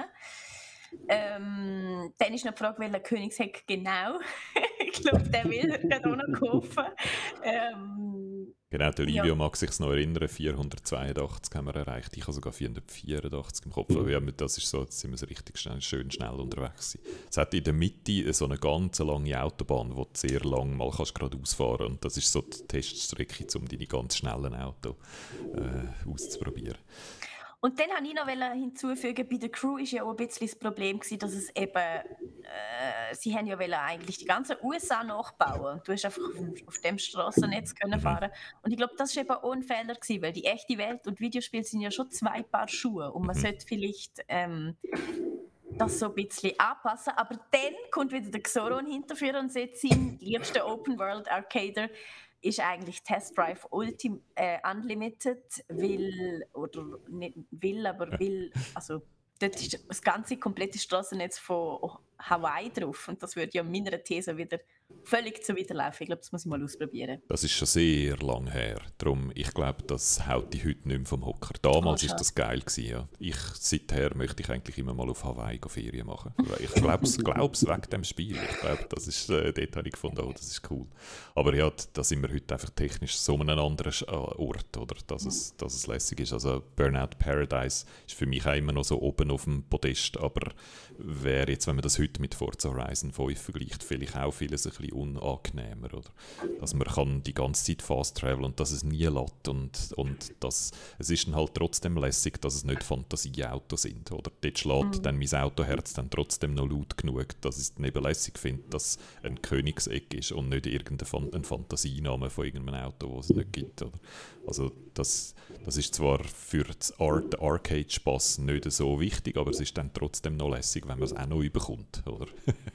Dann ist noch die Frage, welcher Königsheck genau. Ich glaube, der will er gerade auch noch kaufen. Genau, der Livio mag sich noch erinnern, 482 haben wir erreicht. Ich habe sogar 484 im Kopf. Aber ja, das ist so, jetzt sind wir so richtig schön schnell unterwegs gewesen. Es hat in der Mitte so eine ganz lange Autobahn, wo du sehr lang mal geradeaus fahren kannst. Und das ist so die Teststrecke, um deine ganz schnellen Autos auszuprobieren. Und dann wollte ich noch hinzufügen, bei der Crew war ja auch ein bisschen das Problem gewesen, dass es eben, sie haben ja eigentlich die ganze USA nachbauen. Du hast einfach auf dem Strassennetz können fahren. Und ich glaube, das war eben auch ein Fehler gewesen, weil die echte Welt und Videospiele sind ja schon 2 Paar Schuhe und man sollte vielleicht das so ein bisschen anpassen. Aber dann kommt wieder der Xoron hinterführen und sagt, sein liebster Open-World-Arcader ist eigentlich Test Drive Unlimited, also dort ist das ganze komplette Strassennetz von Hawaii drauf und das würde ja meiner These wieder völlig zuwiderlaufen. Ich glaube, das muss ich mal ausprobieren. Das ist schon sehr lang her. Darum, ich glaube, das haut die heute nicht mehr vom Hocker. Damals war das geil gewesen, ja. Seither möchte ich eigentlich immer mal auf Hawaii Ferien machen. Ich glaube es wegen dem Spiel. Ich glaube, das ist, dort habe ich gefunden, oh, das ist cool. Aber ja, da sind wir heute einfach technisch so an einem anderen Ort, oder? Dass es lässig ist. Also Burnout Paradise ist für mich auch immer noch so oben auf dem Podest, aber wäre jetzt, wenn man das heute mit Forza Horizon 5 vergleicht, vielleicht auch vieles ein bisschen unangenehmer, oder? Dass man kann die ganze Zeit fast travel und dass es nie lässt und dass es ist dann halt trotzdem lässig, dass es nicht Fantasieautos sind, oder? Dort schlägt dann mein Autoherz dann trotzdem noch laut genug, dass ich es dann eben lässig finde, dass es ein Königseck ist und nicht irgendein Fantasiename von irgendeinem Auto, das es nicht gibt, oder? Also das ist zwar für den Arcade-Spass nicht so wichtig, aber es ist dann trotzdem noch lässig, wenn man es auch noch überkommt, oder?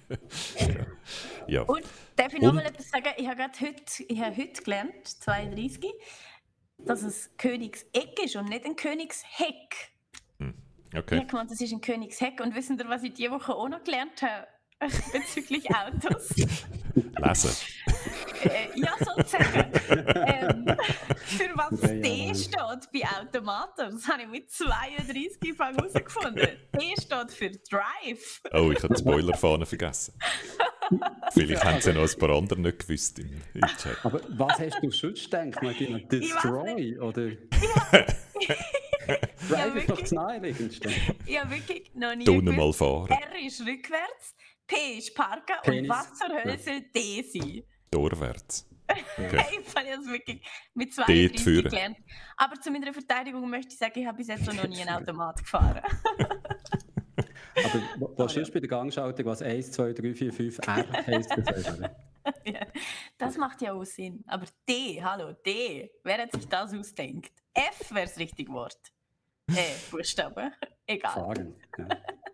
Ja. Und darf ich noch mal etwas sagen? Ich habe heute gelernt, 32, dass es Königseck ist und nicht ein Königsheck. Okay. Ich habe gemeint, das ist ein Königsheck. Und wissen Sie, was ich diese Woche auch noch gelernt habe bezüglich Autos? Lesen. Ja, sozusagen. Für was D steht bei Automaten, das habe ich mit 32 herausgefunden. D steht für Drive. Oh, ich habe die Spoilerfahne vergessen. Vielleicht haben sie noch ein paar andere nicht gewusst im Chat. Aber was hast du sonst gedacht, Martina? Destroy, oder? Drive ist doch das Naheliegendste. Ja, wirklich noch nie Mal fahren. R ist rückwärts, P ist parken und was zur Hölle soll D sein? Vorwärts. Okay. Ich habe das wirklich mit 32 gelernt. Aber zu meiner Verteidigung möchte ich sagen, ich habe bis jetzt noch nie einen Automat gefahren. Aber was ist bei der Gangschaltung, was 1, 2, 3, 4, 5 R heisst? Ja, das macht ja auch Sinn. Aber D, hallo, D, wer hat sich das ausdenkt? F wäre das richtige Wort. Buchstaben, egal. Fahren. Ja.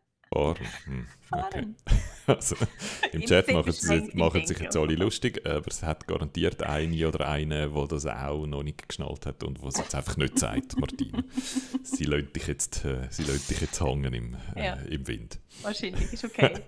Okay. Also, im Chat machen sich jetzt alle lustig, aber es hat garantiert eine oder eine, der das auch noch nicht geschnallt hat und was es jetzt einfach nicht sagt, Martina. Sie lässt dich jetzt hängen im Wind. Wahrscheinlich, ist okay.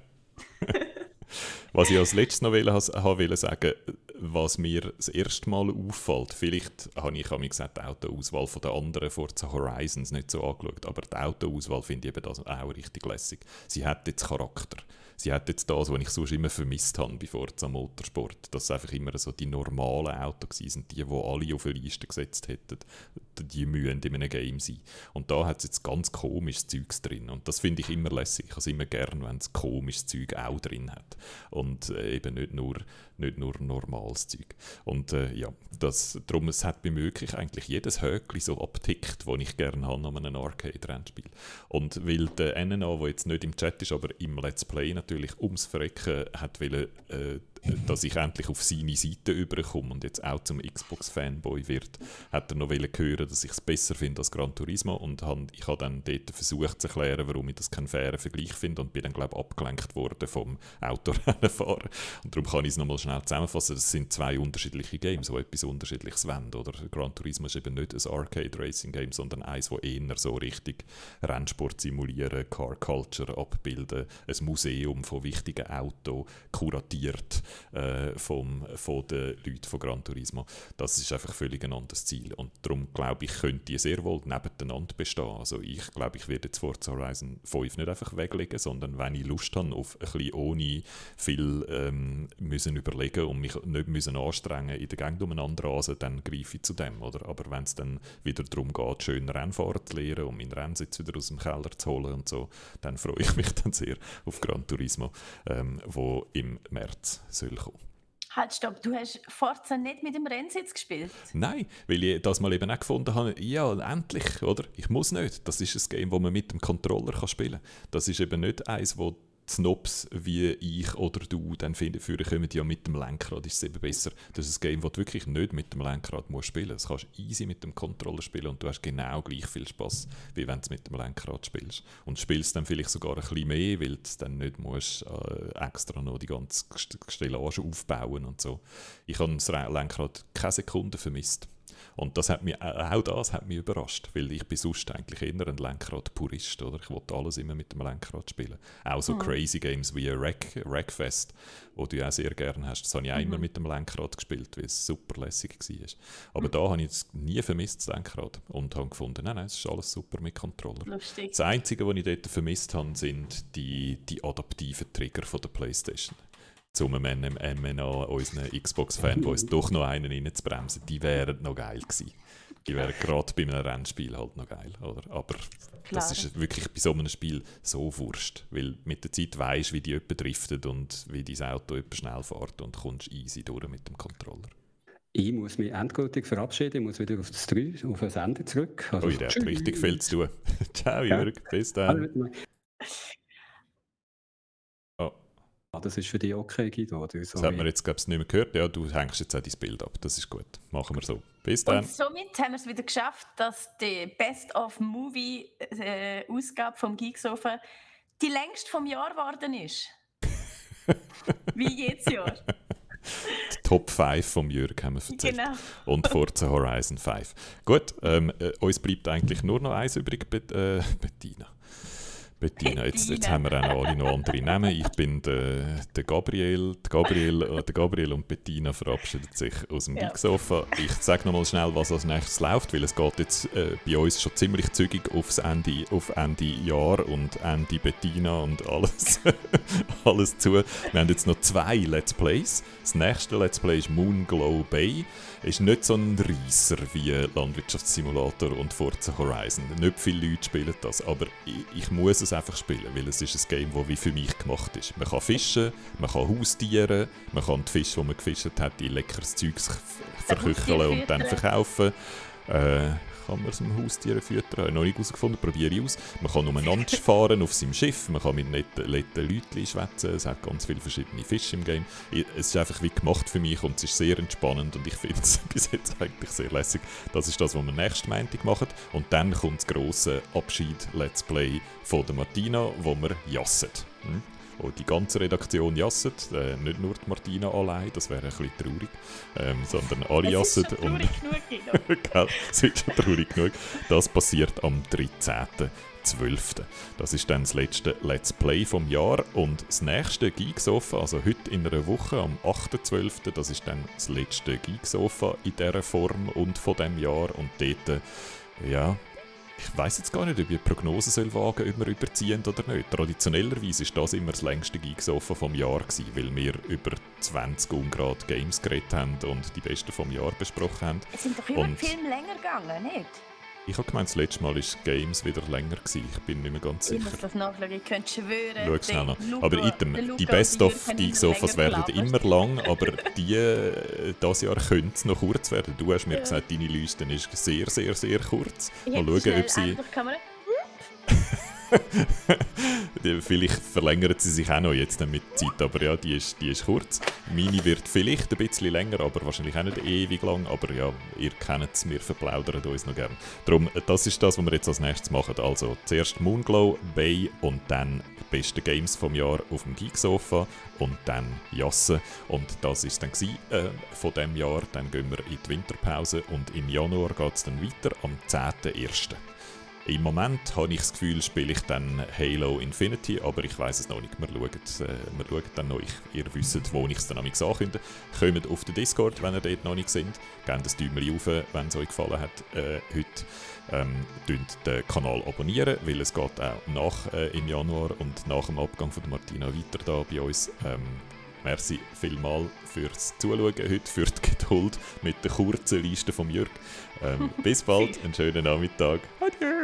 Was ich als letztes noch wollte sagen, was mir das erste Mal auffällt, vielleicht habe ich gesagt, die Autoauswahl von den anderen Forza Horizons nicht so angeschaut, aber die Autoauswahl finde ich eben das auch richtig lässig. Sie hat jetzt Charakter. Sie hat jetzt das, was ich sonst immer vermisst habe bei Forza Motorsport, dass es einfach immer so die normalen Autos waren, die alle auf eine Liste gesetzt hätten, die müssen in einem Game sein. Und da hat es jetzt ganz komisches Zeugs drin und das finde ich immer lässig. Ich habe es immer gern, wenn es komisches Zeug auch drin hat und eben nicht nur normales Zeug. Und darum, es hat mir möglich eigentlich jedes Höckli so abtickt, das ich gerne habe an einem Arcade-Rennspiel. Und weil der NNA, der jetzt nicht im Chat ist, aber im Let's Play natürlich ums Verrecken hat wollen, dass ich endlich auf seine Seite überkomme und jetzt auch zum Xbox-Fanboy wird, hat er noch hören, dass ich es besser finde als Gran Turismo und ich habe dann dort versucht zu erklären, warum ich das keinen fairen Vergleich finde und bin dann, glaube ich, abgelenkt worden vom Autorennenfahren. Und darum kann ich es nochmal schnell zusammenfassen. Das sind 2 unterschiedliche Games, die etwas Unterschiedliches wollen. Oder Gran Turismo ist eben nicht ein Arcade-Racing-Game, sondern eins, das eher so richtig Rennsport simulieren, Car Culture abbilden, ein Museum von wichtigen Autos kuratiert von den Leuten von Gran Turismo. Das ist einfach völlig ein anderes Ziel. Und darum glaube ich, könnte die sehr wohl nebeneinander bestehen. Also ich glaube, ich werde jetzt Forza Horizon 5 nicht einfach weglegen, sondern wenn ich Lust habe, auf ein bisschen ohne viel müssen überlegen und mich nicht müssen anstrengen, in der Gegend umeinander rasen, dann greife ich zu dem. Oder? Aber wenn es dann wieder darum geht, schön Rennfahren zu lernen und meinen Rennsitz wieder aus dem Keller zu holen und so, dann freue ich mich dann sehr auf Gran Turismo, wo im März soll kommen. Halt, stopp, du hast Forza nicht mit dem Rennsitz gespielt? Nein, weil ich das mal eben auch gefunden habe, ja, endlich, oder? Ich muss nicht. Das ist ein Game, das man mit dem Controller spielen kann. Das ist eben nicht eins, wo die Snobs wie ich oder du dann finden, kommen ja mit dem Lenkrad, ist es eben besser. Das ist ein Game, das du wirklich nicht mit dem Lenkrad musst spielen musst. Das kannst du easy mit dem Controller spielen und du hast genau gleich viel Spass, wie wenn du es mit dem Lenkrad spielst. Und spielst dann vielleicht sogar ein bisschen mehr, weil du dann nicht musst, extra noch die ganze Stellage aufbauen und so. Ich habe das Lenkrad keine Sekunde vermisst. Und das hat mich, auch das hat mich überrascht, weil ich bin sonst eigentlich eher ein Lenkrad-Purist, oder? Ich wollte alles immer mit dem Lenkrad spielen. Auch so crazy Games wie Wreckfest, wo du auch sehr gerne hast, das habe ich auch immer mit dem Lenkrad gespielt, weil es super lässig war. Aber da habe ich es nie vermisst, das Lenkrad, und habe gefunden, nein, es ist alles super mit Controller. Lustig. Das Einzige, was ich dort vermisst habe, sind die adaptiven Trigger von der PlayStation. Um unseren Xbox-Fanboys doch noch einen reinzubremsen. Die wären noch geil gewesen. Die wären gerade bei einem Rennspiel halt noch geil. Oder? Aber das ist wirklich bei so einem Spiel so wurscht. Weil mit der Zeit weisst, wie die jemand driftet und wie dein Auto jemand schnell fährt und kommst easy durch mit dem Controller. Ich muss mich endgültig verabschieden, ich muss wieder auf das Ende zurück. Also, der hat richtig viel zu tun. Ciao Jörg, bis dann. Das ist für dich okay, Guido? Das hat man jetzt, glaube ich, nicht mehr gehört. Ja, du hängst jetzt auch dein Bild ab. Das ist gut. Machen wir so. Bis dann. Und somit haben wir es wieder geschafft, dass die Best-of-Movie-Ausgabe vom Geeksofa die längste vom Jahr geworden ist. Wie jedes Jahr. Die Top 5 vom Jörg haben wir erzählt. Genau. Und Forza Horizon 5. Gut, uns bleibt eigentlich nur noch eins übrig, Bettina, jetzt haben wir auch noch alle noch andere Namen. Ich bin der Gabriel. Gabriel und Bettina verabschieden sich aus dem Geeksofa. Ich sage noch mal schnell, was als nächstes läuft, weil es geht jetzt bei uns schon ziemlich zügig auf Ende Jahr und Ende Bettina und alles, alles zu. Wir haben jetzt noch 2 Let's Plays. Das nächste Let's Play ist Moonglow Bay. Ist nicht so ein Reisser wie Landwirtschaftssimulator und Forza Horizon. Nicht viele Leute spielen das, aber ich muss es einfach spielen, weil es ist ein Game, das wie für mich gemacht ist. Man kann fischen, man kann Haustiere, man kann die Fische, die man gefischt hat, in leckeres Zeugs verkücheln und dann verkaufen. Kann man es mit Haustieren füttern? Habe ich noch nicht herausgefunden, probiere ich aus. Man kann umeinander fahren auf seinem Schiff, man kann mit netten Leuten schwätzen, es hat ganz viele verschiedene Fische im Game. Es ist einfach wie gemacht für mich und es ist sehr entspannend und ich finde es bis jetzt eigentlich sehr lässig. Das ist das, was wir nächsten Montag machen. Und dann kommt das grosse Abschied-Let's Play von der Martina, wo wir jassen. Wo die ganze Redaktion jasset, nicht nur die Martina allein, das wäre ein bisschen traurig, sondern alle jassen. Das ist schon traurig genug, das ist schon traurig genug. Das passiert am 13.12. Das ist dann das letzte Let's Play vom Jahr und das nächste Geeksofa, also heute in einer Woche, am 8.12., das ist dann das letzte Geeksofa in dieser Form und von diesem Jahr und dort, ja, ich weiss jetzt gar nicht, ob ich eine Prognose soll wagen, ob wir überziehen oder nicht. Traditionellerweise war das immer das längste Geeksofa vom Jahr gewesen, weil wir über 20 Ungrad Games geredet haben und die besten vom Jahr besprochen haben. Es sind doch immer Filme länger gegangen, nicht? Ich habe gemeint, das letzte Mal war Games wieder länger gewesen. Ich bin nicht mehr ganz sicher. Ich muss das nachschauen, ich könnte schwören. Schau schnell nach. Aber item, die Best-of-Geeksofas werden immer lang, aber dieses Jahr könnte es noch kurz werden. Du hast mir gesagt, deine Liste ist sehr, sehr, sehr kurz. Mal schauen, ob sie... Vielleicht verlängert sie sich auch noch jetzt mit der Zeit, aber ja, die ist kurz. Meine wird vielleicht ein bisschen länger, aber wahrscheinlich auch nicht ewig lang. Aber ja, ihr kennt es, wir verplaudern uns noch gern. Darum, das ist das, was wir jetzt als nächstes machen. Also zuerst Moonglow, Bay und dann die besten Games vom Jahr auf dem Geeksofa und dann Jassen. Und das ist dann von diesem Jahr. Dann gehen wir in die Winterpause und im Januar geht es dann weiter am 10.1. Im Moment habe ich das Gefühl, spiele ich dann Halo Infinity, aber ich weiss es noch nicht. Wir schauen dann noch. Ihr wisst, wo ich es dann ankündige. Kommt auf den Discord, wenn ihr dort noch nicht seid. Gebt ein Däumchen auf, wenn es euch gefallen hat heute. Den Kanal abonnieren, weil es geht auch im Januar und nach dem Abgang von Martina weiter da bei uns. Merci vielmals fürs Zuschauen heute, für die Geduld mit der kurzen Liste von Jörg. Bis bald, einen schönen Nachmittag. Adieu!